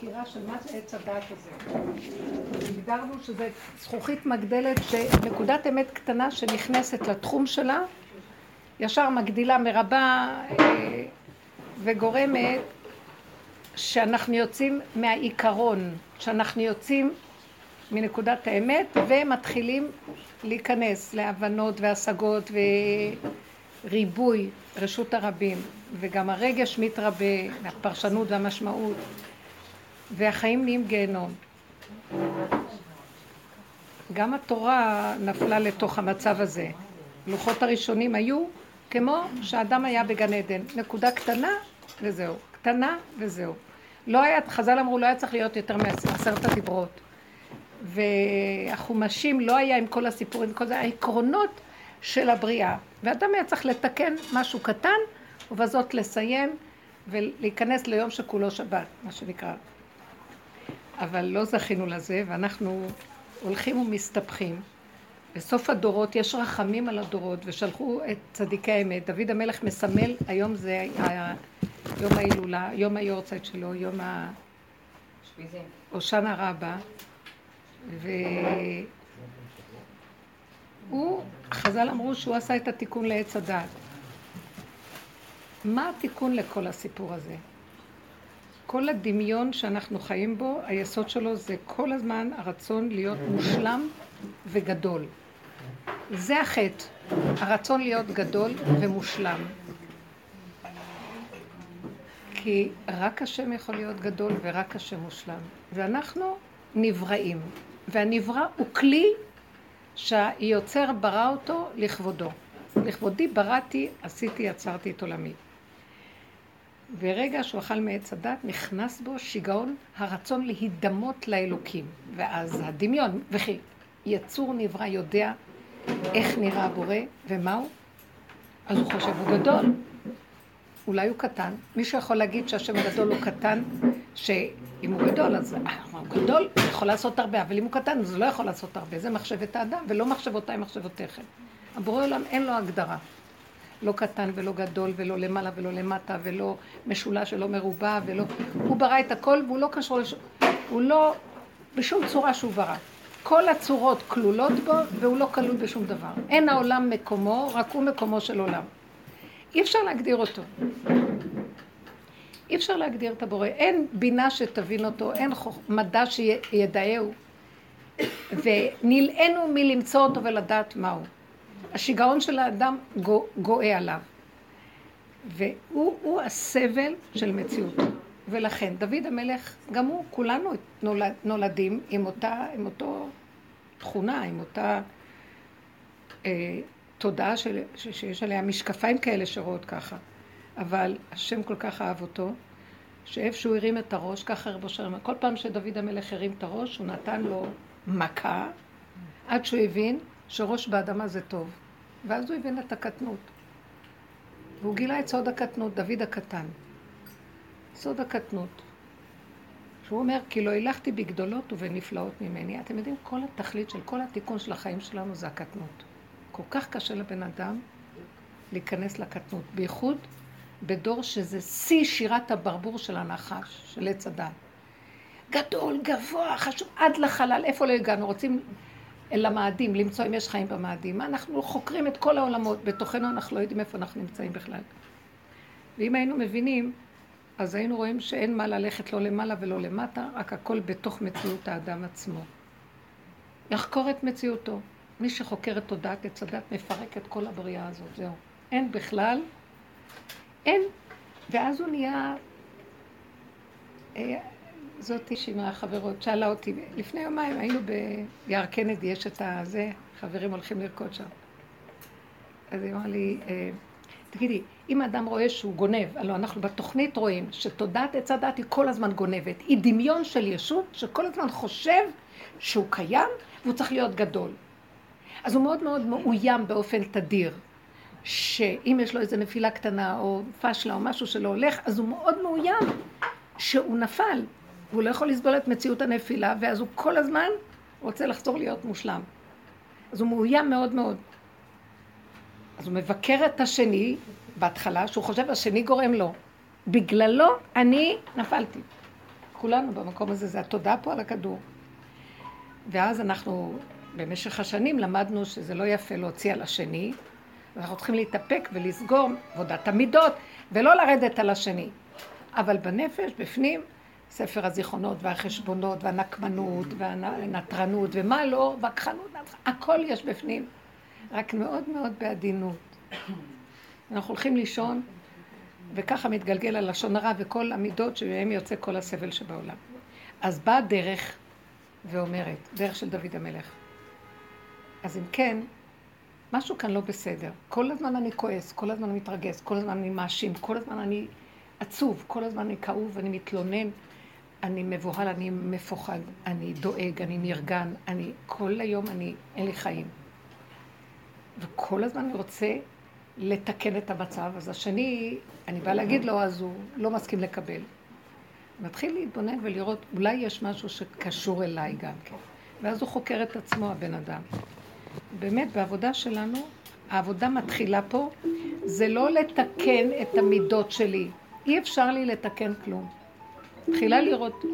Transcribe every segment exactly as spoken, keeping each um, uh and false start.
סקירה של מה זה עץ הדעת הזה. הגדרנו שזה זכוכית מגדלת שנקודת אמת קטנה שנכנסת לתחום שלה, ישר מגדילה מרבה וגורמת שאנחנו יוצאים מהעיקרון, שאנחנו יוצאים מנקודת האמת ומתחילים להיכנס להבנות והשגות וריבוי רשות הרבים, וגם הרגש מתרבה, הפרשנות והמשמעות, והחיים נהיים גיהנום. גם התורה נפלה לתוך המצב הזה. לוחות הראשונים היו כמו שהאדם היה בגן עדן, נקודה קטנה וזהו, קטנה וזהו. לא היה, חז"ל אמרו, לא היה צריך להיות יותר מעשרת הדיברות. והחומשים לא היה עם כל הסיפורים, כל זה, העקרונות של הבריאה. ואדם היה צריך לתקן משהו קטן, ובזאת לסיים ולהיכנס ליום שכולו שבת, מה שנקרא. אבל לא זכינו לזה, ואנחנו הולכים ומסתבכים. בסוף הדורות יש רחמים על הדורות, ושלחו את צדיקי האמת. דוד המלך מסמל, היום זה יום ההילולה, יום היורצייט שלו, יום הושענא רבה, והוא, חז"ל אמרו שהוא עשה את התיקון לעץ הדעת. מה התיקון לכל הסיפור הזה? כל הדמיון שאנחנו חיים בו, היסוד שלו זה כל הזמן הרצון להיות מושלם וגדול. זה החטא, הרצון להיות גדול ומושלם. כי רק השם יכול להיות גדול ורק השם מושלם. ואנחנו נבראים. והנברא הוא כלי שהיוצר ברא אותו לכבודו. לכבודי בראתי, עשיתי, יצרתי את עולמי. ברגע שהוא אכל מעץ הדת, נכנס בו שיגעון הרצון להידמות לאלוקים. ואז הדמיון, וכי יצור נברא יודע איך נראה הבורא ומהו, אז הוא חושב הוא גדול. אולי הוא קטן. מישהו יכול להגיד שהשם גדול הוא קטן, שאם הוא גדול, אז הוא גדול, הוא יכול לעשות הרבה, אבל אם הוא קטן, אז הוא לא יכול לעשות הרבה. זה מחשבת האדם, ולא מחשבותיי, מחשבותיכם. הבורא עולם אין לו הגדרה. לא קטן ולא גדול, ולא למעלה ולא למטה, ולא משולש ולא מרובע, ולא... הוא ברא את הכל, והוא לא קשור לש... הוא לא... בשום צורה שהוא ברא. כל הצורות כלולות בו, והוא לא כלול בשום דבר. אין העולם מקומו, רק הוא מקומו של עולם. אי אפשר להגדיר אותו. אי אפשר להגדיר את הבורא. אין בינה שתבין אותו, אין מדע שידעהו. ונלאנו מלמצוא אותו ולדעת מהו. השיגעון של האדם גואה עליו. והוא הסבל של מציאותו. ולכן, דוד המלך, גם הוא, כולנו נולד, נולדים עם אותה, עם אותו תכונה, עם אותה אה, תודעה של, ש, שיש עליה משקפיים כאלה שרואות ככה. אבל השם כל כך אהב אותו, שאיפה שהוא הרים את הראש, ככה רבו שרמה. כל פעם שדוד המלך הרים את הראש, הוא נתן לו מכה, עד שהוא הבין שראש באדמה זה טוב. ואז הוא הבין את הקטנות. והוא גילה את סוד הקטנות, דוד הקטן. סוד הקטנות. שהוא אומר, כי לא הלכתי בגדולות ובנפלאות ממני. אתם יודעים, כל התכלית של כל התיקון של החיים שלנו זה הקטנות. כל כך קשה לבן אדם להיכנס לקטנות. בייחוד בדור שזה שיא שירת הברבור של הנחש, של עץ הדת. גדול, גבוה, חשוב, עד לחלל. איפה לא הגענו? רוצים אל המאדים, למצוא אם יש חיים במאדים. אנחנו חוקרים את כל העולמות. בתוכנו אנחנו לא יודעים איפה אנחנו נמצאים בכלל. ואם היינו מבינים, אז היינו רואים שאין מה ללכת לא למעלה ולא למטה, רק הכל בתוך מציאות האדם עצמו. יחקור את מציאותו. מי שחוקר את תודעת עץ הדת מפרק את כל הבריאה הזאת, זהו. אין בכלל, אין. ואז הוא נהיה, אה, זאתי שהיא מהחברות, שאלה אותי, לפני יומיים היינו ביער קנדי, יש את הזה, חברים הולכים לרקוד שם. אז היא אמרה לי, אה, תגידי, אם האדם רואה שהוא גונב, הלוא אנחנו בתוכנית רואים שתודעת עץ הדת היא כל הזמן גונבת, היא דמיון של ישות שכל הזמן חושב שהוא קיים והוא צריך להיות גדול. אז הוא מאוד מאוד מאוים באופן תדיר, שאם יש לו איזו נפילה קטנה או פשלה או משהו שלא הולך, אז הוא מאוד מאוים שהוא נפל, והוא לא יכול לסבול את מציאות הנפילה, ואז הוא כל הזמן רוצה לחזור להיות מושלם. אז הוא מאוים מאוד מאוד. אז הוא מבקר את השני בהתחלה, שהוא חושב השני גורם לו. בגללו אני נפלתי. כולנו במקום הזה, זה התודעה פה על הכדור. ואז אנחנו במשך השנים למדנו שזה לא יפה להוציא על השני, ואנחנו צריכים להתאפק ולסגור עבודת המידות, ולא לרדת על השני. אבל בנפש, בפנים, ספר הזיכרונות והחשבונות והנקמנות והנטרנות ומה לא, והכחנות, הכל יש בפנים. רק מאוד מאוד בעדינות. אנחנו הולכים לישון, וככה מתגלגל הלשון הרע וכל המידות שבהם יוצא כל הסבל שבעולם. אז באה דרך ואומרת, דרך של דוד המלך. אז אם כן, משהו כאן לא בסדר. כל הזמן אני כועס, כל הזמן אני מתרגש, כל הזמן אני מאשים, כל הזמן אני עצוב, כל הזמן אני כאוב, אני מתלונן, אני מבוהל, אני מפוחד, אני דואג, אני נרגן, אני כל היום אני, אין לי חיים. וכל הזמן אני רוצה לתקן את המצב, אז השני, אני באה להגיד לו, אז הוא לא מסכים לקבל. מתחיל להתבונן ולראות, אולי יש משהו שקשור אליי גם כן. ואז הוא חוקר את עצמו, הבן אדם. באמת, בעבודה שלנו, העבודה מתחילה פה, זה לא לתקן את המידות שלי. אי אפשר לי לתקן כלום. מתחילה לראות,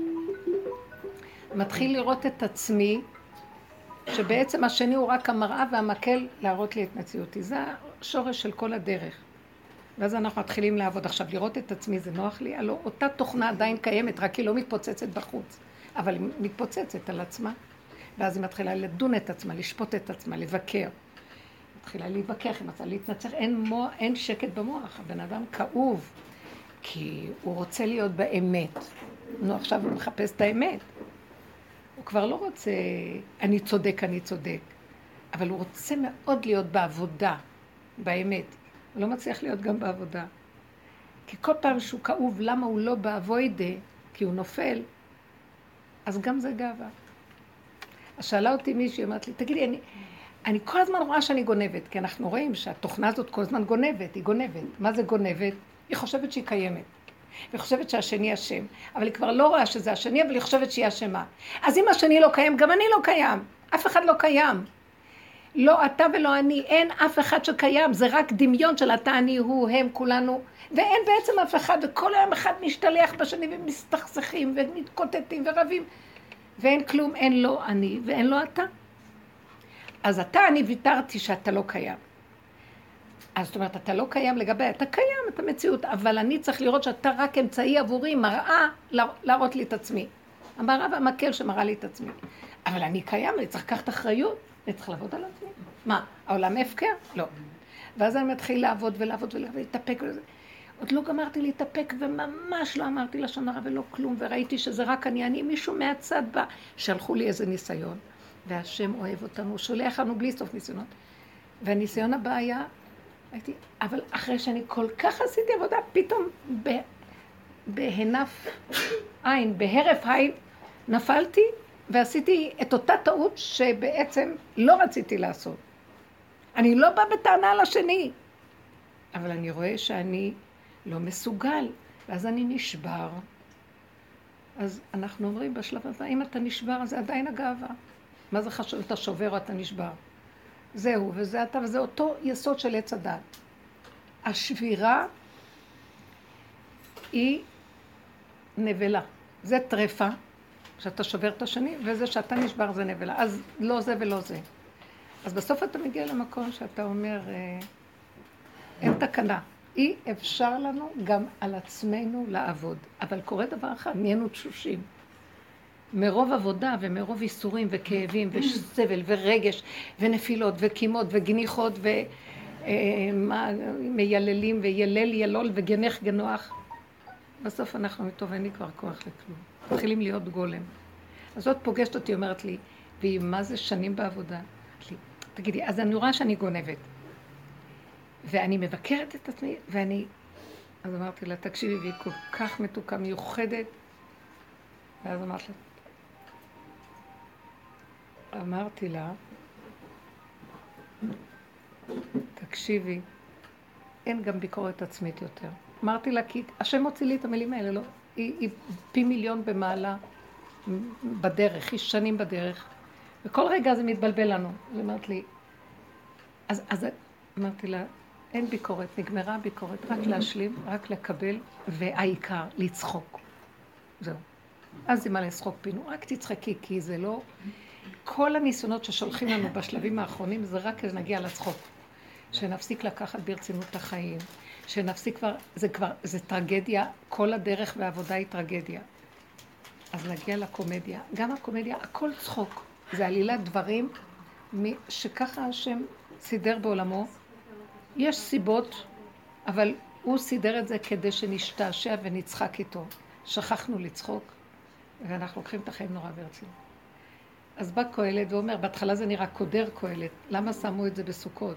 מתחיל לראות את עצמי, שבעצם השני הוא רק המראה והמקל להראות לי את מציאותי. זה השורש של כל הדרך. ואז אנחנו מתחילים לעבוד. עכשיו, לראות את עצמי זה נוח לי? הלוא אותה תוכנה עדיין קיימת, רק היא לא מתפוצצת בחוץ. אבל היא מתפוצצת על עצמה. ואז היא מתחילה לדון את עצמה, לשפוט את עצמה, לבקר. מתחילה להתווכח עם עצמה, להתנצח. אין, מוח, אין שקט במוח. הבן אדם כאוב, כי הוא רוצה להיות באמת. נו, עכשיו הוא מחפש את האמת. הוא כבר לא רוצה, אני צודק, אני צודק. אבל הוא רוצה מאוד להיות בעבודה, באמת. הוא לא מצליח להיות גם בעבודה. כי כל פעם שהוא כאוב, למה הוא לא בעבודה, כי הוא נופל, אז גם זה גאווה. אז שאלה אותי מישהי, אמרת לי, תגידי, אני, אני כל הזמן רואה שאני גונבת, כי אנחנו רואים שהתוכנה הזאת כל הזמן גונבת, היא גונבת. מה זה גונבת? היא חושבת שהיא קיימת. והיא חושבת שהשני אשם. אבל היא כבר לא רואה שזה השני, אבל היא חושבת שהיא אשמה. אז אם השני לא קיים, גם אני לא קיים. אף אחד לא קיים. לא אתה ולא אני, אין אף אחד שקיים. זה רק דמיון של אתה, אני, הוא, הם, כולנו. ואין בעצם אף אחד, וכל היום אחד משתלח בשני ומסתכסכים ומתקוטטים ורבים. ואין כלום, אין לו אני ואין לו אתה. אז אתה, אני ויתרתי שאתה לא קיים. אז זאת אומרת, אתה לא קיים לגבי, אתה קיים את המציאות, אבל אני צריך לראות שאתה רק אמצעי עבורי, מראה להראות לי את עצמי. המראה והמקל שמראה לי את עצמי. אבל אני קיים, אני צריך לקחת אחריות, אני צריך לעבוד על עצמי. מה, העולם הפקר? לא. ואז אני מתחיל לעבוד ולעבוד ולהתאפק ולזה. עוד לא גמרתי להתאפק וממש לא אמרתי לשון הרע ולא כלום, וראיתי שזה רק אני, אני מישהו מהצד בה, שלחו לי איזה ניסיון, והשם אוהב אותנו, הוא שולח לנו בלי סוף ניסיונות. והניסיון הבא היה, הייתי, אבל אחרי שאני כל כך עשיתי עבודה, פתאום ב, בהנף עין, בהרף עין, נפלתי ועשיתי את אותה טעות שבעצם לא רציתי לעשות. אני לא באה בטענה על השני, אבל אני רואה שאני לא מסוגל, ואז אני נשבר. אז אנחנו אומרים בשלב הבא, אם אתה נשבר, אז זה עדיין הגאווה. מה זה חשוב? אתה שובר או אתה נשבר? זהו, וזה אתה, וזה אותו יסוד של עץ הדת. השבירה היא נבלה. זה טרפה, שאתה שובר את השני, וזה שאתה נשבר זה נבלה. אז לא זה ולא זה. אז בסוף אתה מגיע למקום שאתה אומר, אין תקנה. אי אפשר לנו גם על עצמנו לעבוד. אבל קורה דבר אחד, נהיינו תשושים. מרוב עבודה ומרוב איסורים וכאבים וסבל ורגש ונפילות וקימות וגניחות ומייללים וילל ילול וגנך גנוח. בסוף אנחנו מתוב, אין לי כבר כוח לכלום. מתחילים להיות גולם. אז זאת פוגשת אותי, אומרת לי, והיא מה זה שנים בעבודה? לי, תגידי, אז אני רואה שאני גונבת. ואני מבקרת את עצמי, ואני... אז אמרתי לה, תקשיבי, והיא כל כך מתוקה, מיוחדת. ואז אמרתי לה, אמרתי לה, תקשיבי, אין גם ביקורת עצמית יותר. אמרתי לה, כי השם מוציא לי את המילים האלה, לא? היא, היא פי מיליון במעלה בדרך, היא שנים בדרך. וכל רגע זה מתבלבל לנו. אז אמרת לי, אז, אז אמרתי לה, אין ביקורת, נגמרה הביקורת, רק להשלים, רק לקבל, והעיקר, לצחוק. זהו. אז זה מה לצחוק פינו, רק תצחקי, כי זה לא... כל הניסיונות ששולחים לנו בשלבים האחרונים, זה רק כדי נגיע לצחוק. שנפסיק לקחת ברצינות את החיים, שנפסיק כבר, זה כבר, זה טרגדיה, כל הדרך והעבודה היא טרגדיה. אז נגיע לקומדיה. גם הקומדיה, הכל צחוק. זה עלילת דברים שככה השם סידר בעולמו. יש סיבות, אבל הוא סידר את זה כדי שנשתעשע ונצחק איתו. שכחנו לצחוק, ואנחנו לוקחים את החיים נורא ברצינות. אז בא קהלת ואומר, בהתחלה זה נראה קודר קהלת, למה שמו את זה בסוכות?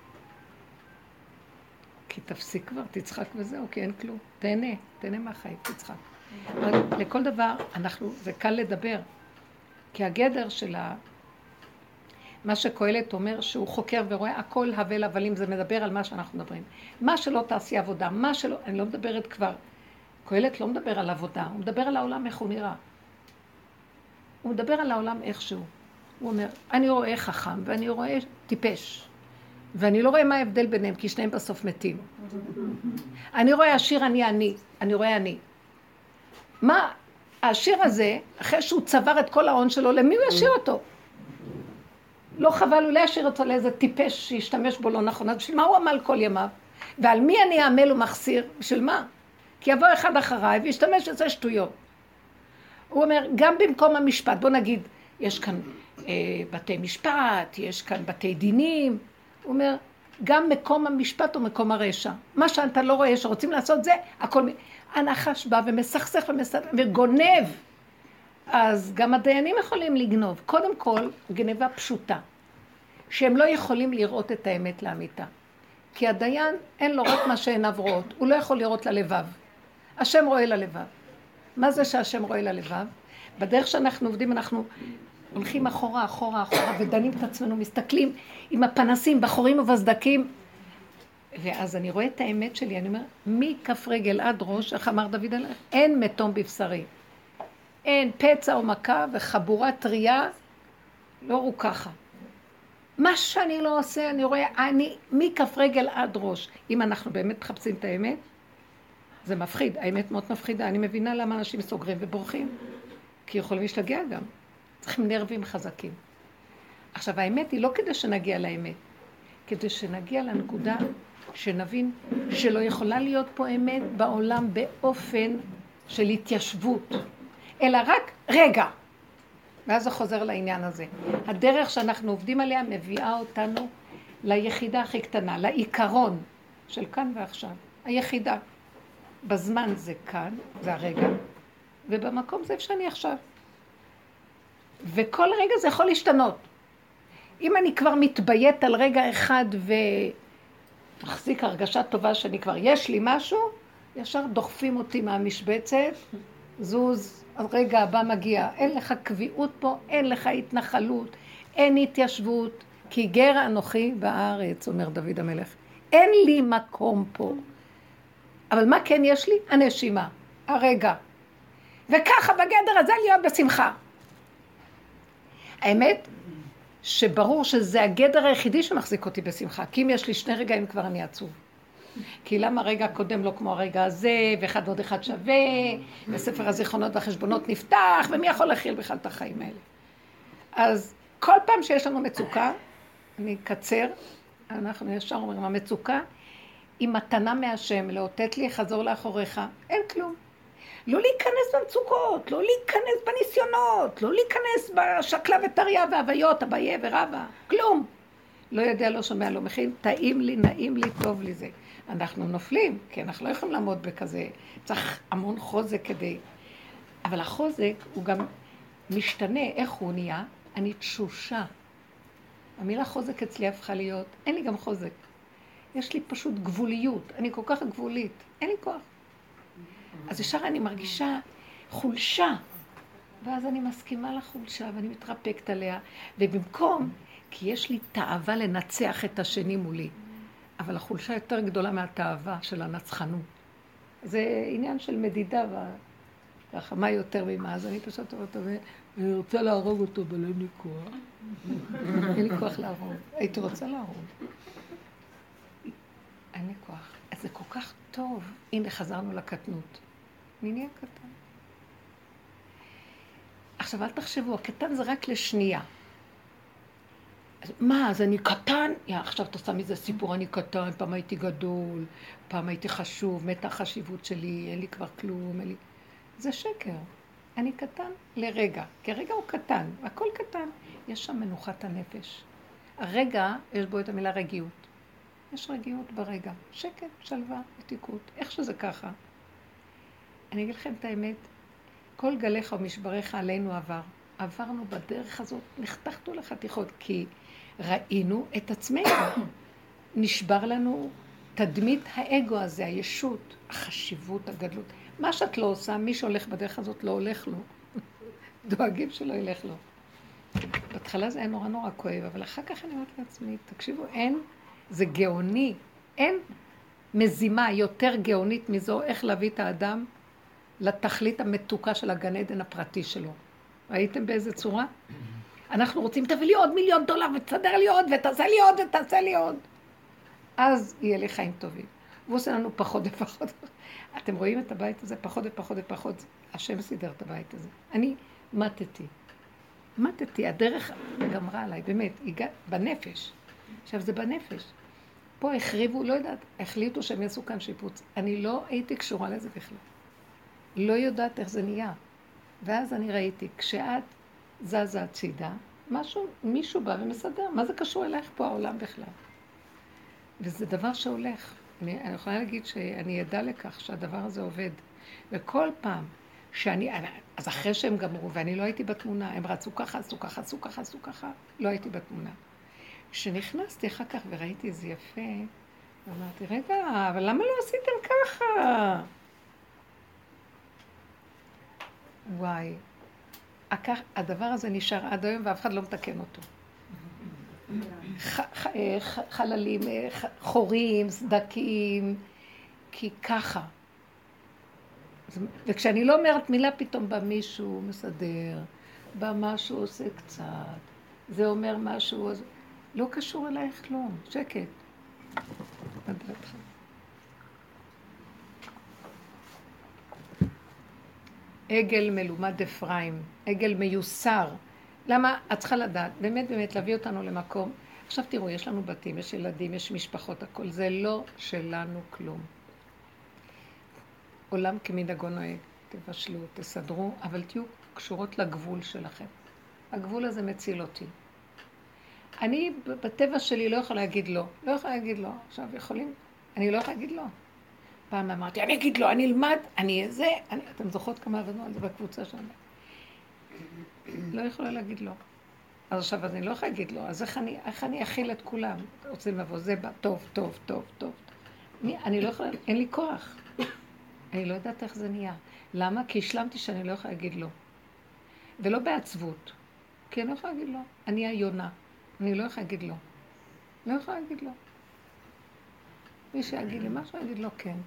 כי תפסיק כבר, תצחק וזהו, כי אין כלום. תהנה, תהנה מהחיים, תצחק. אבל לכל דבר, אנחנו, זה קל לדבר. כי הגדר של ה... מה שקהלת אומר, שהוא חוקר ורואה הכל הבל הבלים, זה מדבר על מה שאנחנו מדברים. מה שלא תעשי עבודה, מה שלא... אני לא מדברת כבר. קהלת לא מדבר על עבודה, הוא מדבר על העולם איך הוא נראה. הוא מדבר על העולם איכשהו. הוא אומר, אני רואה חכם ואני רואה טיפש. ואני לא רואה מה ההבדל ביניהם, כי שניהם בסוף מתים. אני רואה עשיר, אני אני. אני רואה אני. מה העשיר הזה, אחרי שהוא צבר את כל ההון שלו, למי הוא ישאיר אותו? לא חבל, אולי ישאיר אותו לאיזה טיפש שישתמש בו לא נכון. אז בשביל מה הוא עמל כל ימיו? ועל מי אני אעמל ומחסיר? בשביל מה? כי יבוא אחד אחריי וישתמש בזה שטויות. הוא אומר, גם במקום המשפט, בוא נגיד, יש כאן אה, בתי משפט, יש כאן בתי דינים, הוא אומר, גם מקום המשפט הוא מקום הרשע. מה שאתה לא רואה שרוצים לעשות זה, הכל... הנחש בא ומסכסך ומסכסך וגונב. אז גם הדיינים יכולים לגנוב. קודם כל, גנבה פשוטה. שהם לא יכולים לראות את האמת לאמיתה. כי הדיין אין לו רק מה שעיניו רואות. הוא לא יכול לראות ללבב. השם רואה ללבב. מה זה שהשם רואה ללבב? בדרך שאנחנו עובדים, אנחנו הולכים אחורה, אחורה, אחורה, ודנים את עצמנו, מסתכלים עם הפנסים, בחורים ובסדקים. ואז אני רואה את האמת שלי, אני אומר, מכף רגל עד ראש, איך אמר דוד עליך? אין מתום בבשרי. אין פצע או מכה וחבורה טריה, לא רוכחה. מה שאני לא עושה, אני רואה, אני מכף רגל עד ראש. אם אנחנו באמת מחפשים את האמת, זה מפחיד, האמת מאוד מפחידה. אני מבינה למה אנשים סוגרים ובורחים, כי יכולים להשתגע גם. צריכים נרבים חזקים. עכשיו, האמת היא לא כדי שנגיע לאמת, כדי שנגיע לנקודה שנבין שלא יכולה להיות פה אמת בעולם באופן של התיישבות, אלא רק רגע. ואז זה חוזר לעניין הזה. הדרך שאנחנו עובדים עליה מביאה אותנו ליחידה הכי קטנה, לעיקרון של כאן ועכשיו. היחידה. בזמן זה כאן, זה הרגע, ובמקום זה איפה שאני עכשיו. וכל רגע זה יכול להשתנות. אם אני כבר מתביית על רגע אחד ומחזיק הרגשה טובה שאני כבר יש לי משהו, ישר דוחפים אותי מהמשבצת, זוז, הרגע הבא מגיע. אין לך קביעות פה, אין לך התנחלות, אין התיישבות, כי גר אנוכי בארץ, אומר דוד המלך. אין לי מקום פה. אבל מה כן יש לי? הנשימה, הרגע. וככה בגדר הזה להיות בשמחה. האמת שברור שזה הגדר היחידי שמחזיק אותי בשמחה, כי אם יש לי שני רגעים כבר אני עצוב. כי למה הרגע הקודם לא כמו הרגע הזה, ואחד ועוד אחד שווה, וספר הזיכרונות והחשבונות נפתח, ומי יכול להכיל בכלל את החיים האלה. אז כל פעם שיש לנו מצוקה, אני אקצר, אנחנו ישר אומרים, המצוקה היא מתנה מהשם, לאותת לי, חזור לאחוריך, אין כלום. לא להיכנס במצוקות, לא להיכנס בניסיונות, לא להיכנס בשקלה וטריה והוויות, אביה ורבא, כלום. לא יודע, לא שומע, לא מכין, טעים לי, נעים לי, טוב לי זה. אנחנו נופלים, כי אנחנו לא יכולים לעמוד בכזה, צריך המון חוזק כדי... אבל החוזק הוא גם משתנה, איך הוא נהיה? אני תשושה. המילה חוזק אצלי הפכה להיות, אין לי גם חוזק. יש לי פשוט גבוליות, אני כל כך גבולית, אין לי כוח. אז ישר אני מרגישה חולשה, ואז אני מסכימה לחולשה ואני מתרפקת עליה, ובמקום, כי יש לי תאווה לנצח את השני מולי, אבל החולשה יותר גדולה מהתאווה של הנצחנות. זה עניין של מדידה, וככה, מה יותר ממה? אז אני פשוט אומרת, אני רוצה להרוג אותו, אבל אין לי כוח. אין לי כוח להרוג. הייתי רוצה להרוג. אין לי כוח. אז זה כל כך טוב. הנה, חזרנו לקטנות. מי נהיה קטן? עכשיו, אל תחשבו, הקטן זה רק לשנייה. אז מה, אז אני קטן? יא, עכשיו אתה שם מזה סיפור, אני קטן, פעם הייתי גדול, פעם הייתי חשוב, מתה החשיבות שלי, אין לי כבר כלום, אין לי... זה שקר. אני קטן לרגע, כי הרגע הוא קטן, הכל קטן. יש שם מנוחת הנפש. הרגע, יש בו את המילה רגיעות. יש רגיעות ברגע, שקט, שלווה, מתיקות, איך שזה ככה. אני אגיד לכם את האמת, כל גליך ומשבריך עלינו עבר. עברנו בדרך הזאת, נחתכנו לחתיכות, כי ראינו את עצמנו. נשבר לנו תדמית האגו הזה, הישות, החשיבות, הגדלות. מה שאת לא עושה, מי שהולך בדרך הזאת לא הולך לו. דואגים שלא ילך לו. בהתחלה זה היה נורא נורא כואב, אבל אחר כך אני אומרת לעצמי, תקשיבו, אין, זה גאוני, אין מזימה יותר גאונית מזו, איך להביא את האדם לתכלית המתוקה של הגן עדן הפרטי שלו. ראיתם באיזה צורה? אנחנו רוצים, תביא לי עוד מיליון דולר, ותסדר לי עוד, ותעשה לי עוד, ותעשה לי עוד. אז יהיה לי חיים טובים. והוא עושה לנו פחות ופחות. אתם רואים את הבית הזה? פחות ופחות ופחות. השם סידר את הבית הזה. אני מתתי. מתתי, הדרך גמרה עליי, באמת, הגע... בנפש. עכשיו זה בנפש. פה החריבו, לא יודעת, החליטו שהם יעשו כאן שיפוץ. אני לא הייתי קשורה לזה בכלל. לא יודעת איך זה נהיה. ואז אני ראיתי, כשאת זזה הצידה, משהו, מישהו בא ומסדר. מה זה קשור אלייך פה העולם בכלל? וזה דבר שהולך. אני, אני יכולה להגיד שאני ידע לכך שהדבר הזה עובד. וכל פעם שאני, אז אחרי שהם גמרו, ואני לא הייתי בתמונה, הם רצו ככה, עשו ככה, עשו ככה, עשו ככה, לא הייתי בתמונה. כשנכנסתי אחר כך וראיתי איזה יפה, ואמרתי, רגע, אבל למה לא עשיתם ככה? וואי, הדבר הזה נשאר עד היום ואף אחד לא מתקן אותו. חללים, חורים, סדקים, כי ככה. וכשאני לא אומרת מילה, פתאום בא מישהו מסדר, בא משהו עושה קצת, זה אומר משהו, לא קשור אלייך כלום, שקט. מה דעתך? עגל מלומד אפרים, עגל מיוסר. למה? את צריכה לדעת, באמת באמת להביא אותנו למקום. עכשיו תראו, יש לנו בתים, יש ילדים, יש משפחות, הכל. זה לא שלנו כלום. עולם כמנהגו נוהג, תבשלו, תסדרו, אבל תהיו קשורות לגבול שלכם. הגבול הזה מציל אותי. אני בטבע שלי לא יכולה להגיד לא. לא יכולה להגיד לא. עכשיו יכולים? אני לא יכולה להגיד לא. פעם אמרתי, אני אגיד לא, אני אלמד, אני אהיה זה. אני... אתם זוכרות כמה עבדנו על זה בקבוצה שם? לא יכולה להגיד לא. אז עכשיו אני לא יכולה להגיד לא. אז איך אני, איך אני אכיל את כולם? רוצים לבוא, זה בא, טוב, טוב, טוב, טוב. אני, אני לא יכולה, אין לי כוח. אני לא יודעת איך זה נהיה. למה? כי השלמתי שאני לא יכולה להגיד לא. ולא בעצבות. כי אני לא יכולה להגיד לא. אני היונה. אני לא יכולה להגיד לא. לא יכולה להגיד לא. מי שיגיד לי משהו, יגיד לו כן.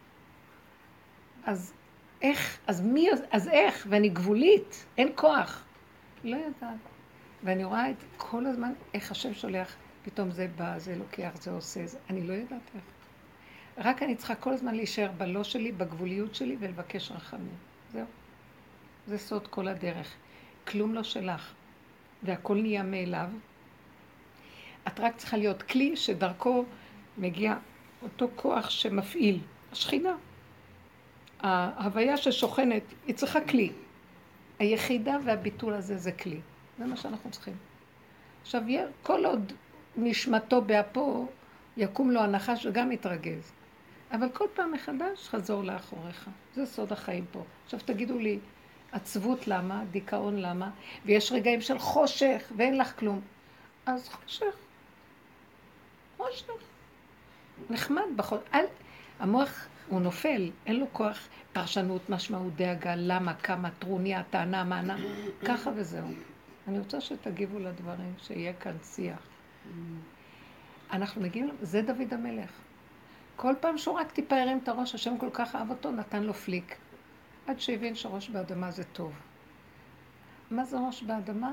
אז איך? אז מי? אז איך? ואני גבולית. אין כוח. לא יודעת. ואני רואה את כל הזמן איך השם שולח. פתאום זה בא, זה לוקח, זה עושה, זה. אני לא יודעת איך. רק אני צריכה כל הזמן להישאר בלא שלי, בגבוליות שלי, ולבקש רחמים. זהו. זה סוד כל הדרך. כלום לא שלך. והכל נהיה מאליו. את רק צריכה להיות כלי שדרכו מגיע אותו כוח שמפעיל. השכינה. ההוויה ששוכנת, היא צריכה כלי. היחידה והביטול הזה זה כלי. זה מה שאנחנו צריכים. עכשיו, כל עוד נשמתו באפו, יקום לו הנחש וגם יתרגז. אבל כל פעם מחדש חזור לאחוריך. זה סוד החיים פה. עכשיו תגידו לי, עצבות למה? דיכאון למה? ויש רגעים של חושך ואין לך כלום. אז חושך. חושך. נחמד בחול. אל... המוח הוא נופל, אין לו כוח פרשנות, משמעות, דאגה, למה, כמה, טרוניה, טענה, מענה. ככה וזהו. אני רוצה שתגיבו לדברים, שיהיה כאן שיח. אנחנו מגיעים, זה דוד המלך. כל פעם שהוא רק טיפה הרים את הראש, השם כל כך אהב אותו, נתן לו פליק. עד שהבין שראש באדמה זה טוב. מה זה ראש באדמה?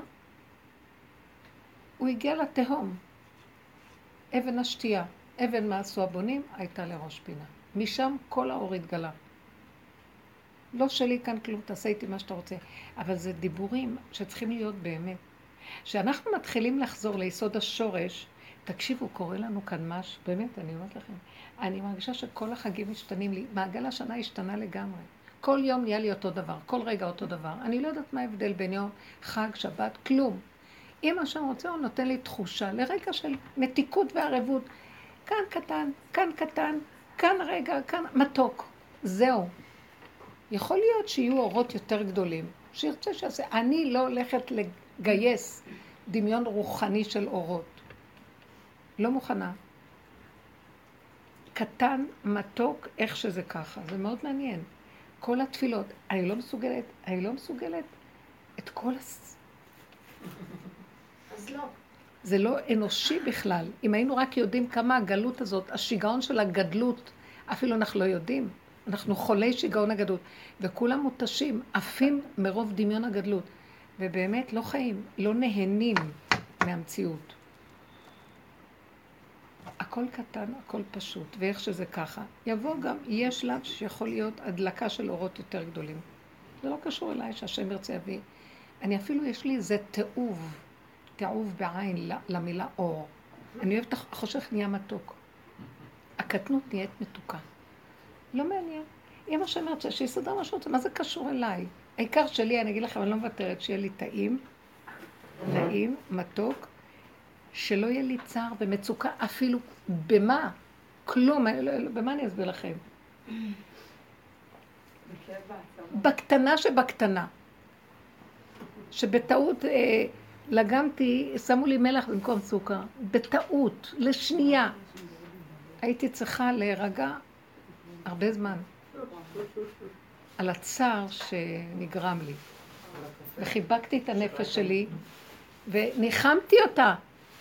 הוא הגיע לתהום. אבן השתייה. אבן מה עשו הבונים, הייתה לראש פינה. משם כל האור התגלה. לא שלי כאן כלום, תעשה איתי מה שאתה רוצה. אבל זה דיבורים שצריכים להיות באמת. כשאנחנו מתחילים לחזור ליסוד השורש, תקשיבו, קורה לנו כאן משהו, באמת, אני אומרת לכם, אני מרגישה שכל החגים משתנים לי, מעגל השנה השתנה לגמרי. כל יום נהיה לי אותו דבר, כל רגע אותו דבר. אני לא יודעת מה ההבדל בין יום חג, שבת, כלום. אם השם רוצה, הוא נותן לי תחושה לרגע של מתיקות וערבות. כאן קטן, כאן קטן, כאן רגע, כאן מתוק. זהו. יכול להיות שיהיו אורות יותר גדולים, שירצה שעשה. אני לא הולכת לגייס דמיון רוחני של אורות. לא מוכנה. קטן, מתוק, איך שזה ככה. זה מאוד מעניין. כל התפילות, אני לא מסוגלת, אני לא מסוגלת את כל הס... אז לא. זה לא אנושי בכלל. אם היינו רק יודעים כמה הגלות הזאת, השיגעון של הגדלות, אפילו אנחנו לא יודעים. אנחנו חולי שיגעון הגדלות. וכולם מותשים, עפים מרוב דמיון הגדלות. ובאמת לא חיים, לא נהנים מהמציאות. הכל קטן, הכל פשוט, ואיך שזה ככה. יבוא גם, יש שלב שיכול להיות הדלקה של אורות יותר גדולים. זה לא קשור אליי שהשם ירצה יביא. אני אפילו, יש לי איזה תאוב, תאוב בעין למילה אור. אני אוהבת, החושך נהיה מתוק. הקטנות נהיית מתוקה. לא מעניין. אם השם ירצה שיסדר משהו, מה זה קשור אליי? העיקר שלי, אני אגיד לכם, אני לא מוותרת, שיהיה לי טעים, טעים, מתוק, שלא יהיה לי צער ומצוקה אפילו במה, כלום, במה אני אסביר לכם? בקטנה שבקטנה. שבטעות אה, לגמתי, שמו לי מלח במקום סוכר, בטעות, לשנייה. הייתי צריכה להירגע הרבה זמן על הצער שנגרם לי. וחיבקתי את הנפש שלי וניחמתי אותה.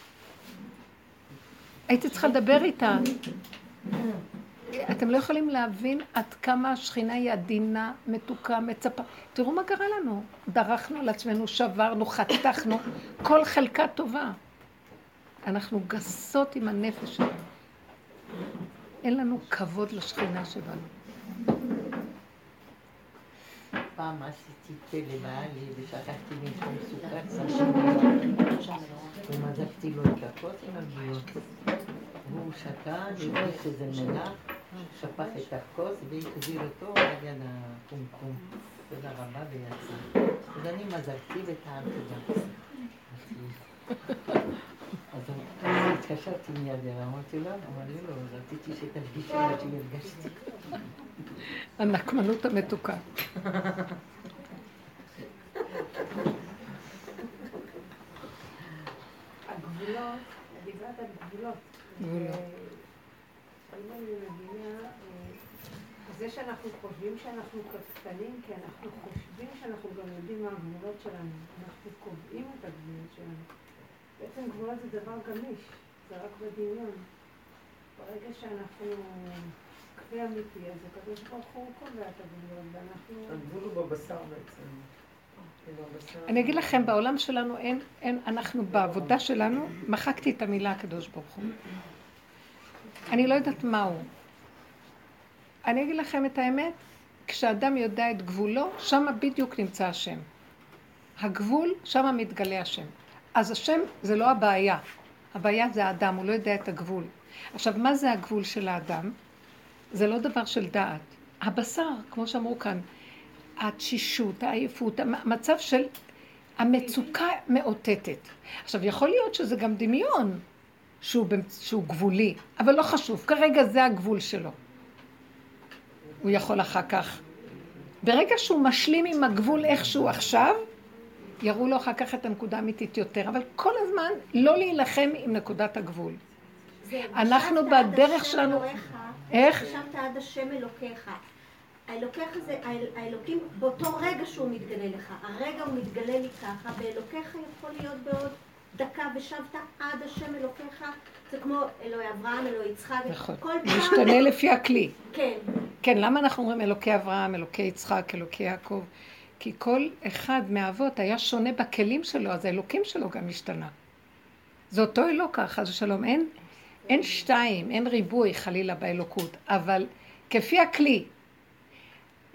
הייתי צריכה לדבר איתה. אתם לא יכולים להבין עד כמה השכינה היא עדינה, מתוקה, מצפה. תראו מה קרה לנו. דרכנו על עצמנו, שברנו, חתכנו, כל חלקה טובה. אנחנו גסות עם הנפש שלנו. אין לנו כבוד לשכינה שבנו. פעם עשיתי תה לבעלי ושכחתי במקום סוכר סשמי ומזגתי לו את הכוס עם עגבניות. והוא שתה, לביא שזה מלח, שפך את הכוס והחזיר אותו על יד הקומקום. תודה רבה ויצא. אז אני מזגתי וטעמתי גם. אז התקשרתי מיד אליו, אמרתי לו, אמר לי לא, אז רציתי שתפגישי מה שהרגשתי. הנקמנות המתוקה. הגבולות, דיברת על גבולות. גבולות. אם אני מבינה, זה שאנחנו חושבים שאנחנו קטנים, כי אנחנו חושבים שאנחנו גם יודעים מה הגבולות שלנו. אנחנו קובעים את הגבולות שלנו. בעצם גבולות זה דבר גמיש, זה רק בדמיון. ברגע שאנחנו כפי אמיתי, אז הקדוש ברוך הוא קובע את הגבולות, ואנחנו... הגבול הוא בבשר בעצם. אני אגיד לכם, בעולם שלנו אין, אין, אנחנו בעבודה שלנו, מחקתי את המילה הקדוש ברוך הוא. אני לא יודעת מה הוא. אני אגיד לכם את האמת, כשאדם יודע את גבולו, שם בדיוק נמצא השם. הגבול, שם מתגלה השם. אז השם זה לא הבעיה. הבעיה זה האדם, הוא לא יודע את הגבול. עכשיו, מה זה הגבול של האדם? זה לא דבר של דעת. הבשר, כמו שאמרו כאן, התשישות, העייפות, המצב של המצוקה מאותתת. עכשיו, יכול להיות שזה גם דמיון שהוא, שהוא גבולי, אבל לא חשוב, כרגע זה הגבול שלו. הוא יכול אחר כך. ברגע שהוא משלים עם הגבול איכשהו עכשיו, יראו לו אחר כך את הנקודה האמיתית יותר, אבל כל הזמן לא להילחם עם נקודת הגבול. אנחנו בדרך שלנו... איך? חשבת עד השם אלוקיך. האלוקיך זה, האלוקים, באותו רגע שהוא מתגלה לך, הרגע הוא מתגלה לי ככה, ואלוקיך יכול להיות בעוד דקה, ושבת עד השם אלוקיך, זה כמו אלוהי אברהם, אלוהי יצחק, נכון, כל משתנה פעם... לפי הכלי. כן. כן, למה אנחנו אומרים אלוקי אברהם, אלוקי יצחק, אלוקי יעקב? כי כל אחד מהאבות היה שונה בכלים שלו, אז האלוקים שלו גם השתנה. זה אותו אלוק, חס ושלום, אין, אין שתיים, אין ריבוי חלילה באלוקות, אבל כפי הכלי,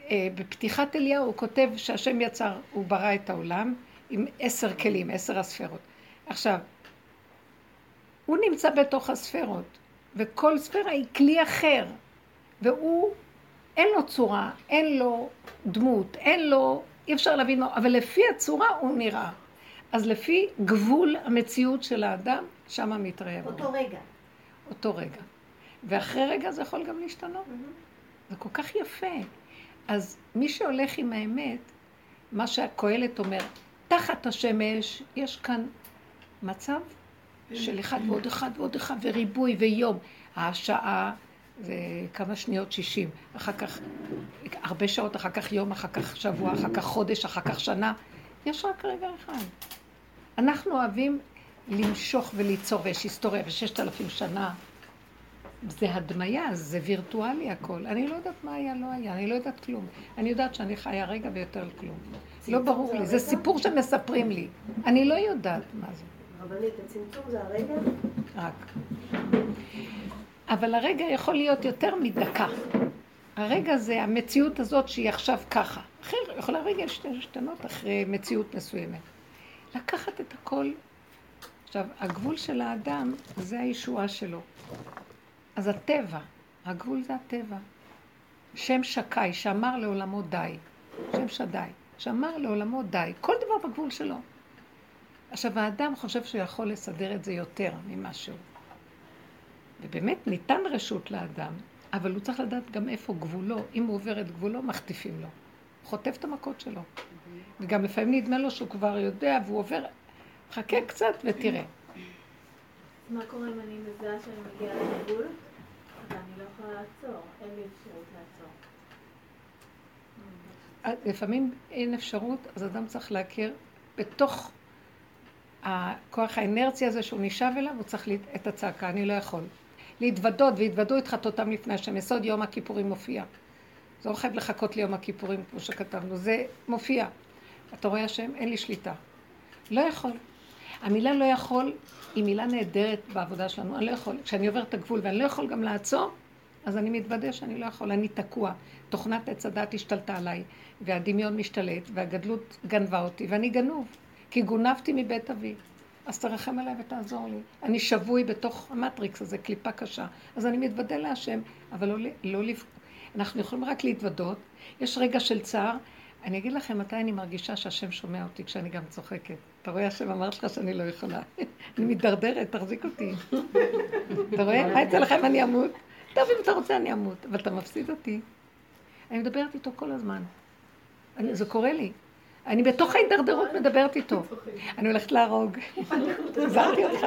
בפתיחת אליהו הוא כותב שהשם יצר, הוא ברא את העולם עם עשר כלים, עשר הספרות. עכשיו, הוא נמצא בתוך הספרות, וכל ספירה היא כלי אחר, והוא, אין לו צורה, אין לו דמות, אין לו, אי אפשר להבין מה, אבל לפי הצורה הוא נראה. אז לפי גבול המציאות של האדם, שם מתראה. אותו רגע. אותו רגע. ואחרי רגע זה יכול גם להשתנות. זה כל כך יפה. אז מי שהולך עם האמת, מה שהקהלת אומר, תחת השמש יש כאן מצב של אחד ועוד אחד ועוד אחד וריבוי ויום. השעה זה כמה שניות שישים, אחר כך הרבה שעות, אחר כך יום, אחר כך שבוע, אחר כך חודש, אחר כך שנה. יש רק רגע אחד. אנחנו אוהבים למשוך וליצור, ויש היסטוריה וששת אלפים שנה. זה הדמיה, זה וירטואלי הכל. אני לא יודעת מה היה, לא היה, אני לא יודעת כלום. אני יודעת שאני חיה רגע ויותר כלום. לא ברור לי, זה סיפור שמספרים לי. אני לא יודעת מה זה. רבנית, הצמצום זה הרגע? רק. אבל הרגע יכול להיות יותר מדקה. הרגע זה המציאות הזאת שהיא עכשיו ככה. אחר, יכול הרגע להשתנות אחרי מציאות מסוימת. לקחת את הכל. עכשיו, הגבול של האדם זה הישועה שלו. אז הטבע, הגבול זה הטבע. שם שקי, שאמר לעולמו די. שם שדי, שאמר לעולמו די. כל דבר בגבול שלו. עכשיו, האדם חושב שהוא יכול לסדר את זה יותר ממשהו. ובאמת ניתן רשות לאדם, אבל הוא צריך לדעת גם איפה גבולו. אם הוא עובר את גבולו, מחטיפים לו. הוא חוטף את המכות שלו. וגם לפעמים נדמה לו שהוא כבר יודע, והוא עובר, חכה קצת ותראה. מה קורה אם אני מזהה שאני מגיעה לגבול, אבל אני לא יכולה לעצור, אין לי אפשרות לעצור. לפעמים אין אפשרות, אז אדם צריך להכיר בתוך הכוח האנרציה הזה שהוא נשאב אליו, הוא צריך את הצעקה, אני לא יכול. להתוודות, והתוודו את חטאותם לפני השם. יסוד יום הכיפורים מופיע. זה לא חייב לחכות ליום הכיפורים, כמו שכתבנו, זה מופיע. אתה רואה השם? אין לי שליטה. לא יכול. המילה לא יכול היא מילה נהדרת בעבודה שלנו. אני לא יכול. כשאני עובר את הגבול ואני לא יכול גם לעצור, אז אני מתוודה שאני לא יכול. אני תקוע. תוכנת עץ הדת השתלטה עליי, והדמיון משתלט, והגדלות גנבה אותי, ואני גנוב. כי גונבתי מבית אבי. אז תרחם עליי ותעזור לי. אני שבוי בתוך המטריקס הזה, קליפה קשה. אז אני מתוודה להשם, אבל לא, לא לפ... אנחנו יכולים רק להתוודות. יש רגע של צער. אני אגיד לכם מתי אני מרגישה שהשם שומע אותי כשאני גם צוחקת. אתה רואה השם אמרת לך שאני לא יכולה. אני מתדרדרת, תחזיק אותי. אתה רואה? מה יצא לכם אני אמות? טוב, אם אתה רוצה אני אמות, אבל אתה מפסיד אותי. אני מדברת איתו כל הזמן. אני, זה קורה לי. אני בתוך ההידרדרות מדברת איתו. אני הולכת להרוג. זרתי אותך.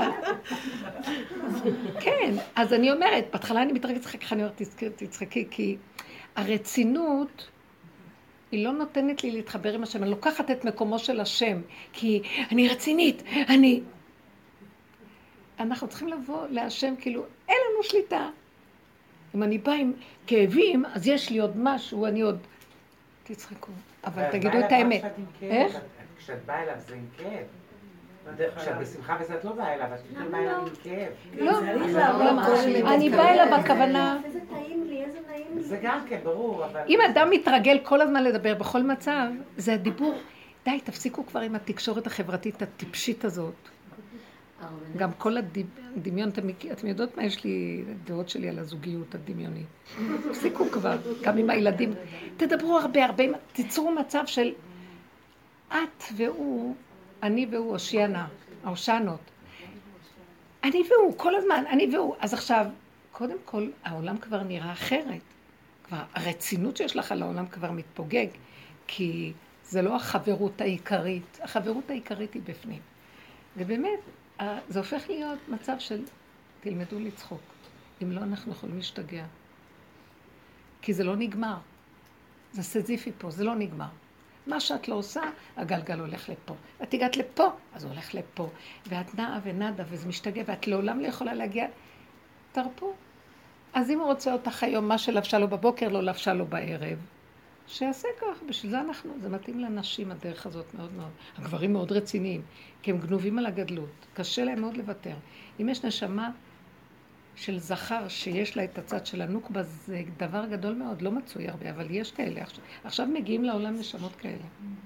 כן, אז אני אומרת, בהתחלה אני מתרגשת, אחר כך אני אומרת, תצחקי, כי הרצינות היא לא נותנת לי להתחבר עם השם. אני לוקחת את מקומו של השם, כי אני רצינית, אני... אנחנו צריכים לבוא להשם, כאילו, אין לנו שליטה. אם אני באה עם כאבים, אז יש לי עוד משהו, אני עוד... תצחקו. אבל תגידו את האמת. איך? כשאת באה אליו זה עם כאב. כשאת בשמחה וזה את לא באה אליו, את פתאום באה אליו עם כאב. לא, אני באה אליו בכוונה. איזה טעים לי, איזה נעים לי. זה גם כן, ברור, אבל... אם אדם מתרגל כל הזמן לדבר בכל מצב, זה הדיבור. די, תפסיקו כבר עם התקשורת החברתית הטיפשית הזאת. גם כל הדמיון, אתם יודעות מה יש לי דעות שלי על הזוגיות הדמיונית. תפסיקו כבר, גם עם הילדים. תדברו הרבה, הרבה, תיצרו מצב של את והוא, אני והוא, הושיענה, ההושענות. אני והוא, כל הזמן, אני והוא. אז עכשיו, קודם כל, העולם כבר נראה אחרת. כבר הרצינות שיש לך על העולם כבר מתפוגג, כי זה לא החברות העיקרית. החברות העיקרית היא בפנים. ובאמת, זה הופך להיות מצב של תלמדו לצחוק. אם לא, אנחנו יכולים להשתגע. כי זה לא נגמר. זה סזיפי פה, זה לא נגמר. מה שאת לא עושה, הגלגל הולך לפה. ואת הגעת לפה, אז הוא הולך לפה. ואת נעה ונדה וזה משתגע, ואת לעולם לא יכולה להגיע. תרפו. אז אם הוא רוצה אותך היום, מה שלבשה לו בבוקר, לא לבשה לו בערב. שיעשה כך, בשביל זה אנחנו, זה מתאים לנשים הדרך הזאת מאוד מאוד. הגברים מאוד רציניים, כי הם גנובים על הגדלות. קשה להם מאוד לוותר. אם יש נשמה של זכר שיש לה את הצד של הנוקבה, זה דבר גדול מאוד, לא מצוי הרבה, אבל יש כאלה. עכשיו, עכשיו מגיעים לעולם נשמות כאלה,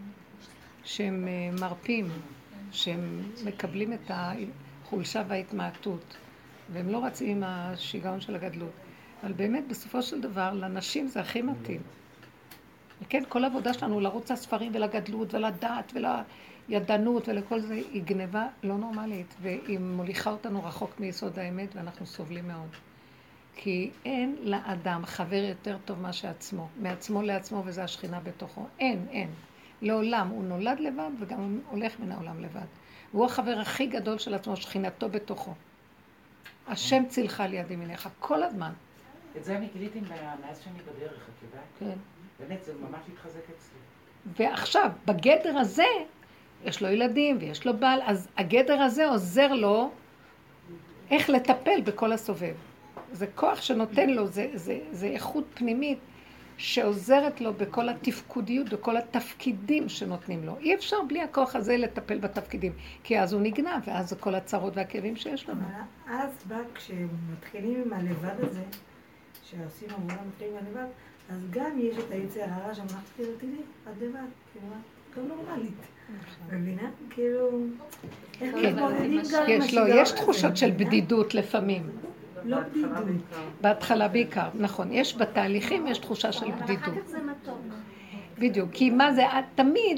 שהם מרפים, שהם מקבלים את החולשה וההתמעטות, והם לא רצים עם השיגעון של הגדלות. אבל באמת, בסופו של דבר, לנשים זה הכי מתאים. וכן, כל העבודה שלנו לרוץ לספרים ולגדלות ולדעת ולידענות ולכל זה, היא גניבה לא נורמלית, והיא מוליכה אותנו רחוק מיסוד האמת, ואנחנו סובלים מאוד. כי אין לאדם חבר יותר טוב מה שעצמו, מעצמו לעצמו, וזה השכינה בתוכו. אין, אין. לעולם, הוא נולד לבד וגם הוא הולך מן העולם לבד. והוא החבר הכי גדול של עצמו, שכינתו בתוכו. השם צילך על יד ימינך, כל הזמן. את זה אני גיליתי מאז שאני בדרך, את יודעת? כן. באמת, זה ממש התחזק אצלי. ועכשיו, בגדר הזה, יש לו ילדים ויש לו בעל, אז הגדר הזה עוזר לו איך לטפל בכל הסובב. זה כוח שנותן לו, זה, זה, זה איכות פנימית שעוזרת לו בכל התפקודיות, בכל התפקידים שנותנים לו. אי אפשר בלי הכוח הזה לטפל בתפקידים, כי אז הוא נגנב, ואז זה כל הצרות והכאבים שיש לנו. אז בא, כשמתחילים עם הלבד הזה, שעושים עבודה מתחילים עם הלבד, אז גם יש את היצר הרע שאמרת, כאילו, תראי, את לבד, כאילו, גם נורמלית. מבינה? כאילו, איך מתמודדים גם עם יש לו, יש תחושות של בדידות לפעמים. לא בדידות. בהתחלה בעיקר, נכון. יש בתהליכים, יש תחושה של בדידות. אחר כך זה מתוק. בדיוק, כי מה זה, תמיד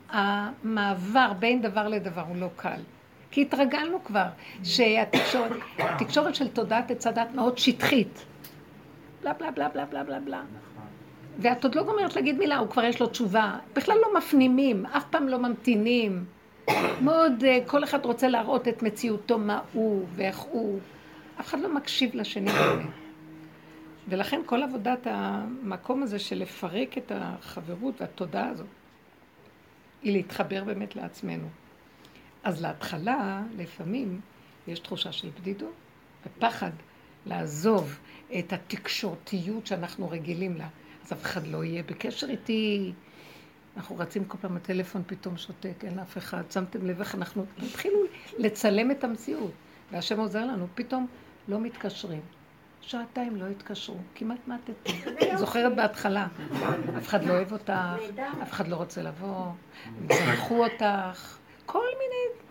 המעבר בין דבר לדבר הוא לא קל. כי התרגלנו כבר שהתקשורת של תודעת עץ הדת מאוד שטחית. בלה בלה בלה בלה בלה בלה בלה. ואת עוד לא גומרת להגיד מילה, הוא כבר יש לו תשובה. בכלל לא מפנימים, אף פעם לא ממתינים. מאוד, כל אחד רוצה להראות את מציאותו, מה הוא ואיך הוא. אף אחד לא מקשיב לשני באמת. ולכן כל עבודת המקום הזה של לפרק את החברות והתודעה הזאת, היא להתחבר באמת לעצמנו. אז להתחלה, לפעמים, יש תחושה של בדידות ופחד לעזוב את התקשורתיות שאנחנו רגילים לה. אז אף אחד לא יהיה בקשר איתי. אנחנו רצים כל פעם, הטלפון פתאום שותק, אין אף אחד. שמתם לב איך אנחנו התחילו לצלם את המציאות. והשם עוזר לנו, פתאום לא מתקשרים. שעתיים לא התקשרו, כמעט מתתי. זוכרת בהתחלה, אף אחד לא אוהב אותך, אף אחד לא רוצה לבוא, זרחו אותך, כל מיני...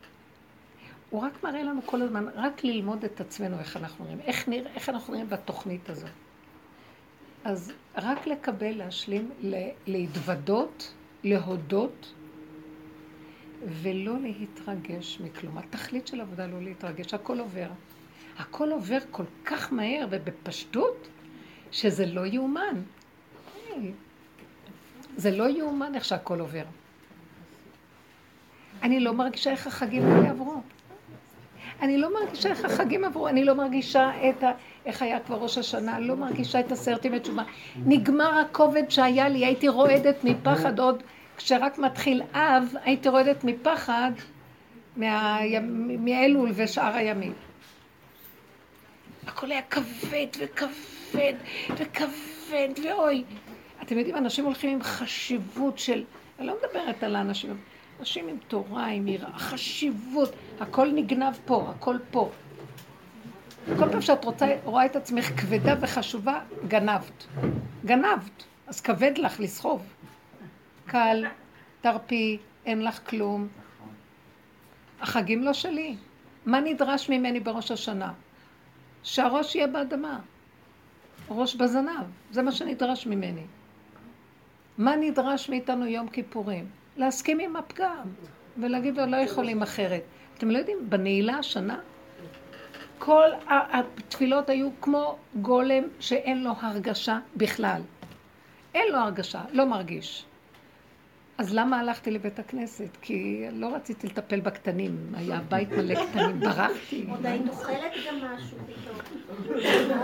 הוא רק מראה לנו כל הזמן, רק ללמוד את עצמנו איך אנחנו נראים, איך, נרא, איך אנחנו נראים בתוכנית הזאת. אז רק לקבל, להשלים, להתוודות, להודות, ולא להתרגש מכלום. התכלית של עבודה לא להתרגש, הכל עובר. הכל עובר כל כך מהר ובפשטות, שזה לא יאומן. זה לא יאומן איך שהכל עובר. אני לא מרגישה איך החגים האלה עברו. אני לא מרגישה איך החגים עברו, אני לא מרגישה את ה... איך היה כבר ראש השנה, לא מרגישה את עשרת ימי תשובה. נגמר הכובד שהיה לי, הייתי רועדת מפחד עוד, כשרק מתחיל אב, הייתי רועדת מפחד מאלול ושאר הימים. הכל היה כבד וכבד וכבד ואוי. אתם יודעים, אנשים הולכים עם חשיבות של... אני לא מדברת על האנשים, אנשים עם תורה, עם יראה, חשיבות. הכל נגנב פה, הכל פה. כל פעם שאת רוצה, רואה את עצמך כבדה וחשובה, גנבת. גנבת. אז כבד לך לסחוב. קל, תרפי, אין לך כלום. החגים לא שלי. מה נדרש ממני בראש השנה? שהראש יהיה באדמה. ראש בזנב. זה מה שנדרש ממני. מה נדרש מאיתנו יום כיפורים? להסכים עם הפגם. ולהגיד לו, לא יכולים אחרת. אתם לא יודעים, בנעילה השנה, כל התפילות היו כמו גולם שאין לו הרגשה בכלל. אין לו הרגשה, לא מרגיש. אז למה הלכתי לבית הכנסת? כי לא רציתי לטפל בקטנים. היה בית מלא קטנים, ברחתי. עוד היית אוכלת גם משהו פתאום.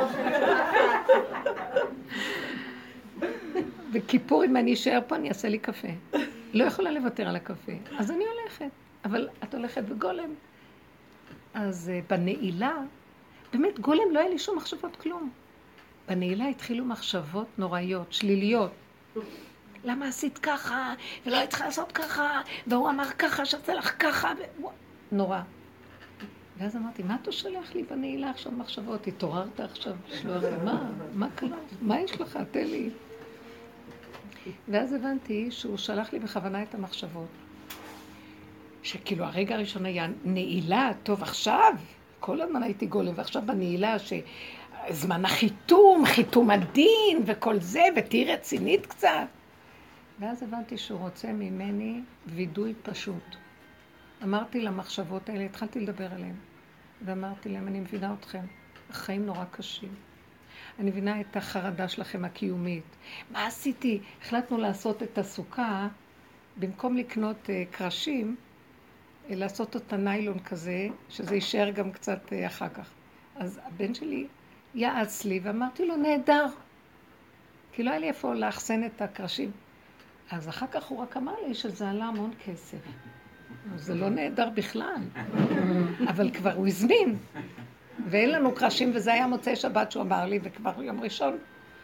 בכיפור, אם אני אשאר פה, אני אעשה לי קפה. לא יכולה לוותר על הקפה. אז אני הולכת. אבל את הולכת בגולם. אז בנעילה, באמת גולם לא היה לי שום מחשבות כלום. בנעילה התחילו מחשבות נוראיות, שליליות. למה עשית ככה, ולא היית צריכה לעשות ככה, והוא אמר ככה, שעשה לך ככה, ו... נורא. ואז אמרתי, מה אתה שולח לי בנעילה עכשיו מחשבות? התעוררת עכשיו לשלוח לי, מה? מה קרה? מה יש לך? תן לי. ואז הבנתי שהוא שלח לי בכוונה את המחשבות. שכאילו הרגע הראשון היה נעילה, טוב עכשיו, כל הזמן הייתי גולם, ועכשיו בנעילה שזמן החיתום, חיתום הדין וכל זה, ותהי רצינית קצת. ואז הבנתי שהוא רוצה ממני וידוי פשוט. אמרתי למחשבות האלה, התחלתי לדבר עליהן, ואמרתי להם, אני מבינה אתכם, החיים נורא קשים. אני מבינה את החרדה שלכם הקיומית. מה עשיתי? החלטנו לעשות את הסוכה, במקום לקנות uh, קרשים, לעשות אותה ניילון כזה, שזה יישאר גם קצת uh, אחר כך. אז הבן שלי יעץ לי, ואמרתי לו, נהדר. כי לא היה לי איפה לאחסן את הקרשים. אז אחר כך הוא רק אמר לי שזה עלה המון כסף. זה לא נהדר בכלל, אבל כבר הוא הזמין. ואין לנו קרשים, וזה היה מוצאי שבת שהוא אמר לי, וכבר יום ראשון.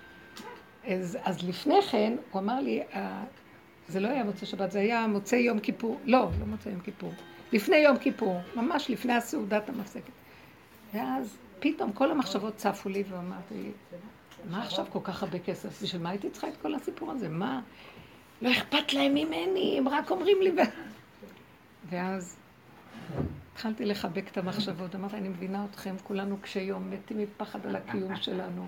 אז, אז לפני כן, הוא אמר לי, זה לא היה מוצאי שבת, זה היה מוצאי יום כיפור. לא, לא מוצאי יום כיפור. לפני יום כיפור, ממש לפני הסעודת המפסקת. ואז פתאום כל המחשבות צפו לי, ואמרתי, מה עכשיו כל כך הרבה כסף? בשביל מה הייתי צריכה את כל הסיפור הזה? מה? לא אכפת להם ממני, הם רק אומרים לי. ו... ואז התחלתי לחבק את המחשבות, אמרתי, אני מבינה אתכם, כולנו קשי יום, מתים מפחד על הקיום שלנו.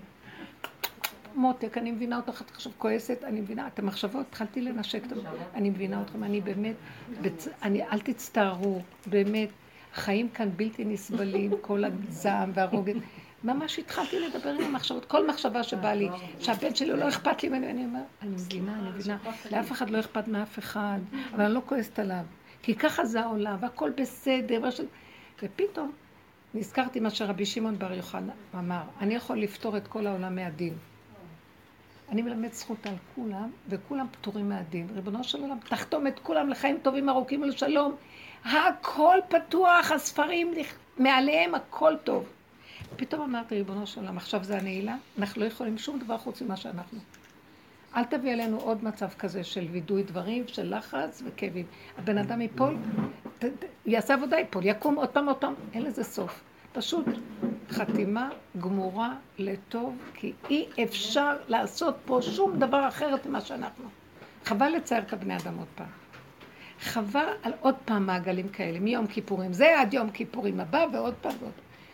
מותק, אני מבינה אותך, את עכשיו כועסת, אני מבינה, את המחשבות, התחלתי לנשק את המחשבות, אני מבינה אתכם, אני באמת, בצ... אני, אל תצטערו, באמת, החיים כאן בלתי נסבלים, כל הזעם והרוגת. ממש התחלתי לדבר עם המחשבות, כל מחשבה שבא לי, שהבן שלי לא אכפת לי, ואני אומר, אני מבינה, אני מבינה, לאף אחד לא אכפת מאף אחד, אבל אני לא כועסת עליו. כי ככה זה העולם, והכל בסדר, וש... ופתאום נזכרתי מה שרבי שמעון בר יוחנן אמר, אני יכול לפתור את כל העולם מהדין. אני מלמד זכות על כולם, וכולם פטורים מהדין. ריבונו של עולם, תחתום את כולם לחיים טובים ארוכים ולשלום. הכל פתוח, הספרים מעליהם, הכל טוב. פתאום אמרתי, ריבונו של עולם, עכשיו זה הנעילה, אנחנו לא יכולים שום דבר חוץ ממה שאנחנו. אל תביא עלינו עוד מצב כזה של וידוי דברים, של לחץ וכאבים. הבן אדם ייפול, ת, ת, יעשה עבודה, ייפול, יקום עוד פעם עוד פעם, אין לזה סוף. פשוט חתימה גמורה לטוב, כי אי אפשר לעשות פה שום דבר אחרת ממה שאנחנו. חבל לצייר את הבני אדם עוד פעם. חבל על עוד פעם מעגלים כאלה, מיום כיפורים, זה עד יום כיפורים הבא ועוד פעם ועוד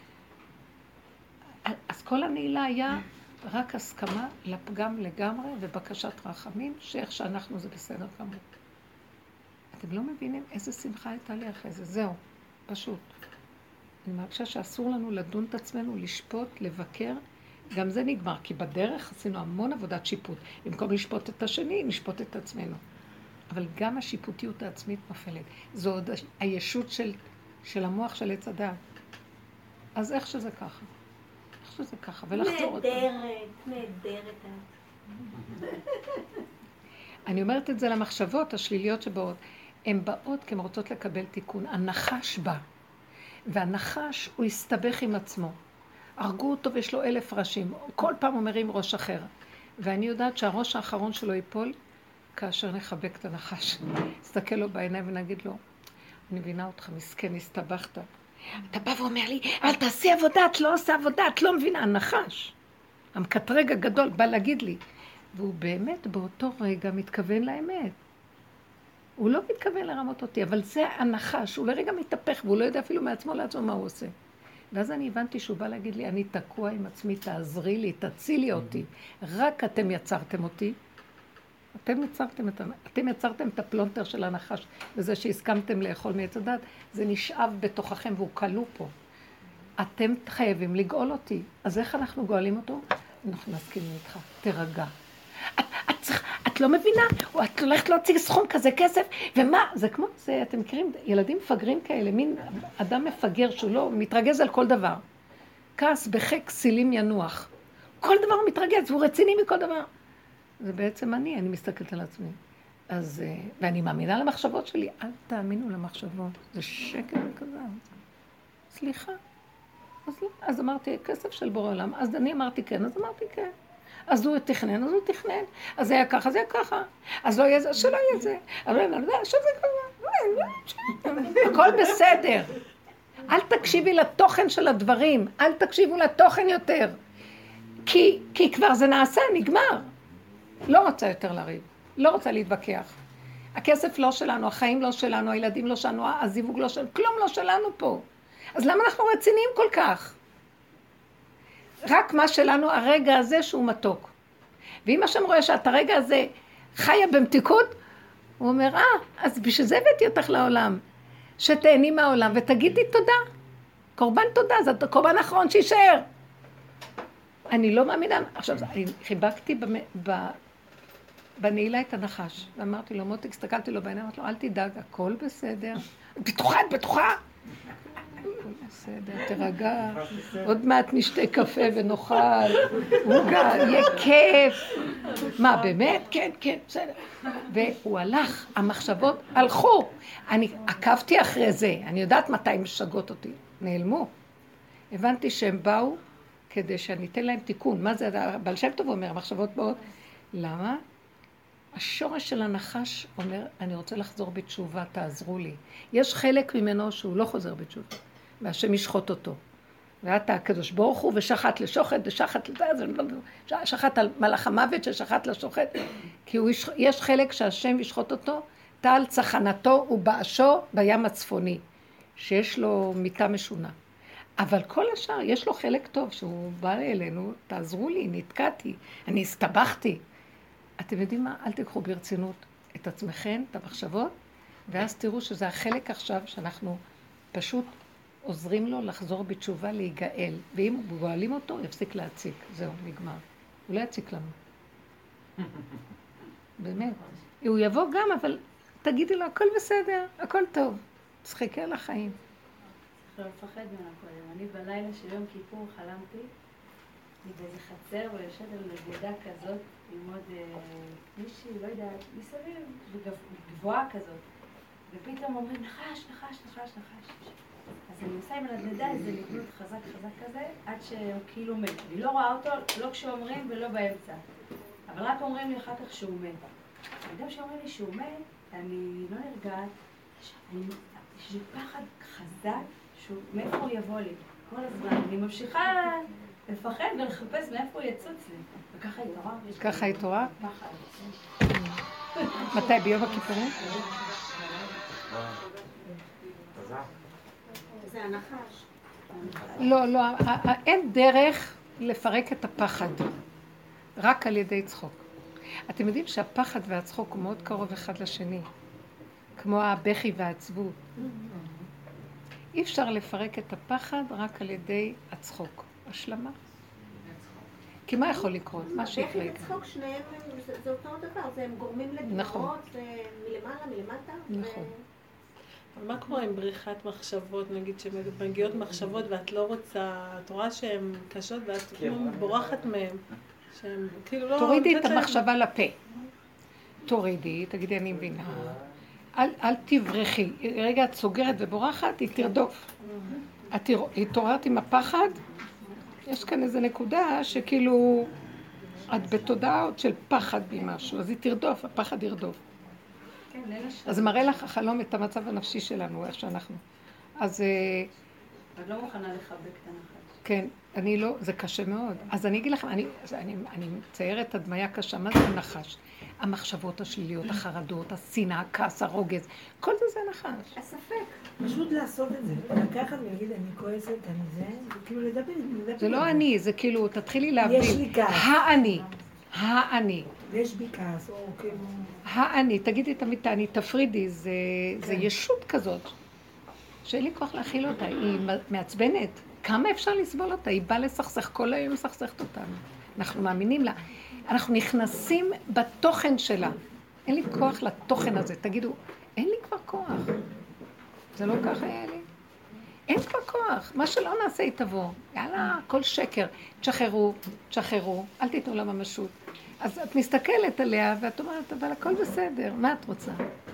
פעם. אז כל הנעילה היה רק הסכמה לפגם לגמרי ובקשת רחמים, שאיך שאנחנו זה בסדר גמור. אתם לא מבינים איזה שמחה הייתה לי אחרי זה, זהו, פשוט. אני מרגישה שאסור לנו לדון את עצמנו, לשפוט, לבקר, גם זה נגמר, כי בדרך עשינו המון עבודת שיפוט. במקום לשפוט את השני, נשפוט את עצמנו. אבל גם השיפוטיות העצמית נופלת. זו עוד הישות של, של המוח של עץ הדעת. אז איך שזה ככה? איך שזה ככה? ולחזור אותם. נהדרת, נהדרת. אני אומרת את זה למחשבות השליליות שבאות. הן באות כי הן רוצות לקבל תיקון. הנחש בא. והנחש הוא הסתבך עם עצמו. הרגו אותו ויש לו אלף ראשים. כל פעם הוא מרים ראש אחר. ואני יודעת שהראש האחרון שלו ייפול כאשר נחבק את הנחש. נסתכל לו בעיניים ונגיד לו, אני מבינה אותך, מסכן, הסתבכת. אתה בא ואומר לי, אבל תעשי עבודה, את לא עושה עבודה, את לא מבינה, הנחש. המקטרג הגדול בא להגיד לי. והוא באמת באותו רגע מתכוון לאמת. הוא לא מתכוון לרמות אותי, אבל זה הנחש, הוא לרגע מתהפך, והוא לא יודע אפילו מעצמו לעצמו מה הוא עושה. ואז אני הבנתי שהוא בא להגיד לי, אני תקוע עם עצמי, תעזרי לי, תצילי אותי. רק אתם יצרתם אותי. אתם יצרתם את, אתם יצרתם את הפלונטר של הנחש, וזה שהסכמתם לאכול מעץ הדת, זה נשאב בתוככם והוא כלוא פה. אתם חייבים לגאול אותי. אז איך אנחנו גואלים אותו? אנחנו מסכימים איתך, תרגע. את, את, צריך, את לא מבינה, או את הולכת להוציא סכום כזה כסף, ומה? זה כמו זה, אתם מכירים, ילדים מפגרים כאלה, מין אדם מפגר שהוא לא מתרגז על כל דבר. כעס בחק סילים ינוח. כל דבר הוא מתרגז, והוא רציני מכל דבר. זה בעצם אני, אני מסתכלת על עצמי. אז, ואני מאמינה למחשבות שלי, אל תאמינו למחשבות, זה שקר וכזה. סליחה. אז, אז אמרתי, כסף של בורא עולם, אז אני אמרתי כן, אז אמרתי כן. אז הוא תכנן, אז הוא תכנן. אז זה היה ככה, זה היה ככה. אז לא יהיה זה, שלא יהיה זה. אבל אני יודע שזה ככה. הכל בסדר. אל אל תקשיבי לתוכן של הדברים, אל תקשיבו לתוכן יותר. כי, כי כבר זה נעשה, נגמר. לא רוצה יותר לריב, לא רוצה להתווכח. הכסף לא שלנו, החיים לא שלנו, הילדים לא שלנו, הזיווג לא שלנו, כלום לא שלנו פה. אז למה אנחנו רציניים כל כך? רק מה שלנו, הרגע הזה שהוא מתוק. ואם השם רואה שאת הרגע הזה חיה במתיקות, הוא אומר, אה, אז בשביל זה הבאתי אותך לעולם. שתהני מהעולם ותגידי תודה. קורבן תודה, זה קורבן האחרון שישאר. אני לא מאמינה. עכשיו, אני חיבקתי במ... ב... בנעילה את הנחש. ואמרתי לו, מותק, הסתכלתי לו בעיניים, אמרתי לו, אל תדאג, הכל בסדר. בטוחה, את בטוחה. בסדר, תרגע. עוד מעט נשתה קפה ונאכל. עוגה, יהיה כיף. מה, באמת? כן, כן, בסדר. והוא הלך, המחשבות הלכו. אני עקבתי אחרי זה, אני יודעת מתי הם משגעות אותי. נעלמו. הבנתי שהם באו כדי שאני אתן להם תיקון. מה זה? בעל שם טוב אומר, המחשבות באות. למה? השורש של הנחש אומר, אני רוצה לחזור בתשובה, תעזרו לי. יש חלק ממנו שהוא לא חוזר בתשובה, והשם ישחוט אותו. ואתה הקדוש ברוך הוא, ושחט לשוחט, ושחט לזה, שחט על מלאך המוות, ששחט לשוחט. כי הוא, יש חלק שהשם ישחוט אותו, טל צחנתו ובאשו בים הצפוני, שיש לו מיטה משונה. אבל כל השאר, יש לו חלק טוב, שהוא בא אלינו, תעזרו לי, נתקעתי, אני הסתבכתי. אתם יודעים מה? אל תיקחו ברצינות את עצמכם, את המחשבות, ואז תראו שזה החלק עכשיו שאנחנו פשוט עוזרים לו לחזור בתשובה להיגאל. ואם גואלים אותו, יפסיק להציק. זהו, נגמר. הוא לא יציק לנו. באמת. הוא יבוא גם, אבל תגידי לו, הכל בסדר, הכל טוב. תשחקי על החיים. צריך לא לפחד ממנו קודם. אני בלילה של יום כיפור חלמתי, אני באיזה חצר ויושבת על נגודה כזאת, עם עוד אה, מישהי, לא יודעת, מסביב, גבוהה כזאת. ופתאום אומרים, נחש, נחש, נחש, נחש. אז אני עושה עם הנדנדה איזה נגנות חזק חזק כזה, עד שהוא כאילו מת. אני לא רואה אותו, לא כשאומרים ולא באמצע. אבל רק אומרים לי אחר כך שהוא מת. וגם כשאומרים לי שהוא מת, אני לא נרגעת. יש לי פחד חזק, מאיפה הוא יבוא לי. כל הזמן. אני ממשיכה לפחד ולחפש מאיפה הוא יצוץ לי. וככה התעורר. ככה התעורר? פחד. מתי? ביום הכיפורים? זה הנחש. לא, לא, אין דרך לפרק את הפחד, רק על ידי צחוק. אתם יודעים שהפחד והצחוק הוא מאוד קרוב אחד לשני, כמו הבכי והעצבות. אי אפשר לפרק את הפחד רק על ידי הצחוק. השלמה. כי מה יכול לקרות? מה שיקרה? בכי וצחוק שניהם זה אותו דבר, הם גורמים לדמעות, זה מלמעלה, מלמטה. נכון. אבל מה קורה עם בריחת מחשבות, נגיד שמגיעות מחשבות ואת לא רוצה, את רואה שהן קשות ואת בורחת מהן, שהן כאילו לא... תורידי את המחשבה לפה. תורידי, תגידי אני מבינה. אל, אל תברחי. רגע את סוגרת ובורחת, היא תרדוף. את התעוררת עם הפחד, יש כאן איזו נקודה שכאילו את בתודעה של פחד ממשהו, אז היא תרדוף, הפחד ירדוף. אז מראה לך החלום את המצב הנפשי שלנו, איך שאנחנו. אז... את לא מוכנה לחבק את הנחש. כן, אני לא, זה קשה מאוד. אז אני אגיד לכם, אני, אני, אני מציירת הדמיה קשה, מה זה נחש? המחשבות השליליות, החרדות, השנאה, הכעס, הרוגז, כל זה זה נחש. הספק. פשוט לעשות את זה, לקחת ולהגיד, אני כועסת, אני זה, וכאילו לדבר, לדבר. זה לא אני, זה כאילו, תתחילי להבין. יש לי כעס. האני, האני. ויש בי כעס, או כאילו... האני, תגידי את המיטה, אני תפרידי, זה, זה ישות כזאת, שאין לי כוח להכיל אותה, היא מעצבנת. כמה אפשר לסבול אותה? היא באה לסכסך, כל היום מסכסכת אותנו. אנחנו מאמינים לה. אנחנו נכנסים בתוכן שלה. אין לי כוח לתוכן הזה. תגידו, אין לי כבר כוח. זה לא ככה היה לי. אין כבר כוח. מה שלא נעשה היא תבוא. יאללה, כל שקר. תשחררו, תשחררו. אל תיתנו לה ממשות. אז את מסתכלת עליה ואת אומרת, אבל הכל בסדר. מה את רוצה?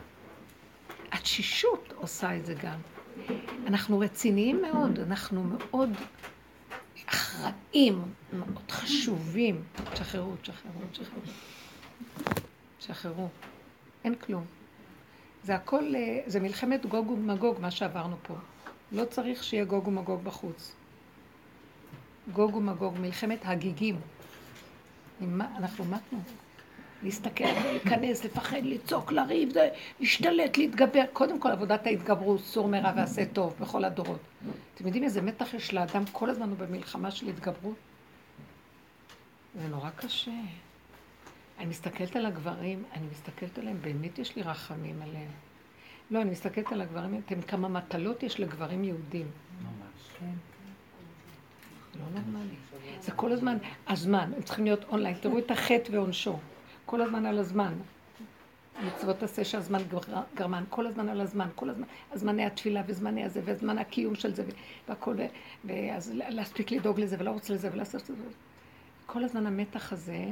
התשישות עושה את זה גם. אנחנו רציניים מאוד. אנחנו מאוד אחראים, מאוד חשובים. תשחררו, תשחררו, תשחררו. תשחררו. אין כלום. זה הכל, זה מלחמת גוג ומגוג, מה שעברנו פה. לא צריך שיהיה גוג ומגוג בחוץ. גוג ומגוג, מלחמת הגיגים. אנחנו מתנו. להסתכל, להיכנס, לפחד, לצעוק, לריב, להשתלט, להתגבר. קודם כל עבודת ההתגברות, סור מרע ועשה טוב בכל הדורות. אתם יודעים איזה מתח יש לאדם כל הזמן הוא במלחמה של התגברות? זה נורא קשה. אני מסתכלת על הגברים, אני מסתכלת עליהם, באמת יש לי רחמים עליהם. לא, אני מסתכלת על הגברים, אתם כמה מטלות יש לגברים יהודים. ממש. כן. לא נורמלי. זה כל הזמן, הזמן, הם צריכים להיות אונליין. תראו את החטא ועונשו. כל הזמן על הזמן. מצוות עשה שהזמן גרמן, כל הזמן על הזמן, כל הזמן, הזמני התפילה וזמני הזה, וזמן הקיום של זה, והכל, ואז להספיק לדאוג לזה, ולא רוצה לזה, ולעשות את זה. כל הזמן המתח הזה,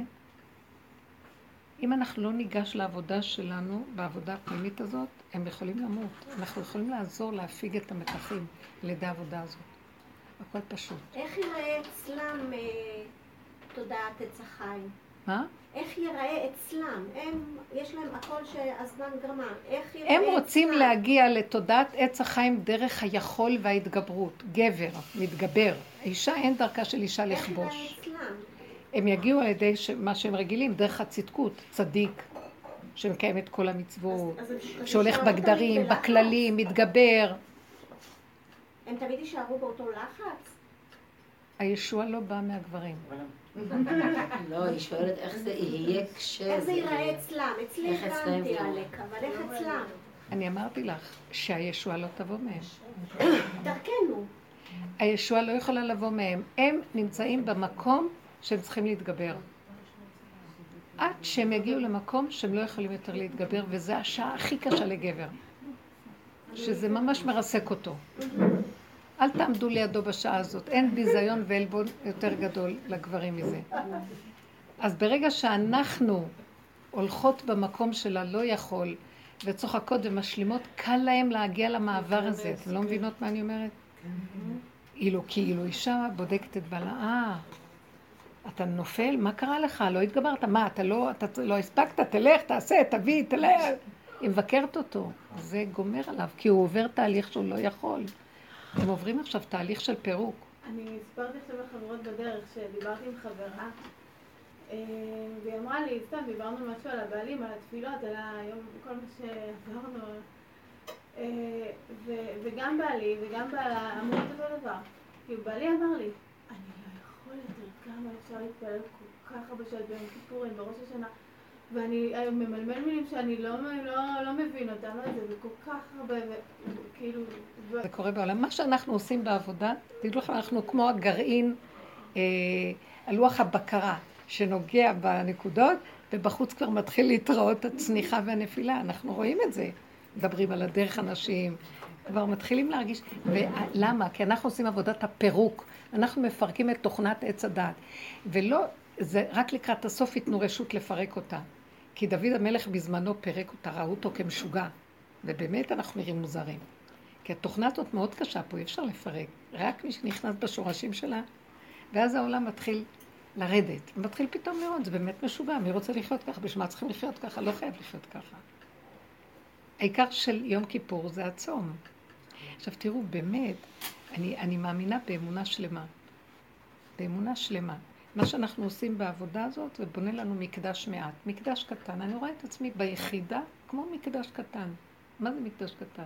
אם אנחנו לא ניגש לעבודה שלנו, בעבודה הפנימית הזאת, הם יכולים למות. אנחנו יכולים לעזור להפיג את המתחים לידי העבודה הזאת. הכל פשוט. איך ייראה אצלם תודעת עץ החיים? מה? איך ייראה אצלם? הם, יש להם הכל שהזמן גרמה. איך ייראה הם אצלם? רוצים להגיע לתודעת עץ החיים דרך היכול וההתגברות. גבר, מתגבר. האישה אין דרכה של אישה לכבוש. איך ייראה אצלם? הם יגיעו על ידי מה שהם רגילים, דרך הצדקות, צדיק, שמקיים את כל המצוות, אז, אז שהולך בגדרים, בכללים, מתגבר. הם תמיד יישארו באותו לחץ? הישוע לא בא מהגברים. לא, היא שואלת איך זה יהיה כשזה... איך זה ייראה אצלם? אצלי איך אצלם הבנתי זה? עלק, אבל איך אצלם? אני אמרתי לך שהישוע לא תבוא מהם. דרכנו. הישוע לא יכולה לבוא מהם. הם נמצאים במקום שהם צריכים להתגבר. עד שהם יגיעו למקום שהם לא יכולים יותר להתגבר, וזו השעה הכי קשה לגבר. שזה ממש מרסק אותו. אל תעמדו לידו בשעה הזאת. אין ביזיון ואלבון יותר גדול לגברים מזה. אז ברגע שאנחנו הולכות במקום שלה לא יכול, וצוחקות ומשלימות, קל להם להגיע למעבר הזה. אתם לא מבינות מה אני אומרת? אילו כאילו אישה בודקת את בעלה, אה, אתה נופל? מה קרה לך? לא התגברת? מה, אתה לא, אתה לא הספקת? תלך, תעשה, תביא, תלך. היא מבקרת אותו. זה גומר עליו, כי הוא עובר תהליך שהוא לא יכול. הם עוברים עכשיו תהליך של פירוק. אני הסברתי עכשיו לחברות בדרך שדיברתי עם חברה, והיא אמרה לי, סתם דיברנו משהו על הבעלים, על התפילות, על היום, כל מה שעברנו, וגם בעלי וגם בעלה אמרו את אותו דבר. כי בעלי אמר לי, אני לא יכול יותר כמה אפשר להתפלל כל כך הרבה שעות ביום כיפורים, בראש השנה, ואני ממלמל מילים שאני לא, לא, לא מבין אותם, זה וכל כך הרבה, וכאילו... זה קורה בעולם. מה שאנחנו עושים בעבודה, תדעו לכם, אנחנו כמו הגרעין, אה, הלוח הבקרה, שנוגע בנקודות, ובחוץ כבר מתחיל להתראות הצניחה והנפילה. אנחנו רואים את זה. מדברים על הדרך אנשים, כבר מתחילים להרגיש. ולמה? כי אנחנו עושים עבודת הפירוק. אנחנו מפרקים את תוכנת עץ הדעת. ולא, זה רק לקראת הסוף ייתנו רשות לפרק אותה. כי דוד המלך בזמנו פירק אותה, ראו אותו כמשוגע. ובאמת אנחנו נראים מוזרים. כי התוכנה הזאת מאוד קשה פה, אי אפשר לפרק. רק מי שנכנס בשורשים שלה, ואז העולם מתחיל לרדת. מתחיל פתאום לראות, זה באמת משוגע. מי רוצה לחיות ככה? בשביל מה צריכים לחיות ככה? לא חייב לחיות ככה. העיקר של יום כיפור זה הצום. עכשיו תראו, באמת, אני, אני מאמינה באמונה שלמה. באמונה שלמה. מה שאנחנו עושים בעבודה הזאת, זה בונה לנו מקדש מעט. מקדש קטן. אני רואה את עצמי ביחידה כמו מקדש קטן. מה זה מקדש קטן?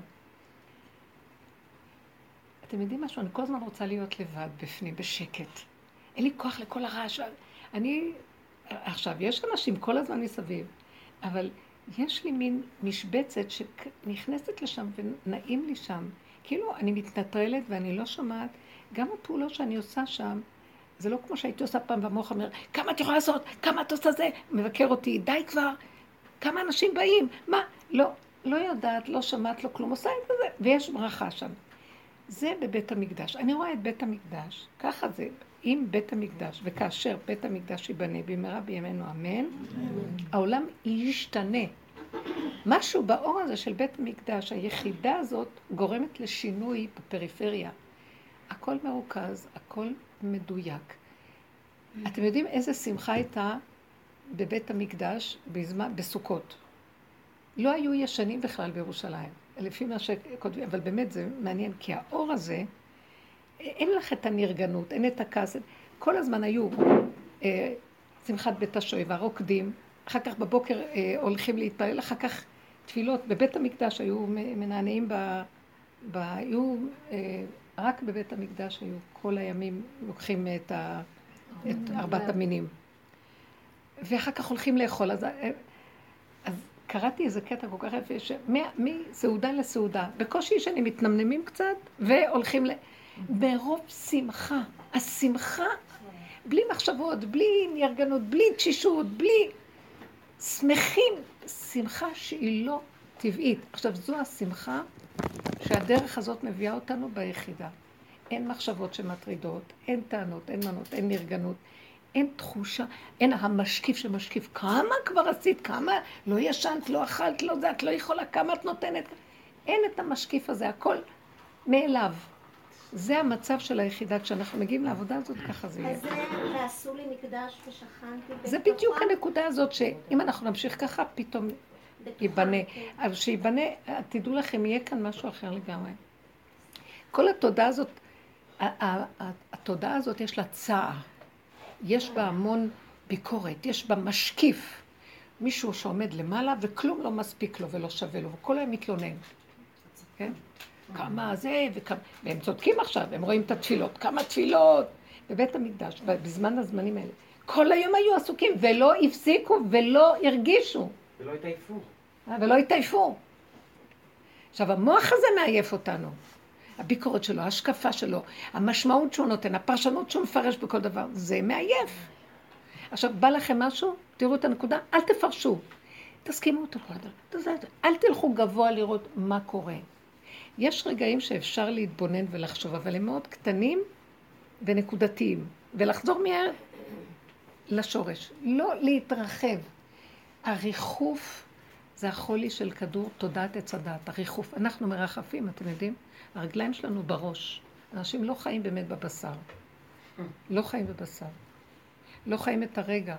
אתם יודעים משהו? אני כל הזמן רוצה להיות לבד, בפנים, בשקט. אין לי כוח לכל הרעש. אני, עכשיו, יש אנשים כל הזמן מסביב, אבל יש לי מין משבצת שנכנסת לשם ונעים לי שם. כאילו אני מתנטרלת ואני לא שומעת. גם הפעולות שאני עושה שם, זה לא כמו שהייתי עושה פעם במוח אומר, כמה את יכולה לעשות? כמה את עושה זה? מבקר אותי, די כבר. כמה אנשים באים? מה? לא, לא יודעת, לא שמעת, לא כלום. עושה את זה, ויש ברכה שם. זה בבית המקדש. אני רואה את בית המקדש, ככה זה, עם בית המקדש, וכאשר בית המקדש ייבנה במהרה בימינו אמן, העולם ישתנה. משהו באור הזה של בית המקדש, היחידה הזאת גורמת לשינוי בפריפריה. הכל מרוכז, הכל מדויק. אתם יודעים איזה שמחה הייתה בבית המקדש בזמן, בסוכות? לא היו ישנים בכלל בירושלים. לפי מה שכותבים, אבל באמת זה מעניין, כי האור הזה, אין לך את הנרגנות, אין את הכעס, כל הזמן היו אה, שמחת בית השואבה, רוקדים, אחר כך בבוקר אה, הולכים להתפלל, אחר כך תפילות, בבית המקדש היו מנענעים, ב, ב, היו, אה, רק בבית המקדש היו כל הימים לוקחים את, ה, את ארבעת המינים. ואחר כך הולכים לאכול, אז, אז קראתי איזה קטע כל כך יפה, מסעודה לסעודה, בקושי שאני מתנמנמים קצת, והולכים ל... ברוב שמחה, השמחה, בלי מחשבות, בלי נרגנות, בלי תשישות, בלי... שמחים, שמחה שהיא לא טבעית. עכשיו, זו השמחה שהדרך הזאת מביאה אותנו ביחידה. אין מחשבות שמטרידות, אין טענות, אין מנות, אין נרגנות, אין תחושה, אין המשקיף שמשקיף, כמה כבר עשית, כמה לא ישנת, לא אכלת, לא זה, את לא יכולה, כמה את נותנת. אין את המשקיף הזה, הכל מאליו. זה המצב של היחידה, כשאנחנו מגיעים לעבודה הזאת, ככה זה יהיה. אז זה, ועשו לי מקדש ושכנתי בתוכה. זה בדיוק הנקודה הזאת, שאם אנחנו נמשיך ככה, פתאום ייבנה. אבל שיבנה, תדעו לכם, יהיה כאן משהו אחר לגמרי. כל התודעה הזאת, התודעה הזאת יש לה צער. יש בה המון ביקורת, יש בה משקיף. מישהו שעומד למעלה וכלום לא מספיק לו ולא שווה לו, וכל היום מתלונן. כן? כמה זה וכמה... והם צודקים עכשיו, הם רואים את התפילות, כמה תפילות בבית המקדש, בזמן הזמנים האלה. כל היום היו עסוקים ולא הפסיקו ולא הרגישו. ולא התעייפו. ולא התעייפו. עכשיו, המוח הזה מעייף אותנו. הביקורת שלו, ההשקפה שלו, המשמעות שהוא נותן, הפרשנות שהוא מפרש בכל דבר, זה מעייף. עכשיו, בא לכם משהו? תראו את הנקודה, אל תפרשו. תסכימו אותו כבר. אל תלכו גבוה לראות מה קורה. יש רגעים שאפשר להתבונן ולחשוב, אבל הם מאוד קטנים ונקודתיים, ולחזור מהר לשורש. לא להתרחב. הריחוף זה החולי של כדור תודעת עץ הדעת, הריחוף. אנחנו מרחפים, אתם יודעים? הרגליים שלנו בראש. אנשים לא חיים באמת בבשר. לא חיים בבשר. לא חיים את הרגע.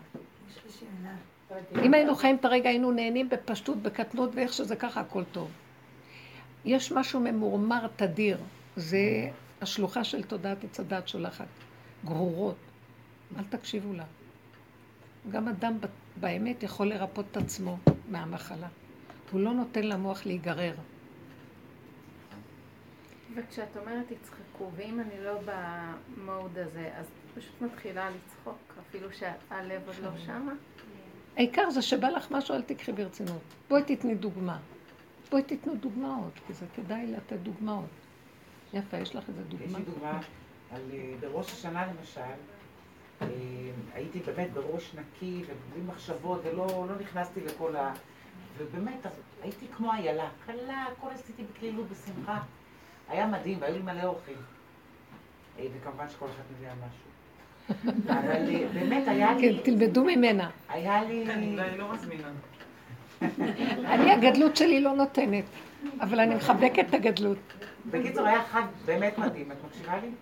אם היינו חיים את הרגע, היינו נהנים בפשטות, בקטנות, ואיך שזה ככה, הכל טוב. יש משהו ממורמר תדיר. זה השלוחה של תודעת עץ הדעת שולחת. גרורות. אל תקשיבו לה. גם אדם באמת יכול לרפות את עצמו מהמחלה. הוא לא נותן למוח להיגרר. וכשאת אומרת תצחקו, ואם אני לא במוד הזה, אז פשוט מתחילה לצחוק, אפילו שהלב עוד לא שמה? העיקר זה שבא לך משהו, אל תקחי ברצינות. בואי תתני דוגמה. בואי תתנו דוגמאות, כי זה כדאי לתת דוגמאות. יפה, יש לך איזה דוגמה? יש לי דוגמה, על, בראש השנה למשל, הייתי באמת בראש נקי ובלי מחשבות, ולא לא נכנסתי לכל ה... ובאמת, הייתי כמו איילה, קלה, הכל עשיתי בקלילות, בשמחה. היה מדהים, והיו לי מלא אורחים. וכמובן שכל אחד מביאה משהו. אבל באמת היה לי... כן, תלמדו ממנה. היה לי... אני לא מזמינה. אני הגדלות שלי לא נותנת, אבל אני מחבקת את הגדלות. בקיצור, היה חג באמת מדהים, את מקשיבה לי?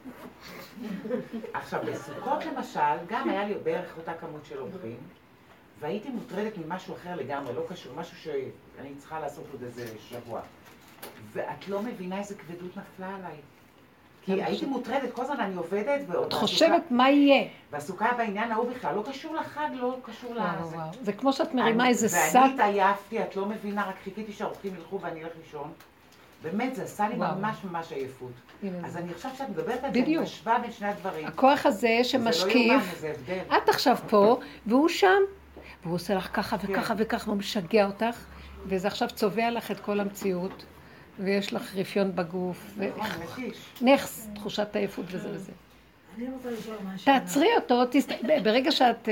עכשיו, בסוכות למשל, גם היה לי בערך אותה כמות של אורחים, והייתי מוטרדת ממשהו אחר לגמרי, לא קשור, משהו שאני צריכה לעשות עוד איזה שבוע. ואת לא מבינה איזה כבדות נפלה עליי. כי הייתי מוטרדת, כל זמן אני עובדת, את חושבת מה יהיה. והסוכה בעניין ההוא בכלל, לא קשור לחג, לא קשור לזה. זה כמו שאת מרימה איזה שק. ואני התעייפתי, את לא מבינה, רק חיכיתי שהאורחים ילכו ואני אלך לישון. באמת, זה עשה לי ממש ממש עייפות. אז אני חושבת שאת מדברת על זה, אני משווה בין שני הדברים. הכוח הזה שמשקיף, את עכשיו פה, והוא שם, והוא עושה לך ככה וככה וככה, והוא משגע אותך, וזה עכשיו צובע לך את כל המציאות. ויש לך רפיון בגוף, ונכס, תחושת העייפות וזה וזה. אני רוצה לשאול משהו. תעצרי אותו, ברגע שאת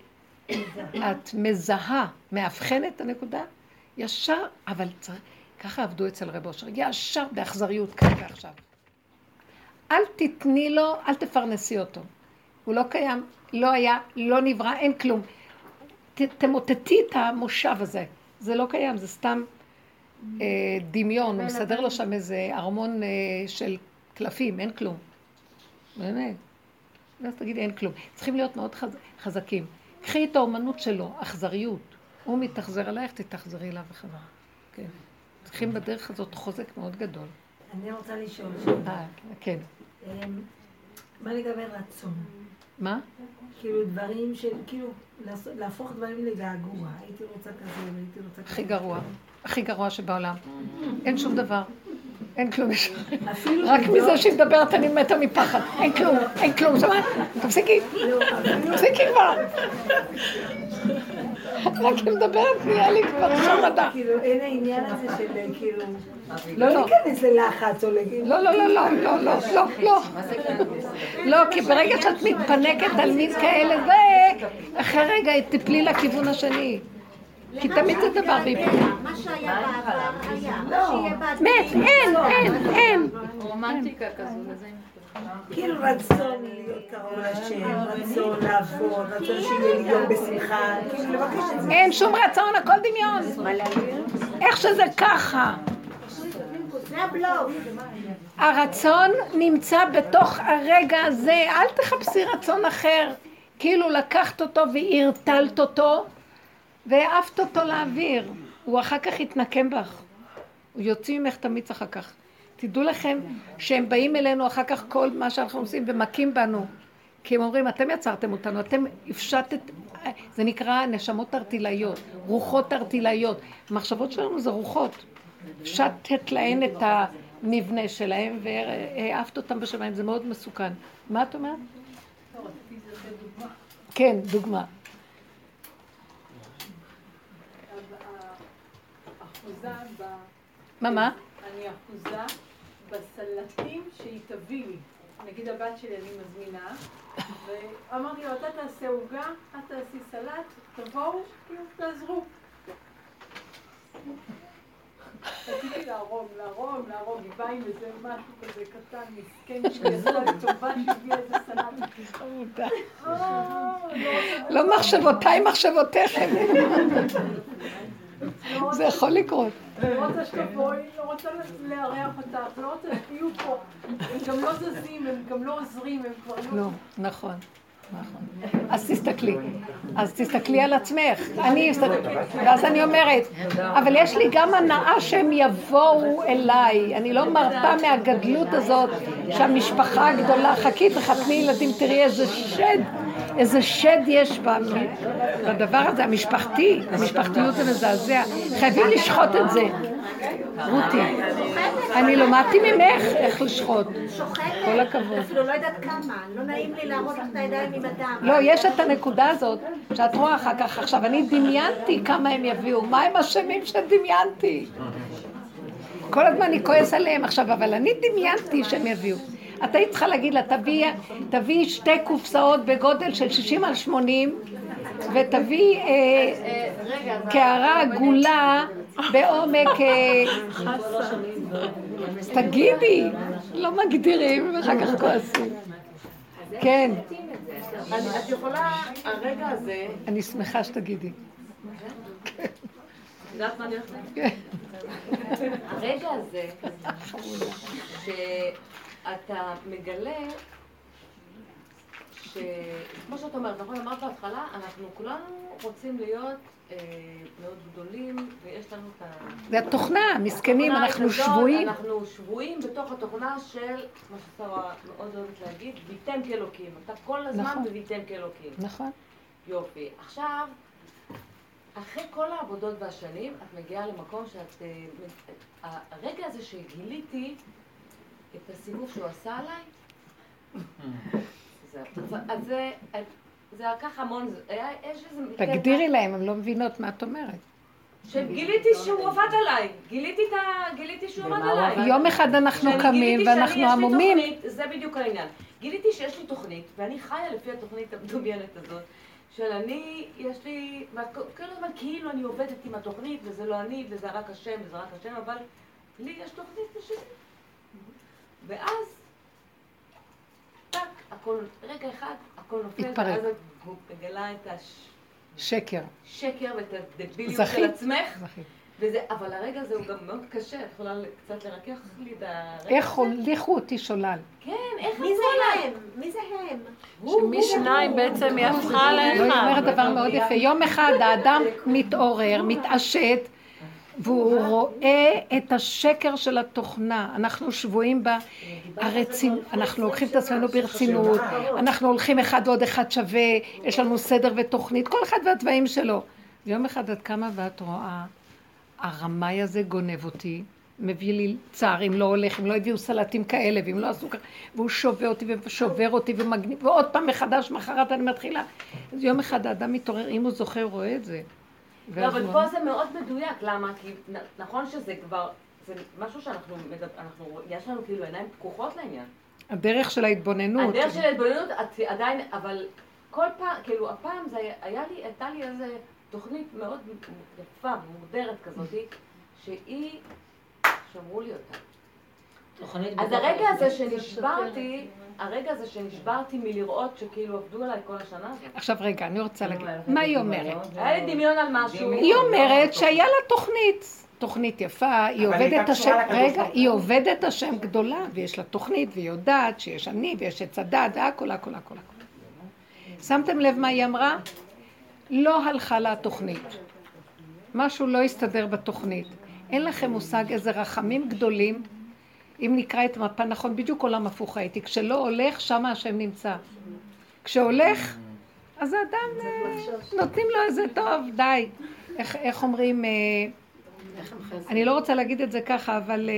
את מזהה, מאבחנת את הנקודה, ישר, אבל ככה עבדו אצל רב אושר, ישר באכזריות כאן ועכשיו. אל תתני לו, אל תפרנסי אותו. הוא לא קיים, לא היה, לא נברא, אין כלום. תמוטטי את המושב הזה. זה לא קיים, זה סתם... דמיון, הוא מסדר לו שם איזה ארמון של קלפים, אין כלום. באמת. ואז תגידי, אין כלום. צריכים להיות מאוד חזקים. קחי את האומנות שלו, אכזריות. הוא מתאכזר עלייך, תתאכזרי אליו וחזרה. כן. צריכים בדרך הזאת חוזק מאוד גדול. אני רוצה לשאול שאלה. אה, כן. מה לגבי רצון? מה? כאילו דברים של, כאילו, להפוך דברים לגעגוע. הייתי רוצה כזה, הייתי רוצה כזה. הכי גרוע. הכי גרוע שבעולם. אין שום דבר. אין כלום. רק מזה שהיא מדברת אני מתה מפחד. אין כלום, אין כלום. שמעת? תפסיקי. תפסיקי כבר. רק היא מדברת נהיה לי כבר שומדה. כאילו, אין העניין הזה של כאילו... לא, לא. להיכנס ללחץ או להגיד... לא, לא, לא, לא, לא, לא, לא, לא. לא, כי ברגע שאת מתפנקת על מין כאלה, ואחרי רגע תפלי לכיוון השני. כי תמיד זה דבר בהיפוך. מה שהיה בעבר היה, מה שיהיה בעתיד. מת, אין, אין, אין. רומנטיקה כזו, לזה כאילו רצון להיות קרוב לשם, רצון לעבוד, רצון שיהיה לי יום בשמחה, כאילו לבקש את זה. אין שום רצון, הכל דמיון. איך שזה ככה. זה הבלוף. הרצון נמצא בתוך הרגע הזה, אל תחפשי רצון אחר. כאילו לקחת אותו והרטלת אותו, והעפת אותו לאוויר. הוא אחר כך יתנקם בך. הוא יוצא ממך תמיד אחר כך. תדעו לכם שהם באים אלינו אחר כך כל מה שאנחנו עושים ומכים בנו. כי הם אומרים, אתם יצרתם אותנו, אתם הפשטת, זה נקרא נשמות ארטילאיות, רוחות ארטילאיות. המחשבות שלנו זה רוחות. הפשטת להן את המבנה שלהם והעפת אותם בשמיים, זה מאוד מסוכן. מה את אומרת? כן, דוגמה. מה, מה? אני אחוזה בסלטים שהיא תביא לי. נגיד הבת שלי אני מזמינה, ואמרתי לו, אתה תעשה עוגה, את תעשי סלט, תבואו, תעזרו. רציתי להרוג, להרוג, להרוג, היא באה עם איזה משהו כזה קטן, מסכן, שעשה לי טובה שהביאה איזה סלט. לא מחשבותיי, מחשבותיכם. זה יכול לקרות. לא רוצה שתבואי, לא רוצה לארח אותך, לא רוצה שתהיו פה. הם גם לא זזים, הם גם לא עוזרים, הם כבר לא... לא, נכון. נכון. אז תסתכלי, אז תסתכלי על עצמך, אני, ואז אני אומרת, אבל יש לי גם הנאה שהם יבואו אליי, אני לא מרפה מהגדלות הזאת שהמשפחה הגדולה, חכי תחתני ילדים, תראי איזה שד, איזה שד יש בדבר הזה, המשפחתי, המשפחתיות זה מזעזע, חייבים לשחוט את זה. רותי, אני למדתי ממך איך לשחוט. כל הכבוד. אפילו לא יודעת כמה, לא נעים לי להראות לך את הידיים עם הדם. לא, יש את הנקודה הזאת שאת רואה אחר כך. עכשיו, אני דמיינתי כמה הם יביאו, מה הם השמים שדמיינתי? כל הזמן אני כועס עליהם עכשיו, אבל אני דמיינתי שהם יביאו. אתה היית צריכה להגיד לה, תביא שתי קופסאות בגודל של שישים על שמונים, ותביא קערה עגולה בעומק... תגידי, לא מגדירים, ואחר כך כועסים. כן. את יכולה, הרגע הזה... אני שמחה שתגידי. יודעת מה אני הולכת? הרגע הזה, שאתה מגלה שכמו שאת אומרת, נכון, אמרת בהתחלה, אנחנו כולנו רוצים להיות מאוד גדולים, ויש לנו את ה... זה התוכנה, מסכנים, אנחנו שבויים. אנחנו שבויים בתוך התוכנה של, כמו ששרה מאוד אוהבת להגיד, ביתם כאלוקים. אתה כל הזמן בביתם כאלוקים. נכון. יופי. עכשיו, אחרי כל העבודות והשנים, את מגיעה למקום שאת... הרגע הזה שגיליתי את הסיבוב שהוא עשה עליי, אז זה... זה לקח המון, יש איזה... תגדירי להם, הם לא מבינות מה את אומרת. שגיליתי שהוא עבד עליי, גיליתי שהוא עבד עליי. יום אחד אנחנו קמים ואנחנו עמומים. זה בדיוק העניין. גיליתי שיש לי תוכנית, ואני חיה לפי התוכנית המדומיינת הזאת, של אני, יש לי, כל הזמן כאילו אני עובדת עם התוכנית, וזה לא אני, וזה רק השם, וזה רק השם, אבל לי יש תוכנית בשבילי. ואז, טק, הכל, רגע אחד, הכל נופל, ואז את מגלה את השקר. שקר ואת הדביליות של עצמך. וזה, אבל הרגע הזה הוא גם מאוד קשה, את יכולה קצת לרכך לי את הרגע. איך הוליכו אותי שולל. כן, איך מי זה הם? מי זה הם? שמשניים בעצם היא הפכה לאחד. היא אומרת דבר מאוד יפה. יום אחד האדם מתעורר, מתעשת, והוא רואה את השקר של התוכנה. אנחנו שבועים בה, הרצין, אנחנו לוקחים את עצמנו ברצינות, אנחנו הולכים אחד ועוד אחד שווה, יש לנו סדר ותוכנית, כל אחד והטבעים שלו. ויום אחד עד כמה ואת רואה, הרמאי הזה גונב אותי, מביא לי צער, אם לא הולך, אם לא הביאו סלטים כאלה, ואם לא עשו ככה, והוא שובר אותי ושובר אותי ומגניב, ועוד פעם מחדש, מחרת אני מתחילה. אז יום אחד האדם מתעורר, אם הוא זוכר, רואה את זה. לא, אבל פה זה מאוד מדויק, למה? כי נכון שזה כבר, זה משהו שאנחנו, יש לנו כאילו עיניים פקוחות לעניין. הדרך של ההתבוננות. הדרך של ההתבוננות עדיין, אבל כל פעם, כאילו הפעם זה היה לי, הייתה לי איזו תוכנית מאוד יפה, מודרת כזאת, שהיא, שמרו לי אותה. אז הרגע הזה שנשברתי, הרגע הזה שנשברתי מלראות שכאילו עבדו עליי כל השנה. עכשיו רגע, אני רוצה להגיד, מה היא אומרת? היה לי דמיון על משהו. היא אומרת שהיה לה תוכנית, תוכנית יפה, היא עובדת השם, רגע, היא עובדת השם גדולה, ויש לה תוכנית, והיא יודעת שיש אני, ויש את צדד, הכל, הכל, הכל. שמתם לב מה היא אמרה? לא הלכה לה התוכנית. משהו לא הסתדר בתוכנית. אין לכם מושג איזה רחמים גדולים, אם נקרא את המפה נכון, בדיוק עולם הפוך הייתי. כשלא הולך, שמה השם נמצא. כשהולך, אז האדם, נותנים לו איזה טוב, די. איך, איך אומרים, אני לא רוצה להגיד את זה ככה, אבל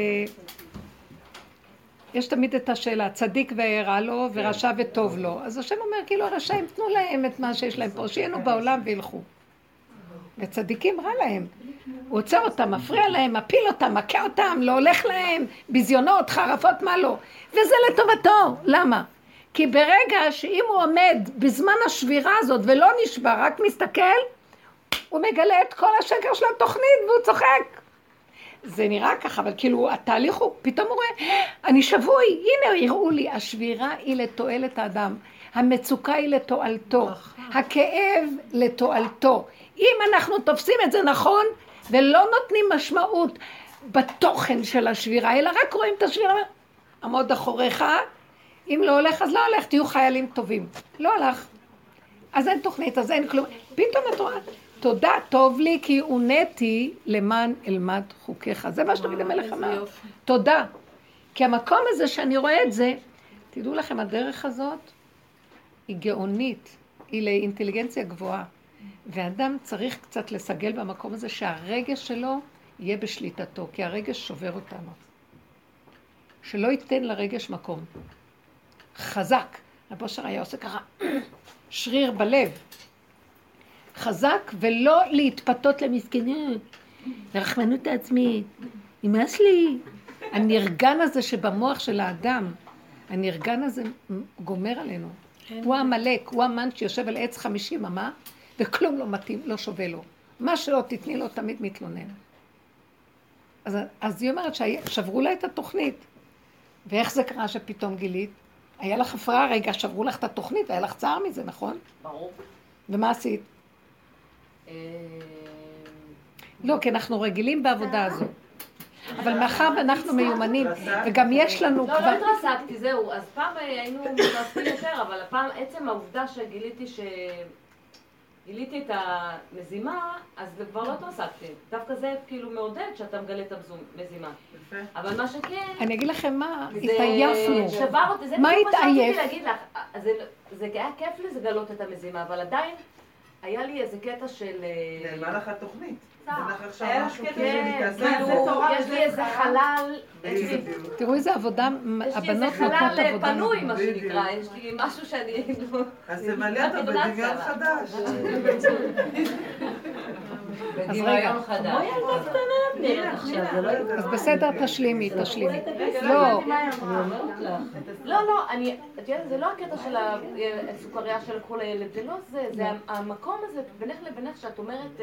יש תמיד את השאלה, צדיק והרע לו, ורשע וטוב לו. אז השם אומר, כאילו הרשעים, תנו להם את מה שיש להם פה, שיינו בעולם וילכו. וצדיקים רע להם. הוא עוצר אותם, מפריע להם, מפיל אותם, מכה אותם, לא הולך להם, ביזיונות, חרפות, מה לא. וזה לטובתו. למה? כי ברגע שאם הוא עומד בזמן השבירה הזאת ולא נשבר, רק מסתכל, הוא מגלה את כל השקר של התוכנית והוא צוחק. זה נראה ככה, אבל כאילו התהליך הוא, פתאום הוא רואה, אני שבוי, הנה יראו לי, השבירה היא לתועלת האדם, המצוקה היא לתועלתו, הכאב לתועלתו. אם אנחנו תופסים את זה נכון, ולא נותנים משמעות בתוכן של השבירה, אלא רק רואים את השבירה, עמוד אחוריך, אם לא הולך אז לא הולך, תהיו חיילים טובים. לא הלך. אז אין תוכנית, אז אין כלום. פתאום את רואה, תודה, טוב לי כי הונאתי למען אלמד חוקיך. זה מה שתמיד המלך אמר. תודה. כי המקום הזה שאני רואה את זה, תדעו לכם, הדרך הזאת היא גאונית, היא לאינטליגנציה גבוהה. ואדם צריך קצת לסגל במקום הזה שהרגש שלו יהיה בשליטתו, כי הרגש שובר אותנו. שלא ייתן לרגש מקום. חזק. רב אושר היה עושה ככה שריר בלב. חזק ולא להתפתות למסכנות, לרחמנות העצמית. נמאס לי. הנרגן הזה שבמוח של האדם, הנרגן הזה גומר עלינו. הוא המלאק, הוא המן שיושב על עץ חמישים, מה? וכלום לא מתאים, לא שווה לו. מה שלא תתני לו תמיד מתלונן. אז, אז היא אומרת ששברו לה את התוכנית. ואיך זה קרה שפתאום גילית? היה לך הפרעה רגע, שברו לך את התוכנית, והיה לך צער מזה, נכון? ברור. ומה עשית? לא, כי אנחנו רגילים בעבודה הזאת. אבל מאחר ואנחנו מיומנים, וגם יש לנו כבר... לא, לא התרסקתי, זהו. אז פעם היינו מתרסקים יותר, אבל הפעם עצם העובדה שגיליתי ש... גיליתי את המזימה, אז כבר לא התרסקתי. דווקא זה כאילו מעודד שאתה מגלה את המזימה. אבל מה שכן... אני אגיד לכם מה, התעייפנו. זה שבר אותי, זה מה בדיוק מה התעייף? שרציתי להגיד לך. זה היה כיף לי לגלות את המזימה, אבל עדיין היה לי איזה קטע של... נעלמה לך התוכנית. היה לך קטע יש לי איזה חלל... תראו איזה עבודה, הבנות נותנות עבודה. יש לי איזה חלל פנוי, מה שנקרא, יש לי משהו שאני... אז זה מלא אתה בדמיון חדש. בדמיון חדש. אז בסדר, תשלימי, תשלימי. לא. לא, לא, זה לא הקטע של הסוכריה של כל הילד, זה לא זה, זה המקום הזה, בינך לבינך שאת אומרת...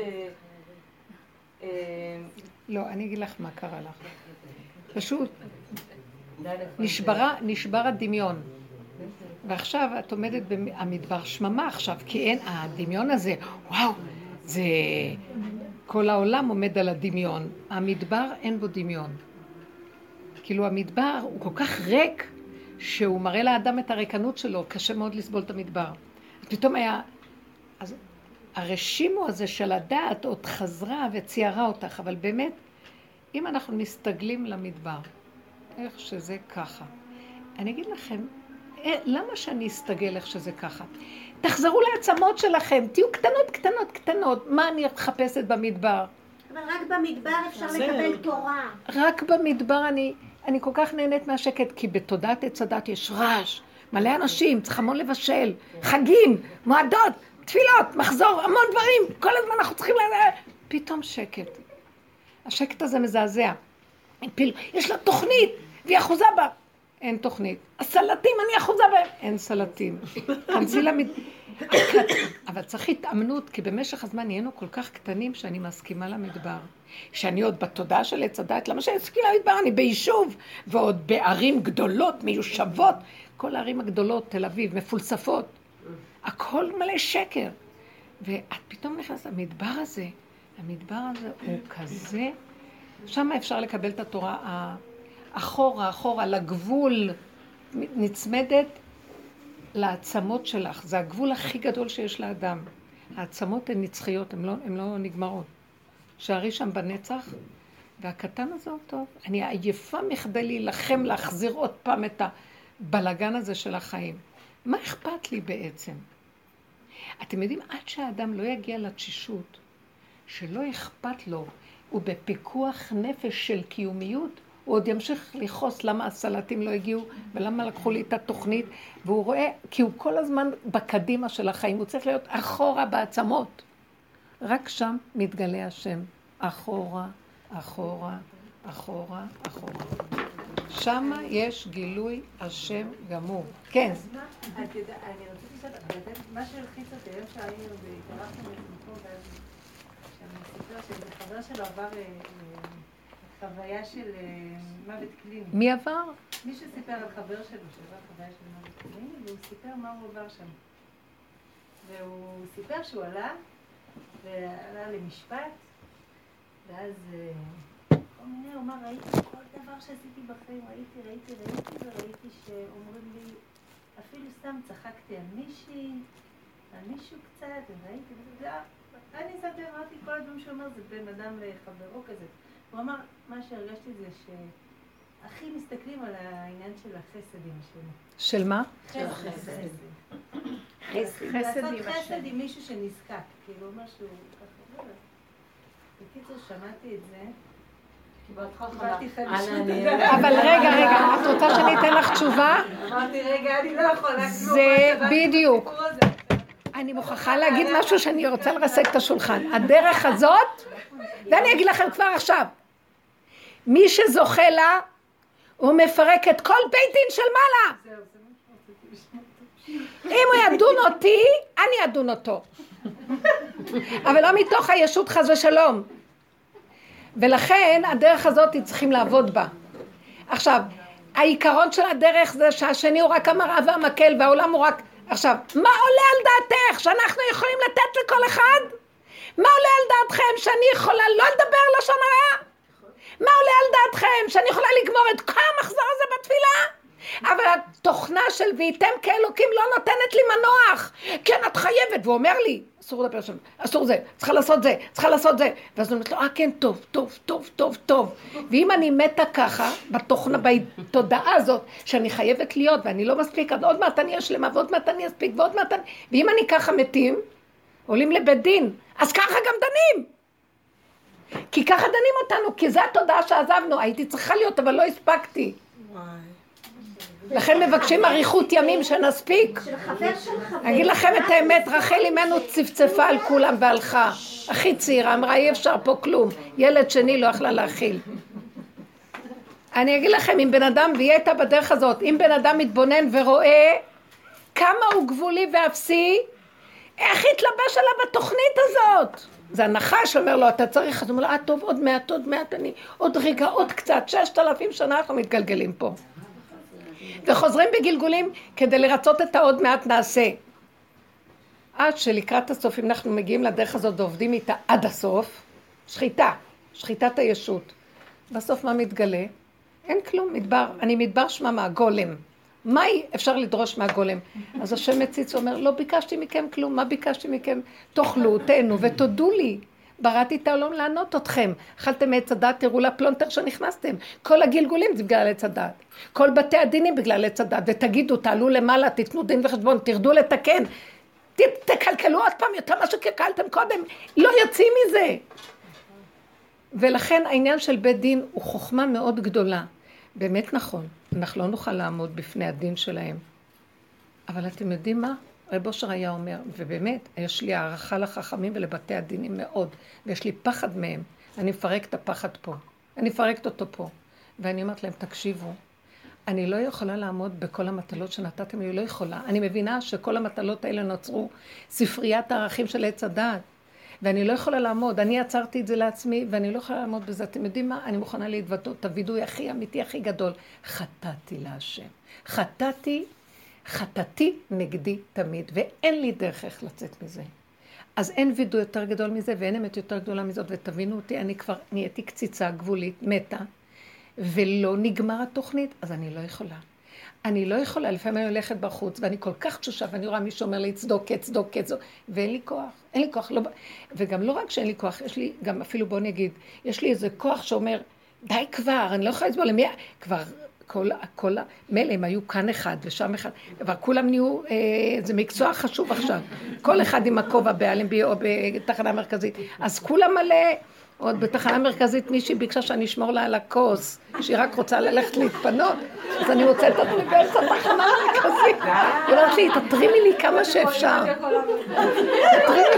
לא, אני אגיד לך מה קרה לך. פשוט, נשברה, נשבר הדמיון. ועכשיו את עומדת במדבר שממה עכשיו, כי אין, הדמיון הזה, וואו, זה... כל העולם עומד על הדמיון. המדבר אין בו דמיון. כאילו המדבר הוא כל כך ריק, שהוא מראה לאדם את הריקנות שלו, קשה מאוד לסבול את המדבר. אז פתאום היה... אז הרשימו הזה של הדעת עוד חזרה וציירה אותך, אבל באמת אם אנחנו מסתגלים למדבר, איך שזה ככה, אני אגיד לכם, למה שאני אסתגל איך שזה ככה? תחזרו לעצמות שלכם, תהיו קטנות, קטנות, קטנות. מה אני מחפשת במדבר? אבל רק במדבר אפשר לקבל תורה. רק במדבר אני, אני כל כך נהנית מהשקט, כי בתודעת עץ הדת יש רעש, מלא אנשים, צריך המון לבשל, חגים, מועדות, תפילות, מחזור, המון דברים, כל הזמן אנחנו צריכים לדעת. פתאום שקט. השקט הזה מזעזע. יש לה תוכנית, והיא אחוזה בה. אין תוכנית. הסלטים, אני אחוזה בהם. אין סלטים. כנסי למד... אבל צריך התאמנות, כי במשך הזמן נהיינו כל כך קטנים שאני מסכימה למדבר. שאני עוד בתודעה של עץ הדת, למה שאני אסכים למדבר? אני ביישוב, ועוד בערים גדולות, מיושבות. כל הערים הגדולות, תל אביב, מפולספות. הכל מלא שקר. ואת פתאום נכנסת למדבר הזה, המדבר הזה הוא כזה, שם אפשר לקבל את התורה אחורה, אחורה, לגבול, נצמדת לעצמות שלך. זה הגבול הכי גדול שיש לאדם. העצמות הן נצחיות, הן לא, הן לא נגמרות. שערי שם בנצח, והקטן הזה הוא טוב. אני עייפה מכדי להילחם, להחזיר עוד פעם את הבלגן הזה של החיים. מה אכפת לי בעצם? אתם יודעים, עד שהאדם לא יגיע לתשישות, שלא אכפת לו, הוא בפיקוח נפש של קיומיות, הוא עוד ימשיך לחוס למה הסלטים לא הגיעו, ולמה לקחו לי את התוכנית, והוא רואה, כי הוא כל הזמן בקדימה של החיים, הוא צריך להיות אחורה בעצמות. רק שם מתגלה השם, אחורה, אחורה, אחורה, אחורה. שמה יש גילוי השם גמור. כן. אז מה, את יודעת, אני רציתי לשאול, מה שהלחיץ אותי, היום שהיינו והתארחנו במקום, ואז שאני מספר שזה חבר שלו עבר חוויה של מוות קליני. מי עבר? מישהו סיפר על חבר שלו שעבר חוויה של מוות קליני, והוא סיפר מה הוא עבר שם. והוא סיפר שהוא עלה, ועלה למשפט, ואז כל מיני, הוא אמר, ראיתי כל דבר שעשיתי בחיים, ראיתי, ראיתי, ראיתי, וראיתי שאומרים לי, אפילו סתם צחקתי על מישהי, על מישהו קצת, וראיתי, אני שמתי, אמרתי, כל הדברים שהוא אומר, זה בין אדם לחברו כזה. הוא אמר, מה שהרגשתי זה שהכי מסתכלים על העניין של החסדים שלו. של מה? חסד. חסד. לעשות חסד עם מישהו שנזקק. כאילו, הוא אומר שהוא ככה, לא. בקיצור, שמעתי את זה. אבל רגע, רגע, את רוצה שאני אתן לך תשובה? אמרתי, רגע, אני לא יכולה. זה בדיוק. אני מוכרחה להגיד משהו שאני רוצה לרסק את השולחן. הדרך הזאת, ואני אגיד לכם כבר עכשיו, מי שזוכה לה, הוא מפרק את כל בית דין של מעלה. אם הוא ידון אותי, אני אדון אותו. אבל לא מתוך הישות חס ושלום. ולכן הדרך הזאת צריכים לעבוד בה. עכשיו, העיקרון של הדרך זה שהשני הוא רק המראה והמקל, והעולם הוא רק... עכשיו, מה עולה על דעתך שאנחנו יכולים לתת לכל אחד? מה עולה על דעתכם שאני יכולה לא לדבר לשון הרע? מה עולה על דעתכם שאני יכולה לגמור את כל המחזור הזה בתפילה? אבל התוכנה של והייתם כאלוקים לא נותנת לי מנוח. כן, את חייבת. והוא אומר לי, אסור לדבר שם, אסור זה, צריכה לעשות זה, צריכה לעשות זה. ואז הוא אומר לו, אה כן, טוב, טוב, טוב, טוב, טוב. ואם אני מתה ככה, בתוכנה, בתודעה הזאת, שאני חייבת להיות, ואני לא מספיק, אז עוד מעט אני אשלמה, ועוד מעט אני אספיק, ועוד מעט אני... ואם אני ככה מתים, עולים לבית דין, אז ככה גם דנים. כי ככה דנים אותנו, כי זו התודעה שעזבנו. הייתי צריכה להיות, אבל לא הספקתי. לכן מבקשים אריכות ימים שנספיק. אני אגיד לכם את האמת, רחל אימנו צפצפה על כולם והלכה. הכי צעירה, אמרה, אי אפשר פה כלום. ילד שני לא יכלה להכיל. אני אגיד לכם, אם בן אדם, והיא הייתה בדרך הזאת, אם בן אדם מתבונן ורואה כמה הוא גבולי ואפסי, איך התלבש עליו בתוכנית הזאת? זה הנחש אומר לו, אתה צריך, אז הוא אומר לו, אה טוב, עוד מעט, עוד מעט, אני, עוד רגע, עוד קצת, ששת אלפים שנה אנחנו מתגלגלים פה. וחוזרים בגלגולים כדי לרצות את העוד מעט נעשה. עד שלקראת הסוף, אם אנחנו מגיעים לדרך הזאת ועובדים איתה עד הסוף, שחיטה, שחיטת הישות. בסוף מה מתגלה? אין כלום, מדבר, אני מדבר שממה, גולם. מה אפשר לדרוש מהגולם? אז השם מציץ ואומר, לא ביקשתי מכם כלום, מה ביקשתי מכם? תאכלו, תהנו ותודו לי. בראתי את העולם לענות אתכם. אכלתם מעץ הדת, תראו לפלונטר שנכנסתם. כל הגלגולים זה בגלל עץ הדת. כל בתי הדינים בגלל עץ הדת. ותגידו, תעלו למעלה, תתנו דין וחשבון, תרדו לתקן. ת, תקלקלו עוד פעם יותר מה שקלקלתם קודם. לא יוצאים מזה. ולכן העניין של בית דין הוא חוכמה מאוד גדולה. באמת נכון, אנחנו לא נוכל לעמוד בפני הדין שלהם. אבל אתם יודעים מה? רב אושר היה אומר, ובאמת, יש לי הערכה לחכמים ולבתי הדינים מאוד, ויש לי פחד מהם. אני מפרק את הפחד פה. אני מפרקת אותו פה. ואני אומרת להם, תקשיבו, אני לא יכולה לעמוד בכל המטלות שנתתם לי, לא יכולה. אני מבינה שכל המטלות האלה נוצרו ספריית הערכים של עץ הדעת. ואני לא יכולה לעמוד, אני עצרתי את זה לעצמי, ואני לא יכולה לעמוד בזה. אתם יודעים מה? אני מוכנה להתוודות, הוידוי הכי אמיתי, הכי גדול. חטאתי להשם. חטאתי, חטאתי נגדי תמיד, ואין לי דרך איך לצאת מזה. אז אין וידוי יותר גדול מזה, ואין אמת יותר גדולה מזאת, ותבינו אותי, אני כבר נהייתי קציצה גבולית, מתה, ולא נגמר התוכנית, אז אני לא יכולה. אני לא יכולה, לפעמים אני הולכת בחוץ, ואני כל כך תשושה, ואני רואה מישהו אומר לי, צדוק, צדוק, צדוק, ואין לי כוח, אין לי כוח, לא, וגם לא רק שאין לי כוח, יש לי, גם אפילו בוא נגיד, יש לי איזה כוח שאומר, די כבר, אני לא יכולה לסבול, למי, כבר, כל, כל, מילא, הם היו כאן אחד ושם אחד, אבל כולם נהיו, אה, זה מקצוע חשוב עכשיו, כל אחד עם הכובע באלנבי או בתחנה מרכזית, אז כולם מלא, עוד בתחנה מרכזית מישהי ביקשה שאני אשמור לה על הכוס, שהיא רק רוצה ללכת להתפנות, אז אני רוצה את עצמי באמצע התחנה המרכזית. היא אומרת לי, תתרימי לי כמה שאפשר. תתרימי.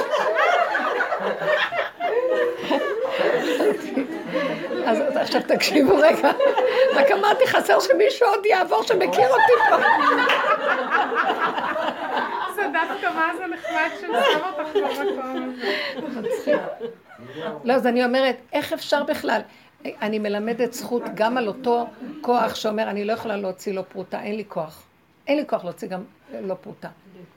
אז עכשיו תקשיבו רגע, רק אמרתי חסר שמישהו עוד יעבור שמכיר אותי פה. זה דווקא מה זה נחמד ששם אותך במקום הזה. לא, אז אני אומרת, איך אפשר בכלל? אני מלמדת זכות גם על אותו כוח שאומר, אני לא יכולה להוציא לו פרוטה, אין לי כוח. אין לי כוח להוציא גם לא פרוטה.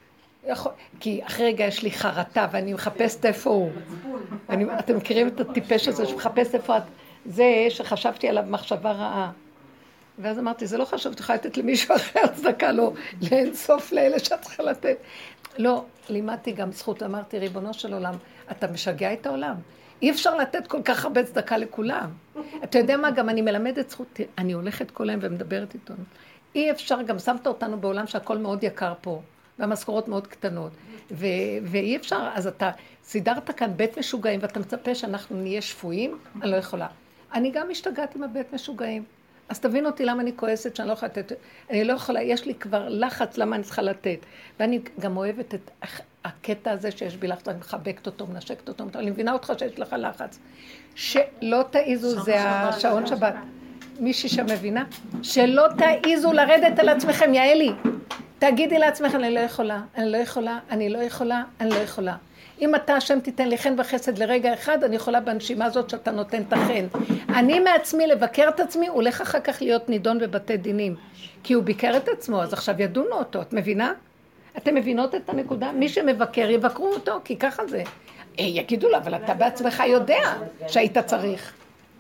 כי אחרי רגע יש לי חרטה ואני מחפשת איפה הוא. אתם מכירים את הטיפש הזה שמחפש איפה את... זה שחשבתי עליו מחשבה רעה. ואז אמרתי, זה לא חשוב, תוכל לתת למישהו אחר צדקה, לא לאינסוף לאלה שאת צריכה לתת. לא, לימדתי גם זכות, אמרתי, ריבונו של עולם, אתה משגע את העולם. אי אפשר לתת כל כך הרבה צדקה לכולם. אתה יודע מה, גם אני מלמדת זכות, אני הולכת כל היום ומדברת איתו. אי אפשר, גם שמת אותנו בעולם שהכל מאוד יקר פה, והמשכורות מאוד קטנות, ו- ואי אפשר, אז אתה סידרת כאן בית משוגעים, ואתה מצפה שאנחנו נהיה שפויים, אני לא יכולה. אני גם משתגעת עם הבית משוגעים. אז תבין אותי למה אני כועסת שאני לא יכולה לתת, אני לא יכולה, יש לי כבר לחץ למה אני צריכה לתת. ואני גם אוהבת את הקטע הזה שיש בי לחץ, אני מחבקת אותו, מנשקת אותו, אני מבינה אותך שיש לך לחץ. שלא תעיזו, זה השעון שבת. מישהי שמבינה? שלא תעיזו לרדת על עצמכם, יעלי. תגידי לעצמך, אני לא יכולה, אני לא יכולה, אני לא יכולה, אני לא יכולה. אם אתה השם תיתן לי חן וחסד לרגע אחד, אני יכולה בנשימה הזאת שאתה נותן את החן. אני מעצמי לבקר את עצמי, הוא הולך אחר כך להיות נידון בבתי דינים. כי הוא ביקר את עצמו, אז עכשיו ידונו אותו, את מבינה? אתם מבינות את הנקודה? מי שמבקר יבקרו אותו, כי ככה זה. יגידו לו, אבל אתה בעצמך יודע שהיית צריך.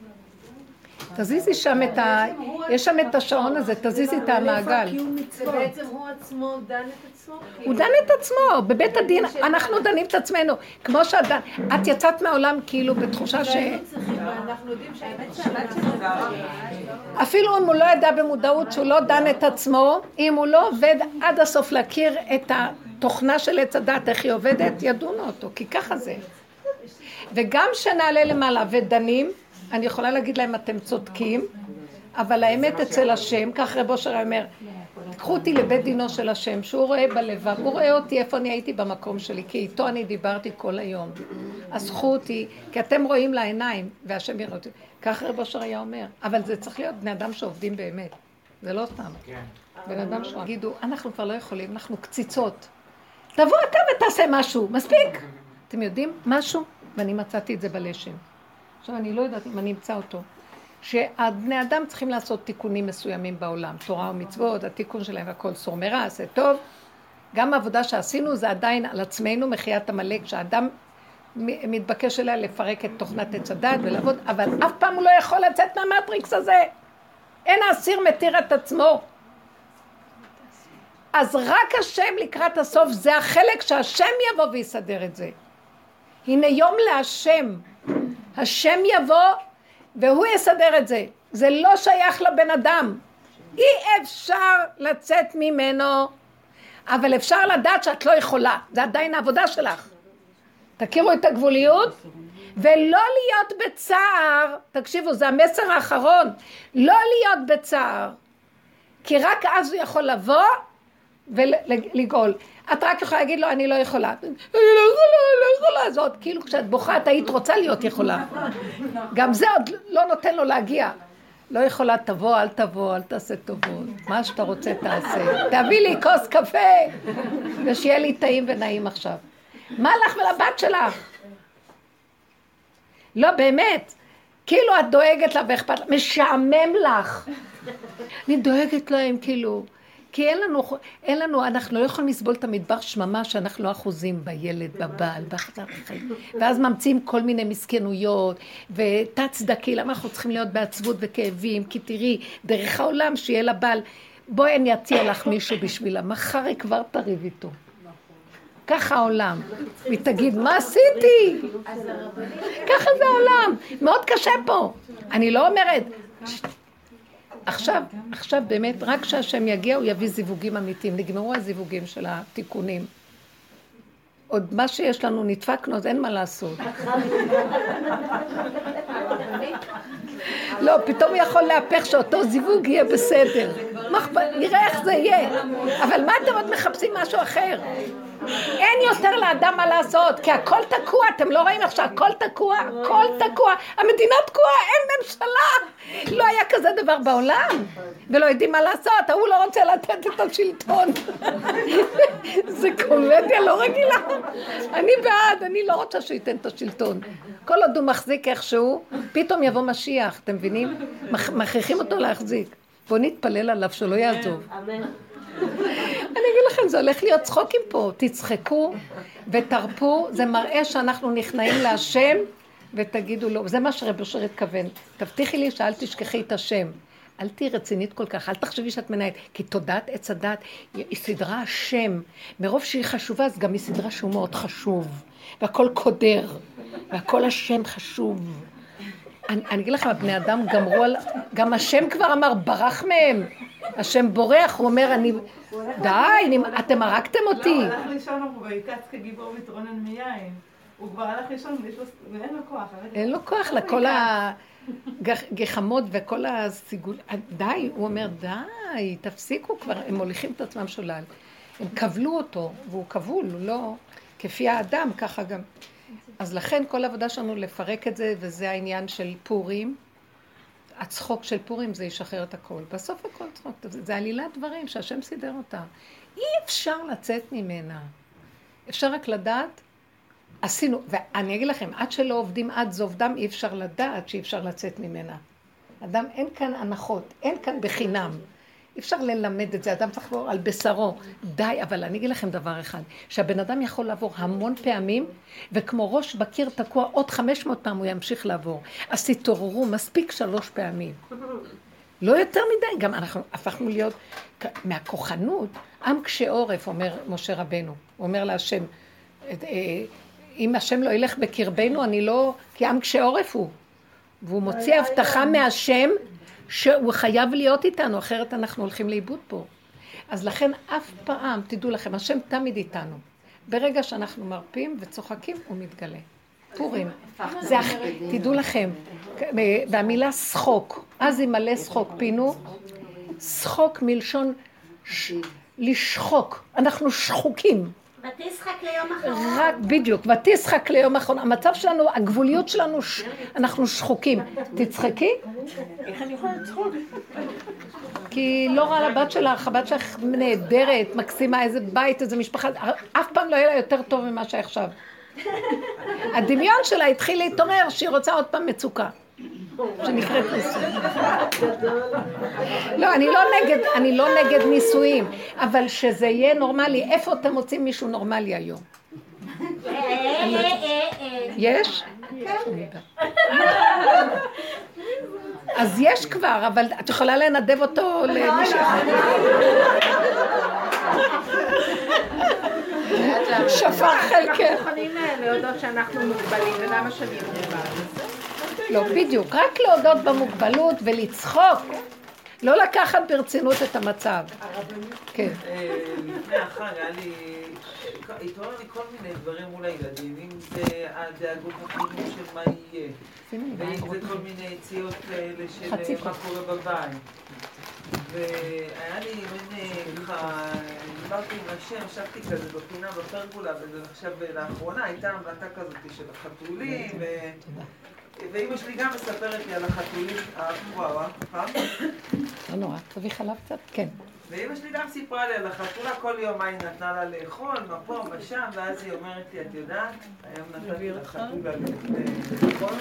תזיזי שם את ה... יש שם את השעון הזה, תזיזי את המעגל. ובעצם הוא עצמו דן את עצמו? הוא דן את עצמו, בבית הדין, אנחנו דנים את עצמנו. כמו שאת את יצאת מהעולם כאילו בתחושה ש... אנחנו יודעים שהאמת שאנחנו... אפילו אם הוא לא ידע במודעות שהוא לא דן את עצמו, אם הוא לא עובד עד הסוף להכיר את התוכנה של עץ הדת, איך היא עובדת, ידונו אותו, כי ככה זה. וגם שנעלה למעלה ודנים, אני יכולה להגיד להם, אתם צודקים, אבל האמת אצל השם, כך רב אושר אומר, קחו אותי לבית דינו של השם, שהוא רואה בלבב, הוא רואה אותי איפה אני הייתי במקום שלי, כי איתו אני דיברתי כל היום. אז קחו אותי, כי אתם רואים לעיניים, והשם יראה אותי. כך רב אושר היה אומר, אבל זה צריך להיות בני אדם שעובדים באמת, זה לא סתם. בן אדם שיגידו, אנחנו כבר לא יכולים, אנחנו קציצות. תבוא אתה ותעשה משהו, מספיק. אתם יודעים משהו? ואני מצאתי את זה בלשם. עכשיו, אני לא יודעת אם אני אמצא אותו, שהבני אדם צריכים לעשות תיקונים מסוימים בעולם, תורה ומצוות, התיקון שלהם והכל סור מרע, זה טוב. גם העבודה שעשינו זה עדיין על עצמנו, מחיית המלאק, שהאדם מתבקש אליה לפרק את תוכנת עץ הדת ולעבוד, אבל אף פעם הוא לא יכול לצאת מהמטריקס הזה. אין האסיר מתיר את עצמו. אז רק השם לקראת הסוף, זה החלק שהשם יבוא ויסדר את זה. הנה יום להשם. השם יבוא והוא יסדר את זה. זה לא שייך לבן אדם. אי אפשר לצאת ממנו, אבל אפשר לדעת שאת לא יכולה. זה עדיין העבודה שלך. תכירו את הגבוליות, ולא להיות בצער. תקשיבו, זה המסר האחרון. לא להיות בצער. כי רק אז הוא יכול לבוא ולגאול. את רק יכולה להגיד לו, אני לא יכולה. אני לא יכולה, לא יכולה. זאת, כאילו כשאת בוכה, את היית רוצה להיות יכולה. גם זה עוד לא נותן לו להגיע. לא יכולה, תבוא, אל תבוא, אל תעשה טובות. מה שאתה רוצה תעשה. תביא לי כוס קפה, ושיהיה לי טעים ונעים עכשיו. מה לך ולבת שלך? לא, באמת. כאילו את דואגת לה ואכפת לה. משעמם לך. אני דואגת להם כאילו. כי אין לנו, אין לנו, אנחנו לא יכולים לסבול את המדבר שממה שאנחנו לא אחוזים בילד, בבעל, בחזר החיים. ואז ממציאים כל מיני מסכנויות, ותת צדקי, למה אנחנו צריכים להיות בעצבות וכאבים? כי תראי, דרך העולם שיהיה לבעל, בואי אני אציע לך מישהו בשבילה, מחר היא כבר תריב איתו. ככה העולם. והיא תגיד, מה עשיתי? ככה זה העולם. מאוד קשה פה. אני לא אומרת... עכשיו, עכשיו באמת, רק שהשם יגיע, הוא יביא זיווגים אמיתיים. נגמרו הזיווגים של התיקונים. עוד מה שיש לנו נדפקנו, אז אין מה לעשות. לא, פתאום יכול להפך שאותו זיווג יהיה בסדר. נראה איך זה יהיה. אבל מה אתם עוד מחפשים משהו אחר? אין יותר לאדם מה לעשות, כי הכל תקוע, אתם לא רואים איך שהכל תקוע, הכל תקוע, המדינה תקועה, אין ממשלה. לא היה כזה דבר בעולם, ולא יודעים מה לעשות, ההוא לא רוצה לתת את השלטון. זה קומדיה לא רגילה. אני בעד, אני לא רוצה שייתן את השלטון. כל עוד הוא מחזיק איכשהו, פתאום יבוא משיח, אתם מבינים? מכריחים אותו להחזיק. בואו נתפלל עליו שלא יעזוב. אני אגיד לכם, זה הולך להיות צחוקים פה. תצחקו ותרפו, זה מראה שאנחנו נכנעים להשם ותגידו לו, זה מה שרב אושר התכוון. תבטיחי לי שאל תשכחי את השם. אל תהי רצינית כל כך, אל תחשבי שאת מנהלת, כי תודעת עץ הדת היא סדרה השם. מרוב שהיא חשובה, אז גם היא סדרה שהוא מאוד חשוב. והכל קודר, והכל השם חשוב. אני, אני אגיד לכם, הבני אדם גמרו על... גם השם כבר אמר, ברח מהם. השם בורח, הוא אומר, אני... די, אתם הרגתם אותי. לא, הלך לישון, הוא ויקץ כגיבור מתרונן מיין. הוא כבר הלך לישון, ואין לו כוח. אין לו כוח לכל הגחמות וכל הסיגול. די, הוא אומר, די, תפסיקו כבר, הם מוליכים את עצמם שולל. הם קבלו אותו, והוא קבול, הוא לא... כפי האדם, ככה גם. אז לכן כל העבודה שלנו לפרק את זה, וזה העניין של פורים. הצחוק של פורים זה ישחרר את הכל. בסוף הכל צחוק. זה עלילת דברים שהשם סידר אותה. אי אפשר לצאת ממנה. אפשר רק לדעת, עשינו, ואני אגיד לכם, עד שלא עובדים עד זוב דם, אי אפשר לדעת שאי אפשר לצאת ממנה. אדם, אין כאן הנחות, אין כאן בחינם. אי אפשר ללמד את זה, אדם צריך לעבור על בשרו. די, אבל אני אגיד לכם דבר אחד, שהבן אדם יכול לעבור המון פעמים, וכמו ראש בקיר תקוע עוד חמש מאות פעם הוא ימשיך לעבור. אז תתעוררו מספיק שלוש פעמים. לא יותר מדי, גם אנחנו הפכנו להיות מהכוחנות, עם קשה עורף, אומר משה רבנו, הוא אומר להשם, אם השם לא ילך בקרבנו, אני לא, כי עם קשה עורף הוא. והוא מוציא הבטחה מהשם, שהוא חייב להיות איתנו, אחרת אנחנו הולכים לאיבוד פה. אז לכן אף פעם, תדעו לכם, השם תמיד איתנו. ברגע שאנחנו מרפים וצוחקים, הוא מתגלה. פורים. זה, תדעו לכם, במילה שחוק, אז ימלא שחוק, פינו, שחוק מלשון ש... לשחוק. אנחנו שחוקים. ותשחק ליום אחרון. רק בדיוק, ותשחק ליום אחרון. המצב שלנו, הגבוליות שלנו, אנחנו שחוקים. תצחקי? איך אני יכולה לצחוק? כי לא רע לבת שלך, הבת שלך נהדרת, מקסימה, איזה בית, איזה משפחה, אף פעם לא יהיה לה יותר טוב ממה שעכשיו. הדמיון שלה התחיל להתעורר שהיא רוצה עוד פעם מצוקה. שנקראת ניסויים. לא, אני לא נגד, אני לא נגד ניסויים, אבל שזה יהיה נורמלי. איפה אתם מוצאים מישהו נורמלי היום? יש? אז יש כבר, אבל את יכולה לנדב אותו למישהו אחר. שפר חלקך. אנחנו יכולים להודות שאנחנו מוגבלים, ולמה שאני מוגבל? לא, בדיוק, רק להודות במוגבלות ולצחוק. לא לקחת ברצינות את המצב. כן. לפני החג היה לי, התעורר לי כל מיני דברים מול הילדים, אם זה הדאגות החינוך של מה יהיה, ואם זה כל מיני יציאות כאלה של מה קורה בבית. והיה לי מין ככה, דיברתי עם השם, ישבתי כזה בפינה בפרגולה, ועכשיו לאחרונה הייתה המלטה כזאת של החתולים, ואמא שלי גם מספרת לי על החתולים, וואו, פעם? לא נורא, תביא חלב קצת? כן. ואמא שלי גם סיפרה לי על החתולה, כל יום מה היא נתנה לה לאכול, מה פה, מה שם, ואז היא אומרת לי, את יודעת, היום נתתי לחתולה לאכול,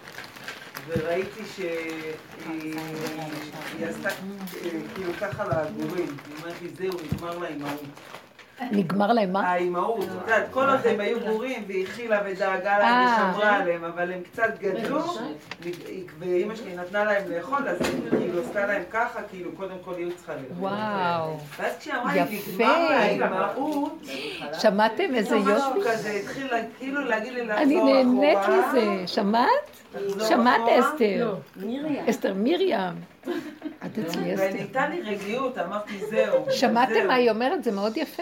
וראיתי שהיא עשתה כאילו ככה לעגורים, היא אומרת לי, זהו, נגמר לה אימהות. נגמר להם מה? האימהות, את יודעת, כל עוד הם היו גורים והיא הכילה ודאגה להם ושמרה עליהם, אבל הם קצת גדלו, ואימא שלי נתנה להם לאכול, אז היא כאילו עשתה להם ככה, כאילו קודם כל יהיו צריכה לאכול. וואו, ואז כשאמרה לי, נגמר לה האימהות, שמעתם איזה יופי? משהו כזה, התחיל כאילו להגיד לי לעזור אני אחורה. נהנית מזה, שמעת? שמעת אסתר? אסתר מרים. את אצלי אסתר. וניתן לי רגיעות, אמרתי זהו. שמעתם מה היא אומרת? זה מאוד יפה.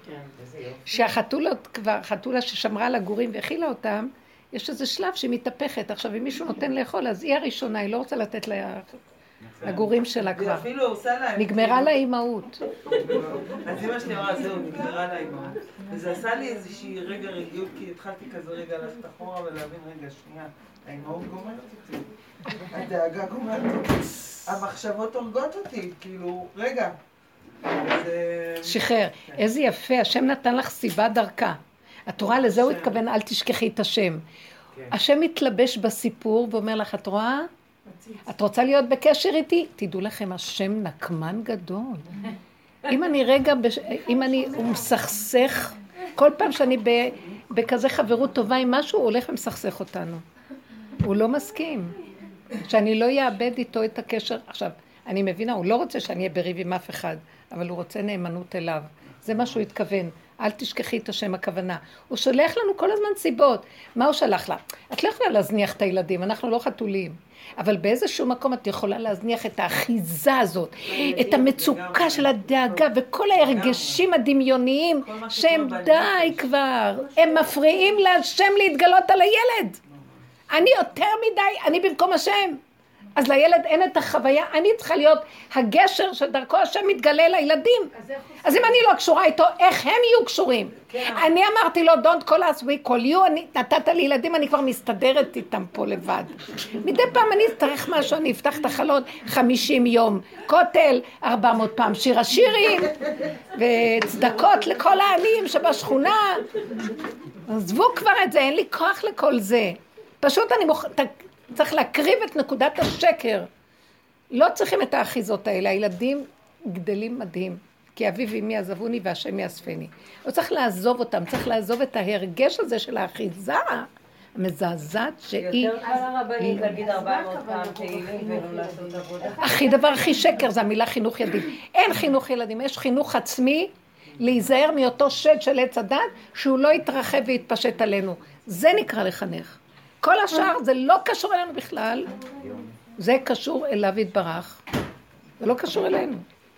שהחתולות כבר, חתולה ששמרה על הגורים והכילה אותם, יש איזה שלב שהיא מתהפכת. עכשיו, אם מישהו נותן לאכול, אז היא הראשונה, היא לא רוצה לתת לגורים שלה כבר. ואפילו עושה להם. נגמרה לה אימהות. אז אמא שלי אמרה, זהו, נגמרה לה אימהות. וזה עשה לי איזושהי רגע רגיעות, כי התחלתי כזה רגע ללכת אחורה ולהבין, רגע, שנייה, האימהות גומרת אותי. הדאגה גומרת אותי. המחשבות הורגות אותי, כאילו, רגע. שחרר, איזה יפה, השם נתן לך סיבה דרכה. התורה לזה הוא התכוון, אל תשכחי את השם. השם מתלבש בסיפור ואומר לך, את רואה? את רוצה להיות בקשר איתי? תדעו לכם, השם נקמן גדול. אם אני רגע, אם אני, הוא מסכסך, כל פעם שאני בכזה חברות טובה עם משהו, הוא הולך ומסכסך אותנו. הוא לא מסכים. שאני לא יאבד איתו את הקשר. עכשיו, אני מבינה, הוא לא רוצה שאני אהיה בריב עם אף אחד, אבל הוא רוצה נאמנות אליו. זה מה שהוא התכוון. אל תשכחי את השם הכוונה. הוא שולח לנו כל הזמן סיבות. מה הוא שלח לה? את לא יכולה להזניח את הילדים, אנחנו לא חתולים. אבל באיזשהו מקום את יכולה להזניח את האחיזה הזאת, את המצוקה של הדאגה וכל ההרגשים הדמיוניים שהם די כבר. הם מפריעים להשם להתגלות על הילד. אני יותר מדי, אני במקום השם. אז לילד אין את החוויה, אני צריכה להיות הגשר שדרכו השם מתגלה לילדים. אז אם אני לא קשורה איתו, איך הם יהיו קשורים? אני אמרתי לו, don't call us, we call you, אני נתת לי ילדים, אני כבר מסתדרת איתם פה לבד. מדי פעם אני אצטרך משהו, אני אפתח את החלון חמישים יום, כותל, ארבע מאות פעם שיר השירים, וצדקות לכל העניים שבשכונה. עזבו כבר את זה, אין לי כוח לכל זה. פשוט אני מוכ... צריך להקריב את נקודת השקר. לא צריכים את האחיזות האלה. הילדים גדלים מדהים. כי אביו ואמי עזבוני והשם יאספני. לא צריך לעזוב אותם. צריך לעזוב את ההרגש הזה של האחיזה המזעזעת שהיא... יותר קל הרבנית להגיד ארבע מאות פעם תהילים ולא לעשות עבודה. הכי דבר הכי שקר זה המילה חינוך ילדים. אין חינוך ילדים, יש חינוך עצמי להיזהר מאותו שד של עץ הדת שהוא לא יתרחב ויתפשט עלינו. זה נקרא לחנך. כל השאר זה לא קשור אלינו בכלל, זה קשור אליו יתברך, זה לא קשור אלינו.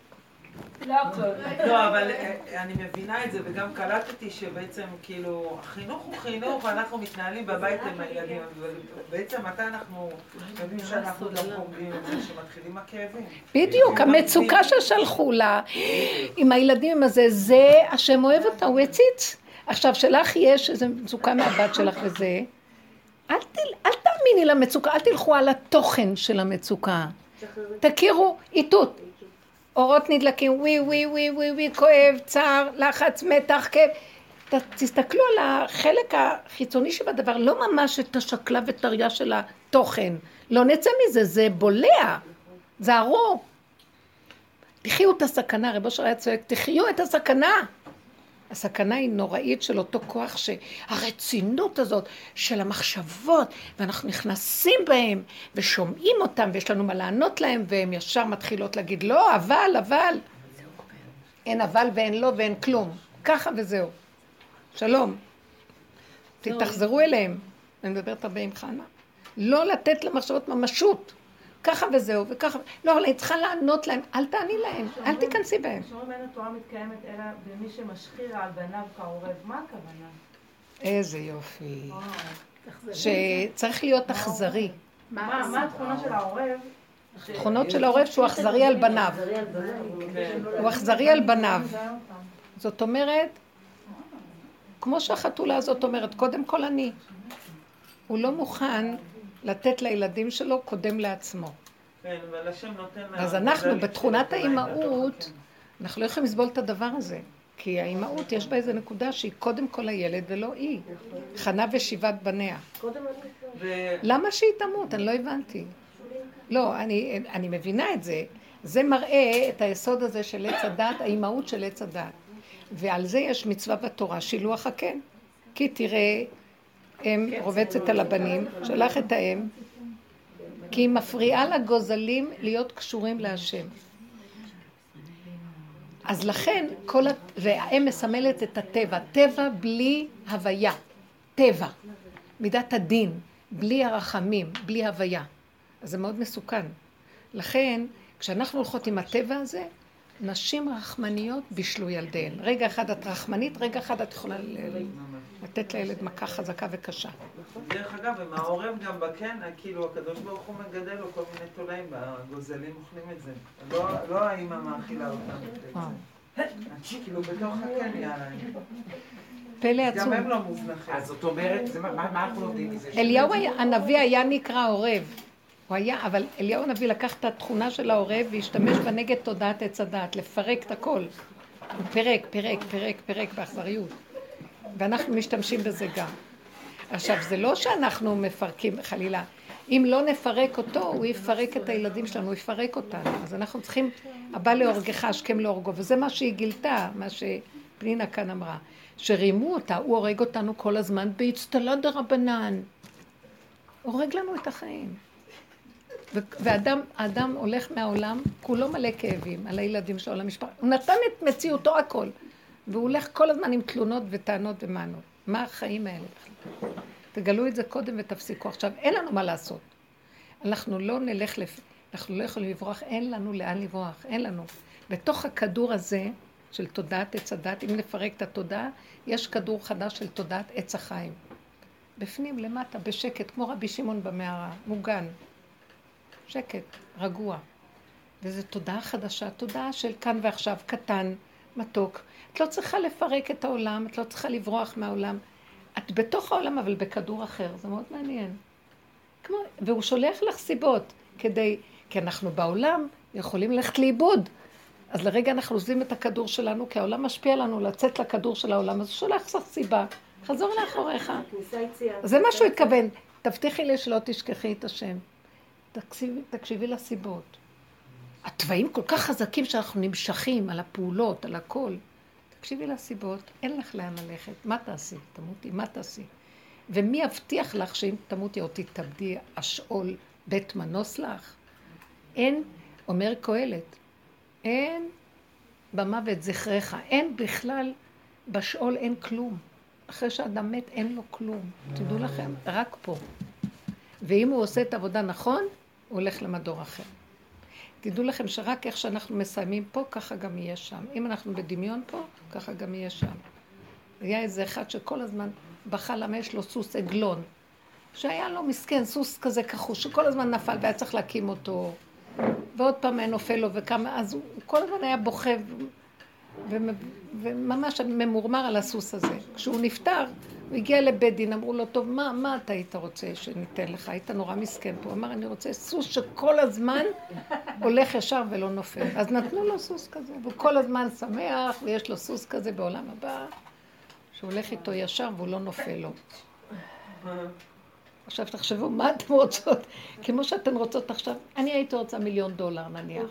לא, אבל אני מבינה את זה וגם קלטתי שבעצם כאילו החינוך הוא חינוך ואנחנו מתנהלים בבית עם הילדים, ובעצם מתי אנחנו יודעים שאנחנו גם חומדים את זה שמתחילים הכאבים. בדיוק, המצוקה ששלחו לה עם הילדים הזה, זה השם אוהב אותה, הוא הציץ. עכשיו שלך יש איזו מצוקה מהבת שלך וזה, אל, תל, אל תאמיני למצוקה, אל תלכו על התוכן של המצוקה. תכירו איתות. אורות נדלקים, ווי ווי ווי ווי ווי, כואב, צער, לחץ, מתח, כאב. תסתכלו על החלק החיצוני שבדבר, לא ממש את השקלה וטריה של התוכן. לא נצא מזה, זה בולע. זה ארוך. תחיו את הסכנה, רבו שריה צועק, תחיו את הסכנה. הסכנה היא נוראית של אותו כוח שהרצינות הזאת של המחשבות, ואנחנו נכנסים בהם ושומעים אותם ויש לנו מה לענות להם, והם ישר מתחילות להגיד לא, אבל, אבל. אין אבל ואין לא ואין כלום. ככה וזהו. שלום. תתחזרו אליהם. אני מדברת הרבה עם חנה. לא לתת למחשבות ממשות. ככה וזהו, וככה, לא, אבל אני צריכה לענות להם, אל תעני להם, אל תיכנסי בהם. שאומרים אין התורה מתקיימת אלא במי שמשחיר על בניו כעורב, מה הכוונה? איזה יופי. שצריך להיות אכזרי. מה התכונה של העורב? התכונות של העורב שהוא אכזרי על בניו. הוא אכזרי על בניו. זאת אומרת, כמו שהחתולה הזאת אומרת, קודם כל אני. הוא לא מוכן לתת לילדים שלו קודם לעצמו. כן, אבל השם נותן להם... אז אנחנו, בתכונת האימהות, אנחנו לא יכולים לסבול את הדבר הזה. כי האימהות יש בה איזו נקודה שהיא קודם כל הילד ולא היא. חנה ושיבת בניה. למה שהיא תמות? אני לא הבנתי. לא, אני, אני מבינה את זה. זה מראה את היסוד הזה של עץ הדת, האימהות של עץ הדת. ועל זה יש מצווה בתורה, שילוח הקן. כי תראה, אם רובצת על הבנים, שלח את האם, כי היא מפריעה לגוזלים להיות קשורים להשם. אז לכן, כל הת... והאם מסמלת את הטבע, טבע בלי הוויה, טבע, מידת הדין, בלי הרחמים, בלי הוויה. אז זה מאוד מסוכן. לכן, כשאנחנו הולכות עם הטבע הזה, נשים רחמניות בישלו ילדיהן. רגע אחד את רחמנית, רגע אחד את יכולה לתת לילד מכה חזקה וקשה. דרך אגב, עם העורב גם בקן, כאילו הקדוש ברוך הוא מגדל לו כל מיני תולעים, והגוזלים אוכלים את זה. לא האמא מאכילה אותם. כאילו בתוך הקן יאללה. פלא עצום. גם הם לא מוזנחים. אז זאת אומרת, מה אנחנו לומדים מזה? אליהו הנביא היה נקרא עורב. הוא היה, אבל אליהו הנביא לקח את התכונה של העורב והשתמש בה נגד תודעת עץ הדעת, לפרק את הכל. הוא פירק, פירק, פירק, פירק באכזריות. ואנחנו משתמשים בזה גם. עכשיו, זה לא שאנחנו מפרקים חלילה. אם לא נפרק אותו, הוא יפרק את הילדים שלנו, הוא יפרק אותנו. אז אנחנו צריכים, הבא להורגך, השכם להורגו. וזה מה שהיא גילתה, מה שפנינה כאן אמרה. שרימו אותה, הוא הורג אותנו כל הזמן באצטלה דרבנן. הורג לנו את החיים. ואדם, האדם הולך מהעולם, כולו מלא כאבים על הילדים שלו, על המשפחה. הוא נתן את מציאותו הכל. והוא הולך כל הזמן עם תלונות וטענות ומענות. מה החיים האלה? תגלו את זה קודם ותפסיקו. עכשיו, אין לנו מה לעשות. אנחנו לא נלך, לפ... אנחנו לא יכולים לברוח, אין לנו לאן לברוח, אין לנו. בתוך הכדור הזה של תודעת עץ הדת, אם נפרק את התודעה, יש כדור חדש של תודעת עץ החיים. בפנים, למטה, בשקט, כמו רבי שמעון במערה, מוגן. שקט, רגוע. וזו תודעה חדשה, תודעה של כאן ועכשיו, קטן, מתוק. את לא צריכה לפרק את העולם, את לא צריכה לברוח מהעולם. את בתוך העולם, אבל בכדור אחר. זה מאוד מעניין. כמו, והוא שולח לך סיבות, כדי, כי אנחנו בעולם יכולים ללכת לאיבוד. אז לרגע אנחנו עוזבים את הכדור שלנו, כי העולם משפיע לנו לצאת לכדור של העולם, אז הוא שולח לך סיבה. חזור לאחוריך. זה מה שהוא התכוון. תבטיחי לי שלא תשכחי את השם. תקשיבי, תקשיבי לסיבות. הטבעים כל כך חזקים שאנחנו נמשכים על הפעולות, על הכל. תקשיבי לסיבות, אין לך לאן ללכת. מה תעשי? תמותי, מה תעשי? ומי יבטיח לך שאם תמותי או תתאבדי, השאול בית מנוס לך? אין, אומר קהלת, אין במוות זכרך, אין בכלל, בשאול אין כלום. אחרי שאדם מת אין לו כלום. תדעו לכם, רק פה. ואם הוא עושה את העבודה נכון, הוא הולך למדור אחר. תדעו לכם שרק איך שאנחנו מסיימים פה, ככה גם יהיה שם. אם אנחנו בדמיון פה, ככה גם יהיה שם. היה איזה אחד שכל הזמן בכה למה יש לו סוס עגלון, שהיה לו מסכן, סוס כזה כחוש, שכל הזמן נפל והיה צריך להקים אותו, ועוד פעם היה נופל לו וכמה, אז הוא כל הזמן היה בוכה, ו... וממש ממורמר על הסוס הזה. כשהוא נפטר, הוא הגיע לבית דין, אמרו לו, טוב, מה, מה אתה היית רוצה שניתן לך? היית נורא מסכן פה. הוא אמר, אני רוצה סוס שכל הזמן הולך ישר ולא נופל. אז נתנו לו סוס כזה, והוא כל הזמן שמח, ויש לו סוס כזה בעולם הבא, שהוא הולך איתו ישר והוא לא נופל לו. עכשיו תחשבו, מה אתם רוצות? כמו שאתן רוצות עכשיו, אני הייתי רוצה מיליון דולר נניח.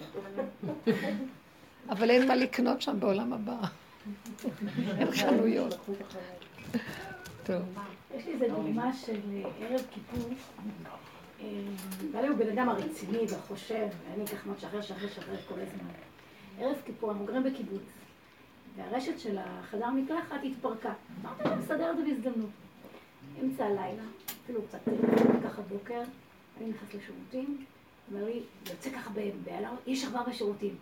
אבל אין מה לקנות שם בעולם הבא. אין חנויות. טוב. יש לי איזו דוגמה של ערב כיפור. בעלי הוא בן אדם הרציני והחושב, ואני כך מאוד שחרר, שחרר, שחרר כל הזמן. ערב כיפור, אנחנו גרים בקיבוץ, והרשת של החדר מקלחת התפרקה. אמרתי לה, מסדר את זה בהזדמנות. אמצע הלילה, אפילו קצת ככה בוקר, אני נכנס לשירותים, אומר לי, יוצא ככה בעלה, יש עכבר בשירותים.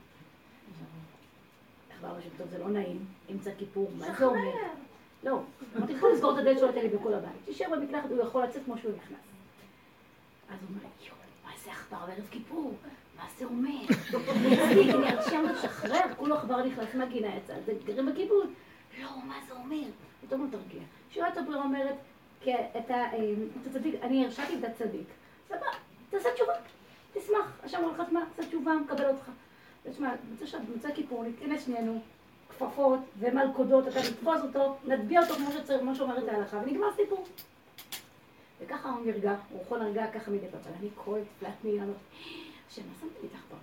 עכבר בשירותים, זה לא נעים, אמצע כיפור, מה זה אומר? לא, אמרתי, יכול לסגור את הדלת שלו לתת לי בכל הבית. תישאר במקלחת, הוא יכול לצאת כמו שהוא נכנס. אז הוא אומר, יואו, מה זה עכבר בערב כיפור? מה זה אומר? אני אני עכשיו לשחרר, כולו עכבר נכנס מהגינה יצא, זה גרים בקיבוץ. לא, מה זה אומר? פתאום הוא תרגיע. שירת הברירה אומרת, כי אתה צדיק, אני הרשעתי את הצדיק. סבבה, תעשה תשובה, תשמח. השם אומר לך, מה, תעשה תשובה, מקבל אותך. תשמע, במצא כיפור, נתכנס שנינו, כפפות ומלכודות, אתה נתפוס אותו, נטביע אותו כמו שצריך, כמו שאומרת ההלכה, ונגמר סיפור. וככה הוא נרגע, הוא יכול נרגע ככה מדי פעם, אני כואבת, פלט מילה, השם, מה שמתי לי את העכבר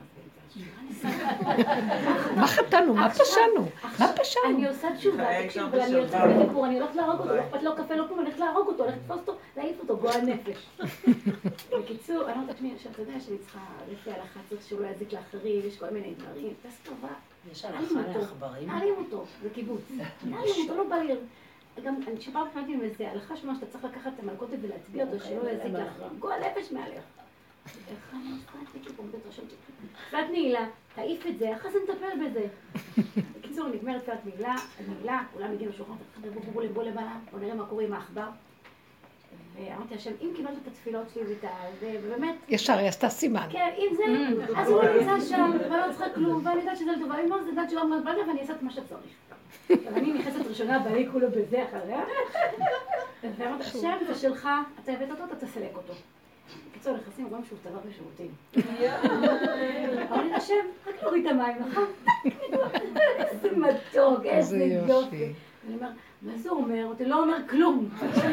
הזה? מה חטאנו? מה פשענו? מה פשענו? אני עושה תשובה, תקשיב, אבל אני יוצאת בדיבור, אני הולכת להרוג אותו, לא אכפת לו קפה, לא כלום, אני הולכת להרוג אותו, הולכת לתפוס אותו, להעיף אותו, גועל נפש. בקיצור, אני אומרת לעצמי, אתה יודע שאני צריכה לפי ההלכה, צריך שהוא לא יזיק לאחרים, יש כל מיני דברים, תעש טובה. יש הלכה לעכברים? נעלים אותו, זה קיבוץ. נעלים אותו, לא בא לי. גם, אני שפעם חשבתי עם איזה הלכה שמה שאתה צריך לקחת את המלכודת ולהצביע אותו, שלא יזיק לאחרים. גועל נפש מעליך. איך אני עושה את זה כאילו עומדת רשמת שלי? תפילת נעילה, תעיף את זה, אחרי זה נטפל בזה. בקיצור, נגמרת תפילת נעילה, נעילה, כולם הגיעו לשולחן, בוא לבוא לבעלה, בוא נראה מה קורה עם העכבר. ואמרתי השם, אם קיבלת את התפילות שלי ואת זה, ובאמת... ישר, היא עשתה סימן. כן, אם זה, אז הוא נמצא שם, ואני לא צריכה כלום, ואני יודעת שזה לטובה, אם לא, זה יודעת שלא עומד בלדה, ואני אעשה את מה שצריך. ואני נכנסת ראשונה, בעלי כולו בזה אחריה. ואמרתי, השם, זה שלך, אתה הבאת אותו, אתה תסלק אותו. בקיצור, נכנסים, רואים שהוא טבע בשירותים. אמרתי, השם, רק נוריד את המים, נכון? איזה מתוק, איזה יופי. אני אומר, מה זה אומר? אתה לא אומר כלום.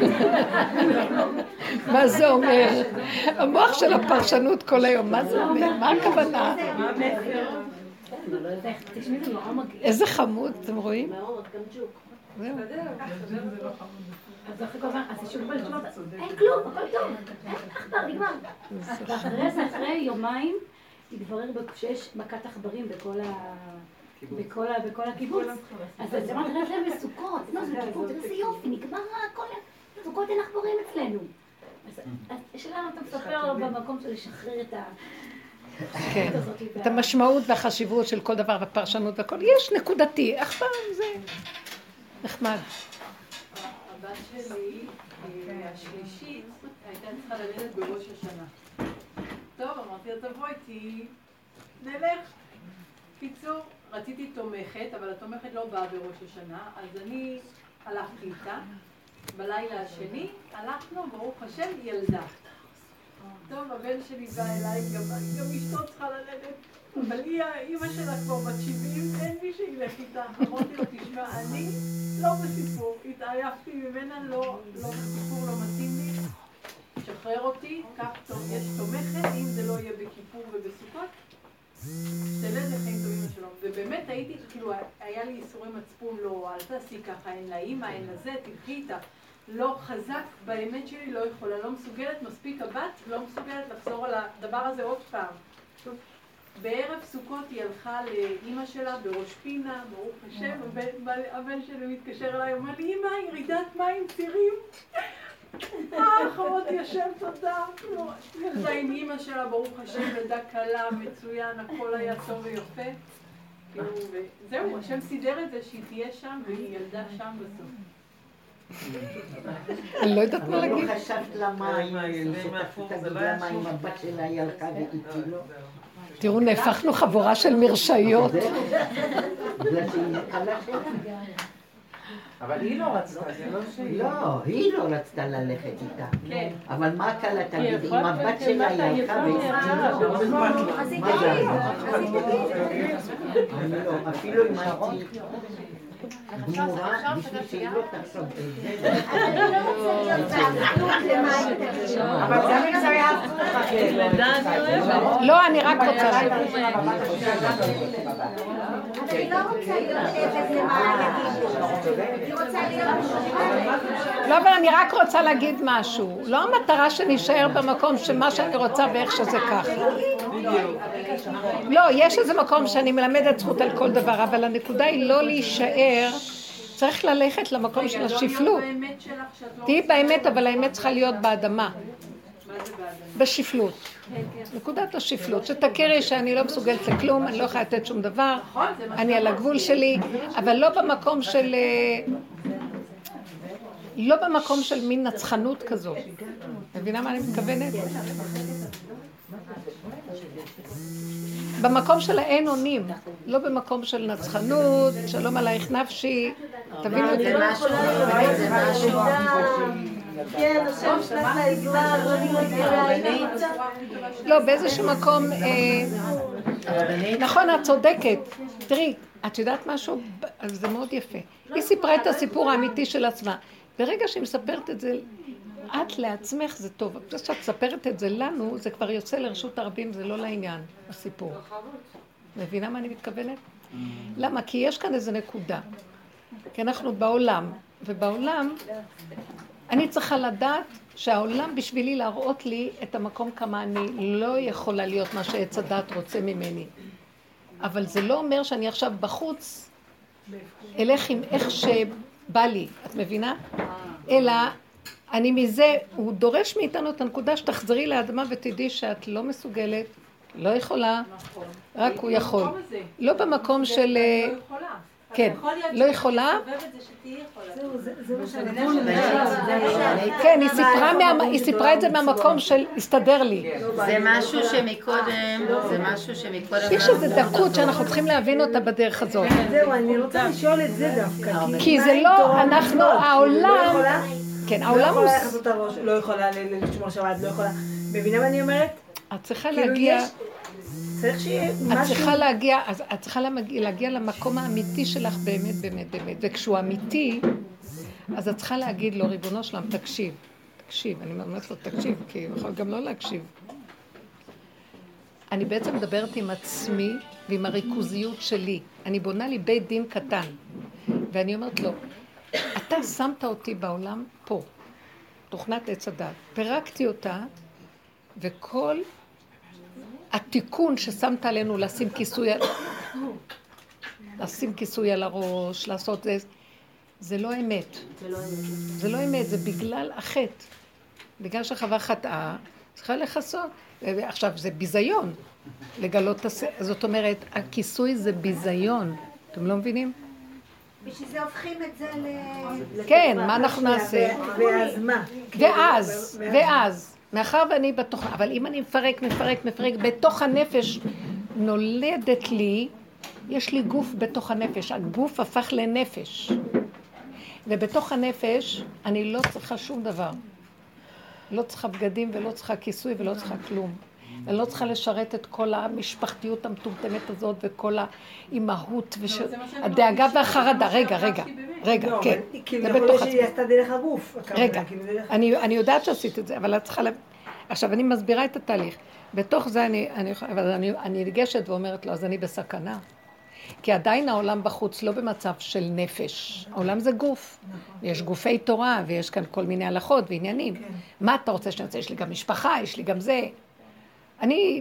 מה זה אומר? המוח של הפרשנות כל היום, מה זה אומר? מה הכוונה? איזה חמוד, אתם רואים? זהו. אז אחרי כל הזמן, אז שוב בלשמות, אין כלום, הכל טוב, אין עכבר, נגמר. ואחרי זה, אחרי יומיים, התברר שיש מכת עכברים בכל הקיבוץ. אז זה אמרת, ראה להם בסוכות, זה קיבוץ, איזה יופי, נגמר הכל, בסוכות אין עכברים אצלנו. אז השאלה, אתה מספר במקום של לשחרר את ה... כן, את המשמעות והחשיבות של כל דבר והפרשנות והכל, יש נקודתי, עכבר זה נחמד. הבת שלי, השלישית, הייתה צריכה ללדת בראש השנה. טוב, אמרתי לה, תבוא איתי, נלך. קיצור, רציתי תומכת, אבל התומכת לא באה בראש השנה, אז אני הלכתי איתה. בלילה השני, הלכנו, ברוך השם, ילדה. טוב, הבן שלי בא אליי, גם אשתו צריכה ללדת. אבל היא, האמא שלה כבר בת שבעים, אין מי שילך איתה. אמרתי לו, תשמע, אני לא בסיפור, התעייפתי ממנה, לא בסיפור, לא מתאים לי. שחרר אותי, כך טוב, יש תומכת, אם זה לא יהיה בכיפור ובסוכות, תלד לחיים טובים לשלום. ובאמת הייתי, כאילו, היה לי איסורי מצפון, לא, אל תעשי ככה, אין לה אימא, אין לה זה, תלכי איתה. לא חזק באמת שלי, לא יכולה, לא מסוגלת, מספיק הבת, לא מסוגלת לחזור על הדבר הזה עוד פעם. בערב סוכות היא הלכה לאמא שלה בראש פינה, ברוך השם, הבן שלי מתקשר אליי, אומר לי, אמא, ירידת מים צירים. אה, חמותי השם, תודה. ילדה עם אמא שלה, ברוך השם, ילדה קלה, מצוין, הכל היה טוב ויפה. זהו, השם סידר את זה שהיא תהיה שם, והיא ילדה שם בסוף. אני לא יודעת מה להגיד. לא חשבת למים, תגיד למים, הבת שלה היא הלכה ואיתי לא. תראו, נהפכנו חבורה של מרשאיות. אבל היא לא רצתה, זה לא שהיא... לא, היא לא רצתה ללכת איתה. אבל מה קלה תגיד, אם הבת שלה היא הלכה ואיתי לא. אז היא תגיד, אז היא תגיד. אפילו אם הייתי... גמורה, בשביל שהיא לא תחשוב את זה. אני לא רוצה להיות בעבדות למים. אבל גם אם זה היה הפוך. לא, אני רק רוצה להגיד. אני לא רוצה להיות עבד למה יגידו. אני רוצה להיות משוחררת. לא, אבל אני רק רוצה להגיד משהו. לא המטרה שנשאר במקום שמה שאני רוצה ואיך שזה ככה. לא, יש איזה מקום שאני מלמדת זכות על כל דבר, אבל הנקודה היא לא להישאר צריך ללכת למקום של השפלות. תהי באמת, אבל האמת צריכה להיות באדמה. בשפלות. נקודת השפלות. שתכירי שאני לא מסוגלת לכלום, אני לא יכולה לתת שום דבר, אני על הגבול שלי, אבל לא במקום של... לא במקום של מין נצחנות כזו. מבינה מה אני מתכוונת? במקום של האין אונים, לא במקום של נצחנות, שלום עלייך נפשי, תבינו את זה. זה משהו, זה משהו. כן, השם שלך לעזרה, לא, באיזשהו מקום, נכון, את צודקת. תראי, את יודעת משהו? זה מאוד יפה. היא סיפרה את הסיפור האמיתי של עצמה. ברגע שהיא מספרת את זה, את לעצמך זה טוב. כשאת מספרת את זה לנו, זה כבר יוצא לרשות הרבים, זה לא לעניין, הסיפור. מבינה מה אני מתכוונת? למה? כי יש כאן איזו נקודה. כי אנחנו בעולם, ובעולם אני צריכה לדעת שהעולם בשבילי להראות לי את המקום כמה אני לא יכולה להיות מה שעץ הדת רוצה ממני. אבל זה לא אומר שאני עכשיו בחוץ, אלך עם איך שבא לי, את מבינה? אלא אני מזה, הוא דורש מאיתנו את הנקודה שתחזרי לאדמה ותדעי שאת לא מסוגלת, לא יכולה, רק הוא יכול. לא במקום של... כן, לא יכולה. כן, היא סיפרה את זה מהמקום של הסתדר לי. זה משהו שמקודם, זה משהו שמקודם... יש איזו דקות שאנחנו צריכים להבין אותה בדרך הזאת. זהו, אני רוצה לשאול את זה דווקא. כי זה לא, אנחנו, העולם... כן, העולם הוא... לא יכולה לחזות הראש, לא יכולה לשמור שבת, לא יכולה... מבינה מה אני אומרת? את צריכה להגיע... צריך שיהיה משהו... את צריכה להגיע, אז את צריכה להגיע למקום האמיתי שלך באמת, באמת, באמת. וכשהוא אמיתי, אז את צריכה להגיד לו, ריבונו שלם, תקשיב. תקשיב, אני אומרת לו, תקשיב, כי הוא יכול גם לא להקשיב. אני בעצם מדברת עם עצמי ועם הריכוזיות שלי. אני בונה לי בית דין קטן. ואני אומרת לו, אתה שמת אותי בעולם פה, תוכנת עץ הדת. פירקתי אותה, וכל התיקון ששמת עלינו לשים כיסוי, לשים כיסוי על הראש, לעשות זה, זה לא אמת. זה לא אמת, זה בגלל החטא. בגלל שחווה חטאה, צריכה לחסות. עכשיו, זה ביזיון לגלות את הס... זאת אומרת, הכיסוי זה ביזיון. אתם לא מבינים? בשביל זה הופכים את זה ל... כן, מה אנחנו נעשה? ואז מה? ואז, ואז. מאחר ואני בתוך... אבל אם אני מפרק, מפרק, מפרק, בתוך הנפש נולדת לי, יש לי גוף בתוך הנפש. הגוף הפך לנפש. ובתוך הנפש אני לא צריכה שום דבר. לא צריכה בגדים ולא צריכה כיסוי ולא צריכה כלום. אני לא צריכה לשרת את כל המשפחתיות המטומטמת הזאת וכל האימהות והדאגה והחרדה. רגע, רגע, רגע, כן. כאילו יכול להיות שהיא עשתה דרך הגוף. רגע, אני יודעת שעשית את זה, אבל את צריכה... עכשיו, אני מסבירה את התהליך. בתוך זה אני ניגשת ואומרת לו, אז אני בסכנה. כי עדיין העולם בחוץ לא במצב של נפש. העולם זה גוף. יש גופי תורה ויש כאן כל מיני הלכות ועניינים. מה אתה רוצה שנעשה? יש לי גם משפחה, יש לי גם זה. אני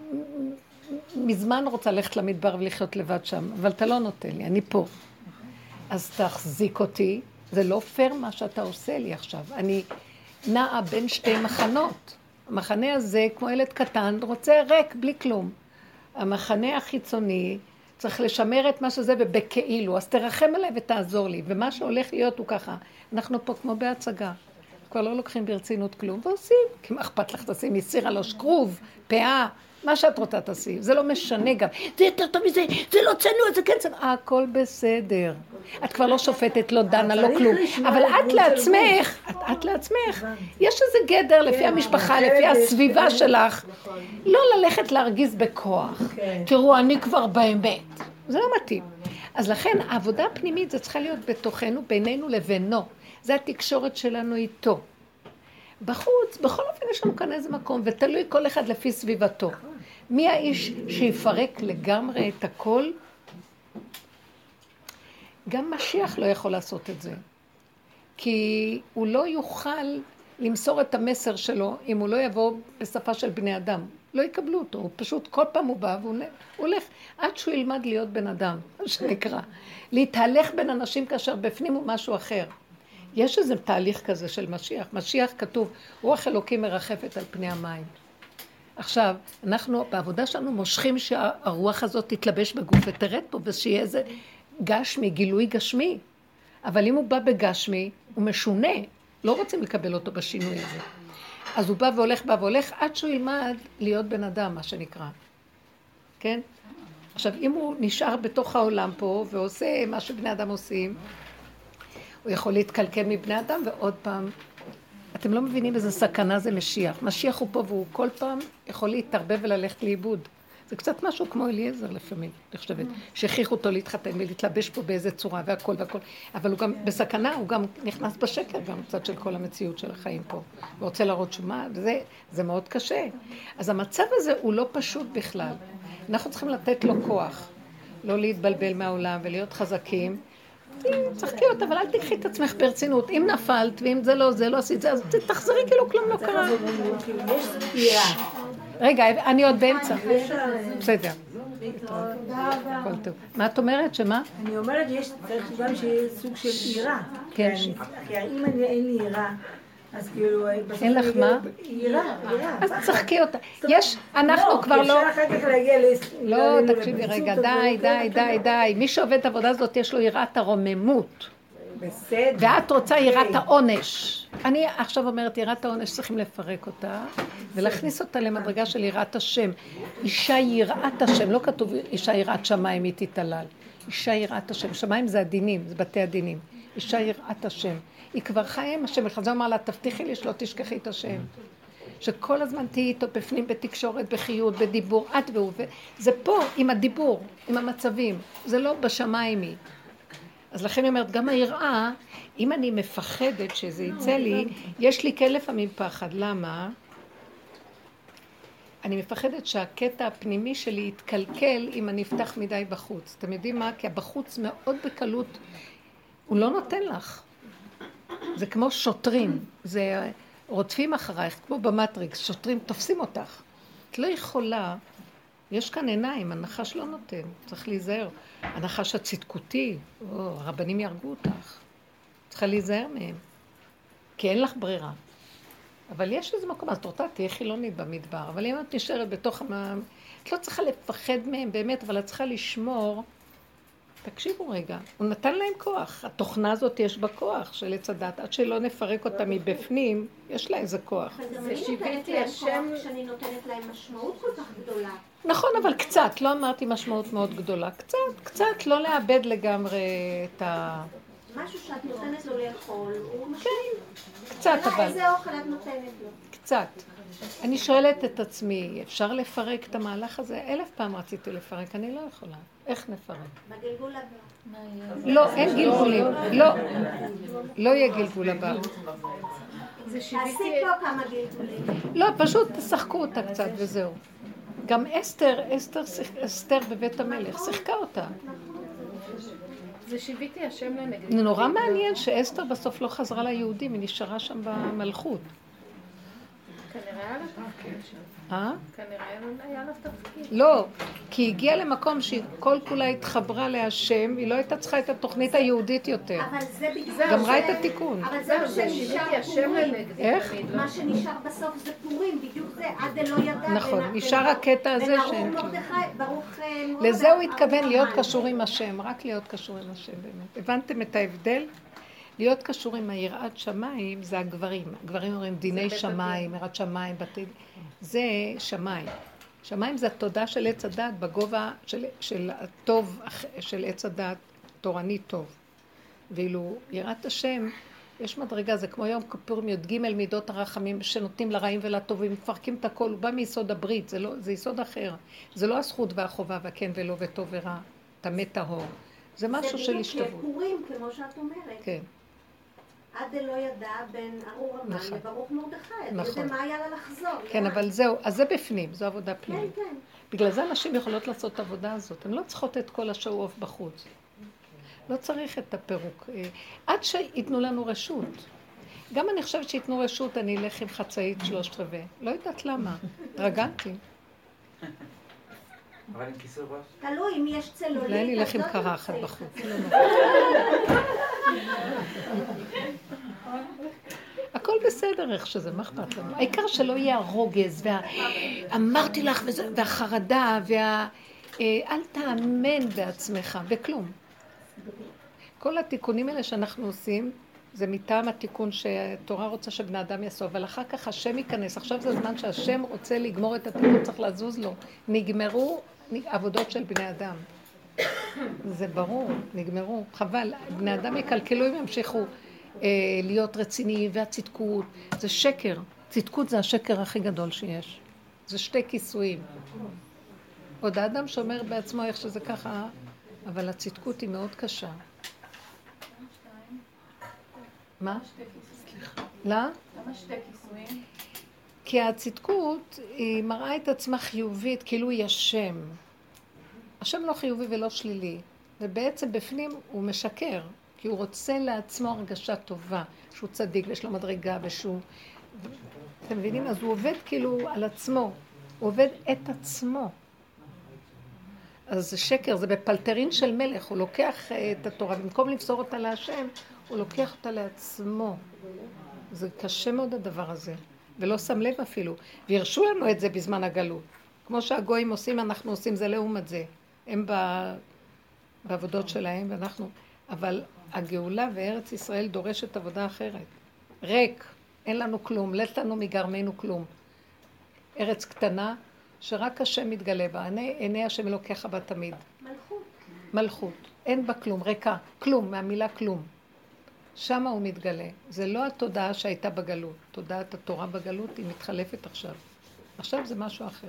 מזמן רוצה ללכת למדבר ולחיות לבד שם, אבל אתה לא נותן לי, אני פה. אז תחזיק אותי, זה לא פייר מה שאתה עושה לי עכשיו. אני נעה בין שתי מחנות. המחנה הזה, כמו ילד קטן, רוצה ריק, בלי כלום. המחנה החיצוני צריך לשמר את מה שזה ובכאילו, אז תרחם עליי ותעזור לי. ומה שהולך להיות הוא ככה, אנחנו פה כמו בהצגה. כבר לא לוקחים ברצינות כלום, ועושים, כי מה אכפת לך תעשי, מסירה לו שכרוב, פאה, מה שאת רוצה תעשי, זה לא משנה גם, זה יותר טוב מזה, זה לא צנוע, זה כן צנוע, הכל בסדר. את כבר לא שופטת, לא דנה, לא כלום, אבל את לעצמך, את לעצמך, יש איזה גדר לפי המשפחה, לפי הסביבה שלך, לא ללכת להרגיז בכוח, תראו, אני כבר באמת, זה לא מתאים. אז לכן, העבודה הפנימית זה צריכה להיות בתוכנו, בינינו לבינו. זה התקשורת שלנו איתו. בחוץ, בכל אופן יש לנו כאן איזה מקום, ותלוי כל אחד לפי סביבתו. מי האיש שיפרק לגמרי את הכל? גם משיח לא יכול לעשות את זה. כי הוא לא יוכל למסור את המסר שלו, אם הוא לא יבוא בשפה של בני אדם. לא יקבלו אותו, הוא פשוט כל פעם הוא בא והוא הולך, עד שהוא ילמד להיות בן אדם, מה שנקרא. להתהלך בין אנשים כאשר בפנים הוא משהו אחר. יש איזה תהליך כזה של משיח. משיח כתוב, רוח אלוקים מרחפת על פני המים. עכשיו, אנחנו בעבודה שלנו מושכים שהרוח הזאת תתלבש בגוף ותרד פה, ושיהיה איזה גשמי, גילוי גשמי. אבל אם הוא בא בגשמי, הוא משונה. לא רוצים לקבל אותו בשינוי הזה. אז הוא בא והולך, בא והולך, עד שהוא ילמד להיות בן אדם, מה שנקרא. כן? עכשיו, אם הוא נשאר בתוך העולם פה, ועושה מה שבני אדם עושים, הוא יכול להתקלקל מבני אדם, ועוד פעם, אתם לא מבינים איזה סכנה זה משיח. משיח הוא פה, והוא כל פעם יכול להתערבב וללכת לאיבוד. זה קצת משהו כמו אליעזר לפעמים, אני חושבת, שהכריחו אותו להתחתן ולהתלבש פה באיזה צורה והכל והכל. אבל הוא גם בסכנה, הוא גם נכנס בשקר, גם קצת של כל המציאות של החיים פה. הוא רוצה להראות שומה, וזה זה מאוד קשה. אז המצב הזה הוא לא פשוט בכלל. אנחנו צריכים לתת לו כוח, לא להתבלבל מהעולם ולהיות חזקים. צחקי אותה, אבל אל תקחי את עצמך ברצינות. אם נפלת, ואם זה לא, זה לא עשית זה, אז תחזרי כאילו כלום לא קרה. רגע, אני עוד באמצע. בסדר. הכל טוב. מה את אומרת? שמה? אני אומרת, צריך גם שיהיה סוג של עירה. כן. כי אם אין לי עירה, אז כאילו... אין לך מה? עירה, עירה. אז תשחקי אותה. יש, אנחנו כבר לא... אפשר אחר כך להגיע ל... לא, תקשיבי רגע, די, די, די, די. מי שעובד את העבודה הזאת, יש לו יראת הרוממות. בסדר. ואת רוצה יראת העונש. אני עכשיו אומרת, יראת העונש צריכים לפרק אותה, ולהכניס אותה למדרגה של יראת השם. אישה יראת השם, לא כתוב אישה יראת שמיים, היא תתעלל. אישה יראת השם, שמיים זה הדינים, זה בתי הדינים. אישה יראת השם. היא כבר חיה עם השם, ולכן זה אומר לה, תבטיחי לי שלא תשכחי את השם. שכל הזמן תהיי איתו בפנים, בתקשורת, בחיות, בדיבור, את והוא. זה פה, עם הדיבור, עם המצבים. זה לא בשמיים היא. אז לכן אני אומרת, גם היראה, אם אני מפחדת שזה יצא לי, יש לי כן לפעמים פחד. למה? אני מפחדת שהקטע הפנימי שלי יתקלקל אם אני אפתח מדי בחוץ. אתם יודעים מה? כי הבחוץ מאוד בקלות, הוא לא נותן לך. זה כמו שוטרים, זה רודפים אחרייך, כמו במטריקס, שוטרים תופסים אותך. את לא יכולה, יש כאן עיניים, הנחש לא נותן, צריך להיזהר. הנחש הצדקותי, או, הרבנים ירגו אותך. צריכה להיזהר מהם, כי אין לך ברירה. אבל יש איזה מקום, אז תורתה תהיה חילונית במדבר, אבל אם את נשארת בתוך המ... את לא צריכה לפחד מהם באמת, אבל את צריכה לשמור. תקשיבו רגע, הוא נתן להם כוח. התוכנה הזאת יש בה כוח של עץ הדת, עד שלא נפרק אותה מבפנים, יש לה איזה כוח. זה שיוויתי השם שאני נותנת להם משמעות כל כך גדולה. נכון, אבל קצת, לא אמרתי משמעות מאוד גדולה. קצת, קצת, לא לאבד לגמרי את ה... משהו שאת נותנת לו לאכול, הוא משלים. קצת, אבל... איזה אוכל את נותנת לו? קצת. אני שואלת את עצמי, אפשר לפרק את המהלך הזה? אלף פעם רציתי לפרק, אני לא יכולה. איך נפרק? בגלגול הבא. לא, אין גלגולים. לא, לא יהיה גלגול הבא. תעשי פה כמה גלגולים. לא, פשוט תשחקו אותה קצת וזהו. גם אסתר, אסתר, אסתר בבית המלך, שיחקה אותה. זה שיוויתי השם לנגד. נורא מעניין שאסתר בסוף לא חזרה ליהודים, היא נשארה שם במלכות. כנראה היה לה תפקיד. אה? כנראה היה לה תפקיד. לא, כי היא הגיעה למקום שהיא כל כולה התחברה להשם, היא לא הייתה צריכה את התוכנית היהודית יותר. אבל זה בגלל... גמרה את התיקון. אבל זה מה שנשאר פורים. איך? מה שנשאר בסוף זה פורים, בדיוק זה, עד אלא ידע. נכון, נשאר הקטע הזה שאין כלום. לזה הוא התכוון להיות קשור עם השם, רק להיות קשור עם השם באמת. הבנתם את ההבדל? להיות קשור עם היראת שמיים זה הגברים. הגברים אומרים דיני שמיים, יראת שמיים, בתי... זה שמיים. שמיים זה התודעה של עץ הדת בגובה של, של הטוב, של עץ הדת, תורני טוב. ואילו יראת השם, יש מדרגה, זה כמו יום כיפורים י"ג מידות הרחמים שנותנים לרעים ולטובים, מפרקים את הכל, הוא בא מיסוד הברית, זה, לא, זה יסוד אחר. זה לא הזכות והחובה והכן ולא וטוב ורע, טמא טהור. זה משהו של השתוות. זה בדיוק פורים, כמו שאת אומרת. כן. עד אלא ידע בין ארור המן לברוך מרדכי. נכון. זה מה היה לה לחזור. כן, אבל זהו, אז זה בפנים, זו עבודה פנימית. כן, כן. בגלל זה אנשים יכולות לעשות את העבודה הזאת. הן לא צריכות את כל השואו אוף בחוץ. לא צריך את הפירוק. עד שיתנו לנו רשות. גם אני חושבת שיתנו רשות, אני אלך עם חצאית שלושת רבעי. לא יודעת למה. התרגלתי. אבל עם כיסוי ראש? תלוי אם יש צלולית. אולי אני אלך עם קרחת בחוץ. הכל בסדר איך שזה, מה אכפת לנו? העיקר שלא יהיה הרוגז, ואמרתי לך, והחרדה, וה... אל תאמן בעצמך, בכלום. כל התיקונים האלה שאנחנו עושים, זה מטעם התיקון שהתורה רוצה שבני אדם יעשו, אבל אחר כך השם ייכנס. עכשיו זה זמן שהשם רוצה לגמור את התיקון, צריך לזוז לו. נגמרו עבודות של בני אדם. זה ברור, נגמרו. חבל, בני אדם יקלקלו אם ימשיכו אה, להיות רציניים, והצדקות. זה שקר. צדקות זה השקר הכי גדול שיש. זה שתי כיסויים. עוד האדם שאומר בעצמו איך שזה ככה, אבל הצדקות היא מאוד קשה. מה? לא? למה שתי כיסויים? כי הצדקות היא מראה את עצמה חיובית, כאילו היא השם. השם לא חיובי ולא שלילי, ובעצם בפנים הוא משקר, כי הוא רוצה לעצמו הרגשה טובה, שהוא צדיק ויש לו מדרגה ושהוא... אתם מבינים? אז הוא עובד כאילו על עצמו, הוא עובד את עצמו. אז זה שקר, זה בפלטרין של מלך, הוא לוקח את התורה, במקום למסור אותה להשם, הוא לוקח אותה לעצמו. זה קשה מאוד הדבר הזה, ולא שם לב אפילו. וירשו לנו את זה בזמן הגלות. כמו שהגויים עושים, אנחנו עושים, זה לעומת זה. הם בעבודות שלהם, ואנחנו... אבל הגאולה וארץ ישראל דורשת עבודה אחרת. ריק, אין לנו כלום, לת לנו מגרמנו כלום. ארץ קטנה, שרק השם מתגלה בה, עיני, עיני השם אלוקיך בה תמיד. מלכות. מלכות. אין בה כלום, ריקה, כלום, מהמילה כלום. שמה הוא מתגלה. זה לא התודעה שהייתה בגלות. תודעת התורה בגלות היא מתחלפת עכשיו. עכשיו זה משהו אחר.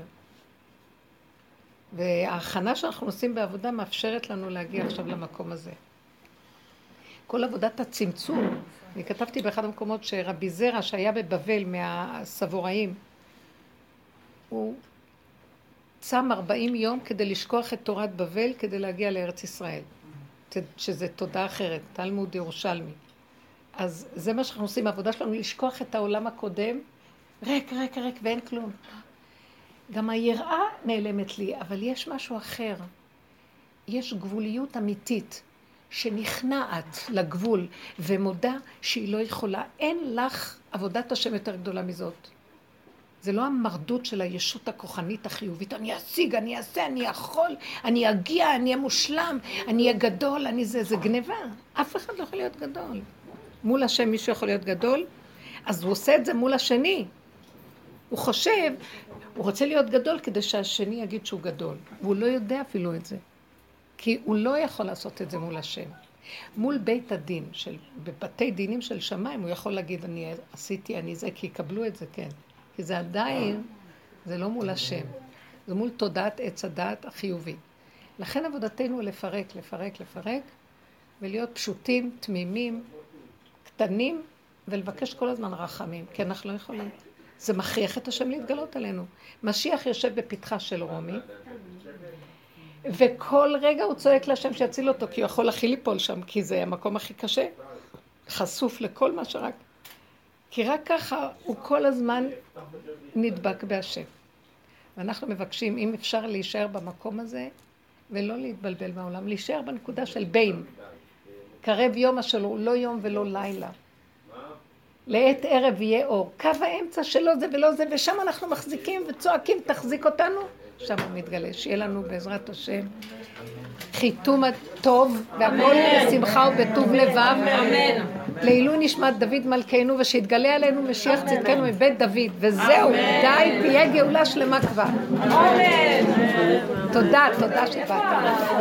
וההכנה שאנחנו עושים בעבודה מאפשרת לנו להגיע עכשיו למקום הזה. כל עבודת הצמצום, אני כתבתי באחד המקומות שרבי זרע שהיה בבבל מהסבוראים, הוא צם ארבעים יום כדי לשכוח את תורת בבל, כדי להגיע לארץ ישראל. שזה תודעה אחרת, תלמוד ירושלמי. אז זה מה שאנחנו עושים, העבודה שלנו לשכוח את העולם הקודם, ריק, ריק, ריק, ואין כלום. גם היראה נעלמת לי, אבל יש משהו אחר. יש גבוליות אמיתית שנכנעת לגבול ומודה שהיא לא יכולה. אין לך עבודת השם יותר גדולה מזאת. זה לא המרדות של הישות הכוחנית החיובית. אני אשיג, אני אעשה, אני יכול, אני אגיע, אני אהיה מושלם, אני אהיה גדול, אני זה, זה גניבה. אף אחד לא יכול להיות גדול. מול השם מישהו יכול להיות גדול, אז הוא עושה את זה מול השני. הוא חושב, הוא רוצה להיות גדול כדי שהשני יגיד שהוא גדול. והוא לא יודע אפילו את זה. כי הוא לא יכול לעשות את זה מול השם. מול בית הדין, של, בבתי דינים של שמיים, הוא יכול להגיד, אני עשיתי, אני זה, כי יקבלו את זה, כן. כי זה עדיין, זה לא מול השם. זה מול תודעת עץ הדעת החיובי. לכן עבודתנו היא לפרק, לפרק, לפרק, ולהיות פשוטים, תמימים, קטנים, ולבקש כל הזמן רחמים, כי אנחנו לא יכולים. זה מכריח את השם להתגלות עלינו. משיח יושב בפתחה של רומי, וכל רגע הוא צועק להשם שיציל אותו, כי הוא יכול הכי ליפול שם, כי זה המקום הכי קשה, חשוף לכל מה שרק. כי רק ככה הוא כל הזמן נדבק בהשם. ואנחנו מבקשים, אם אפשר להישאר במקום הזה, ולא להתבלבל מהעולם, להישאר בנקודה של בין. קרב יום השלו, לא יום ולא לילה. לעת ערב יהיה אור. קו האמצע שלו זה ולא זה, ושם אנחנו מחזיקים וצועקים, תחזיק אותנו. שם הוא מתגלה, שיהיה לנו בעזרת השם חיתום הטוב, והכל בשמחה ובטוב לבב. אמן. לעילוי נשמת דוד מלכנו, ושיתגלה עלינו משיח צדקנו מבית דוד. וזהו, די, תהיה גאולה שלמה כבר. אמן. תודה, תודה שבאת.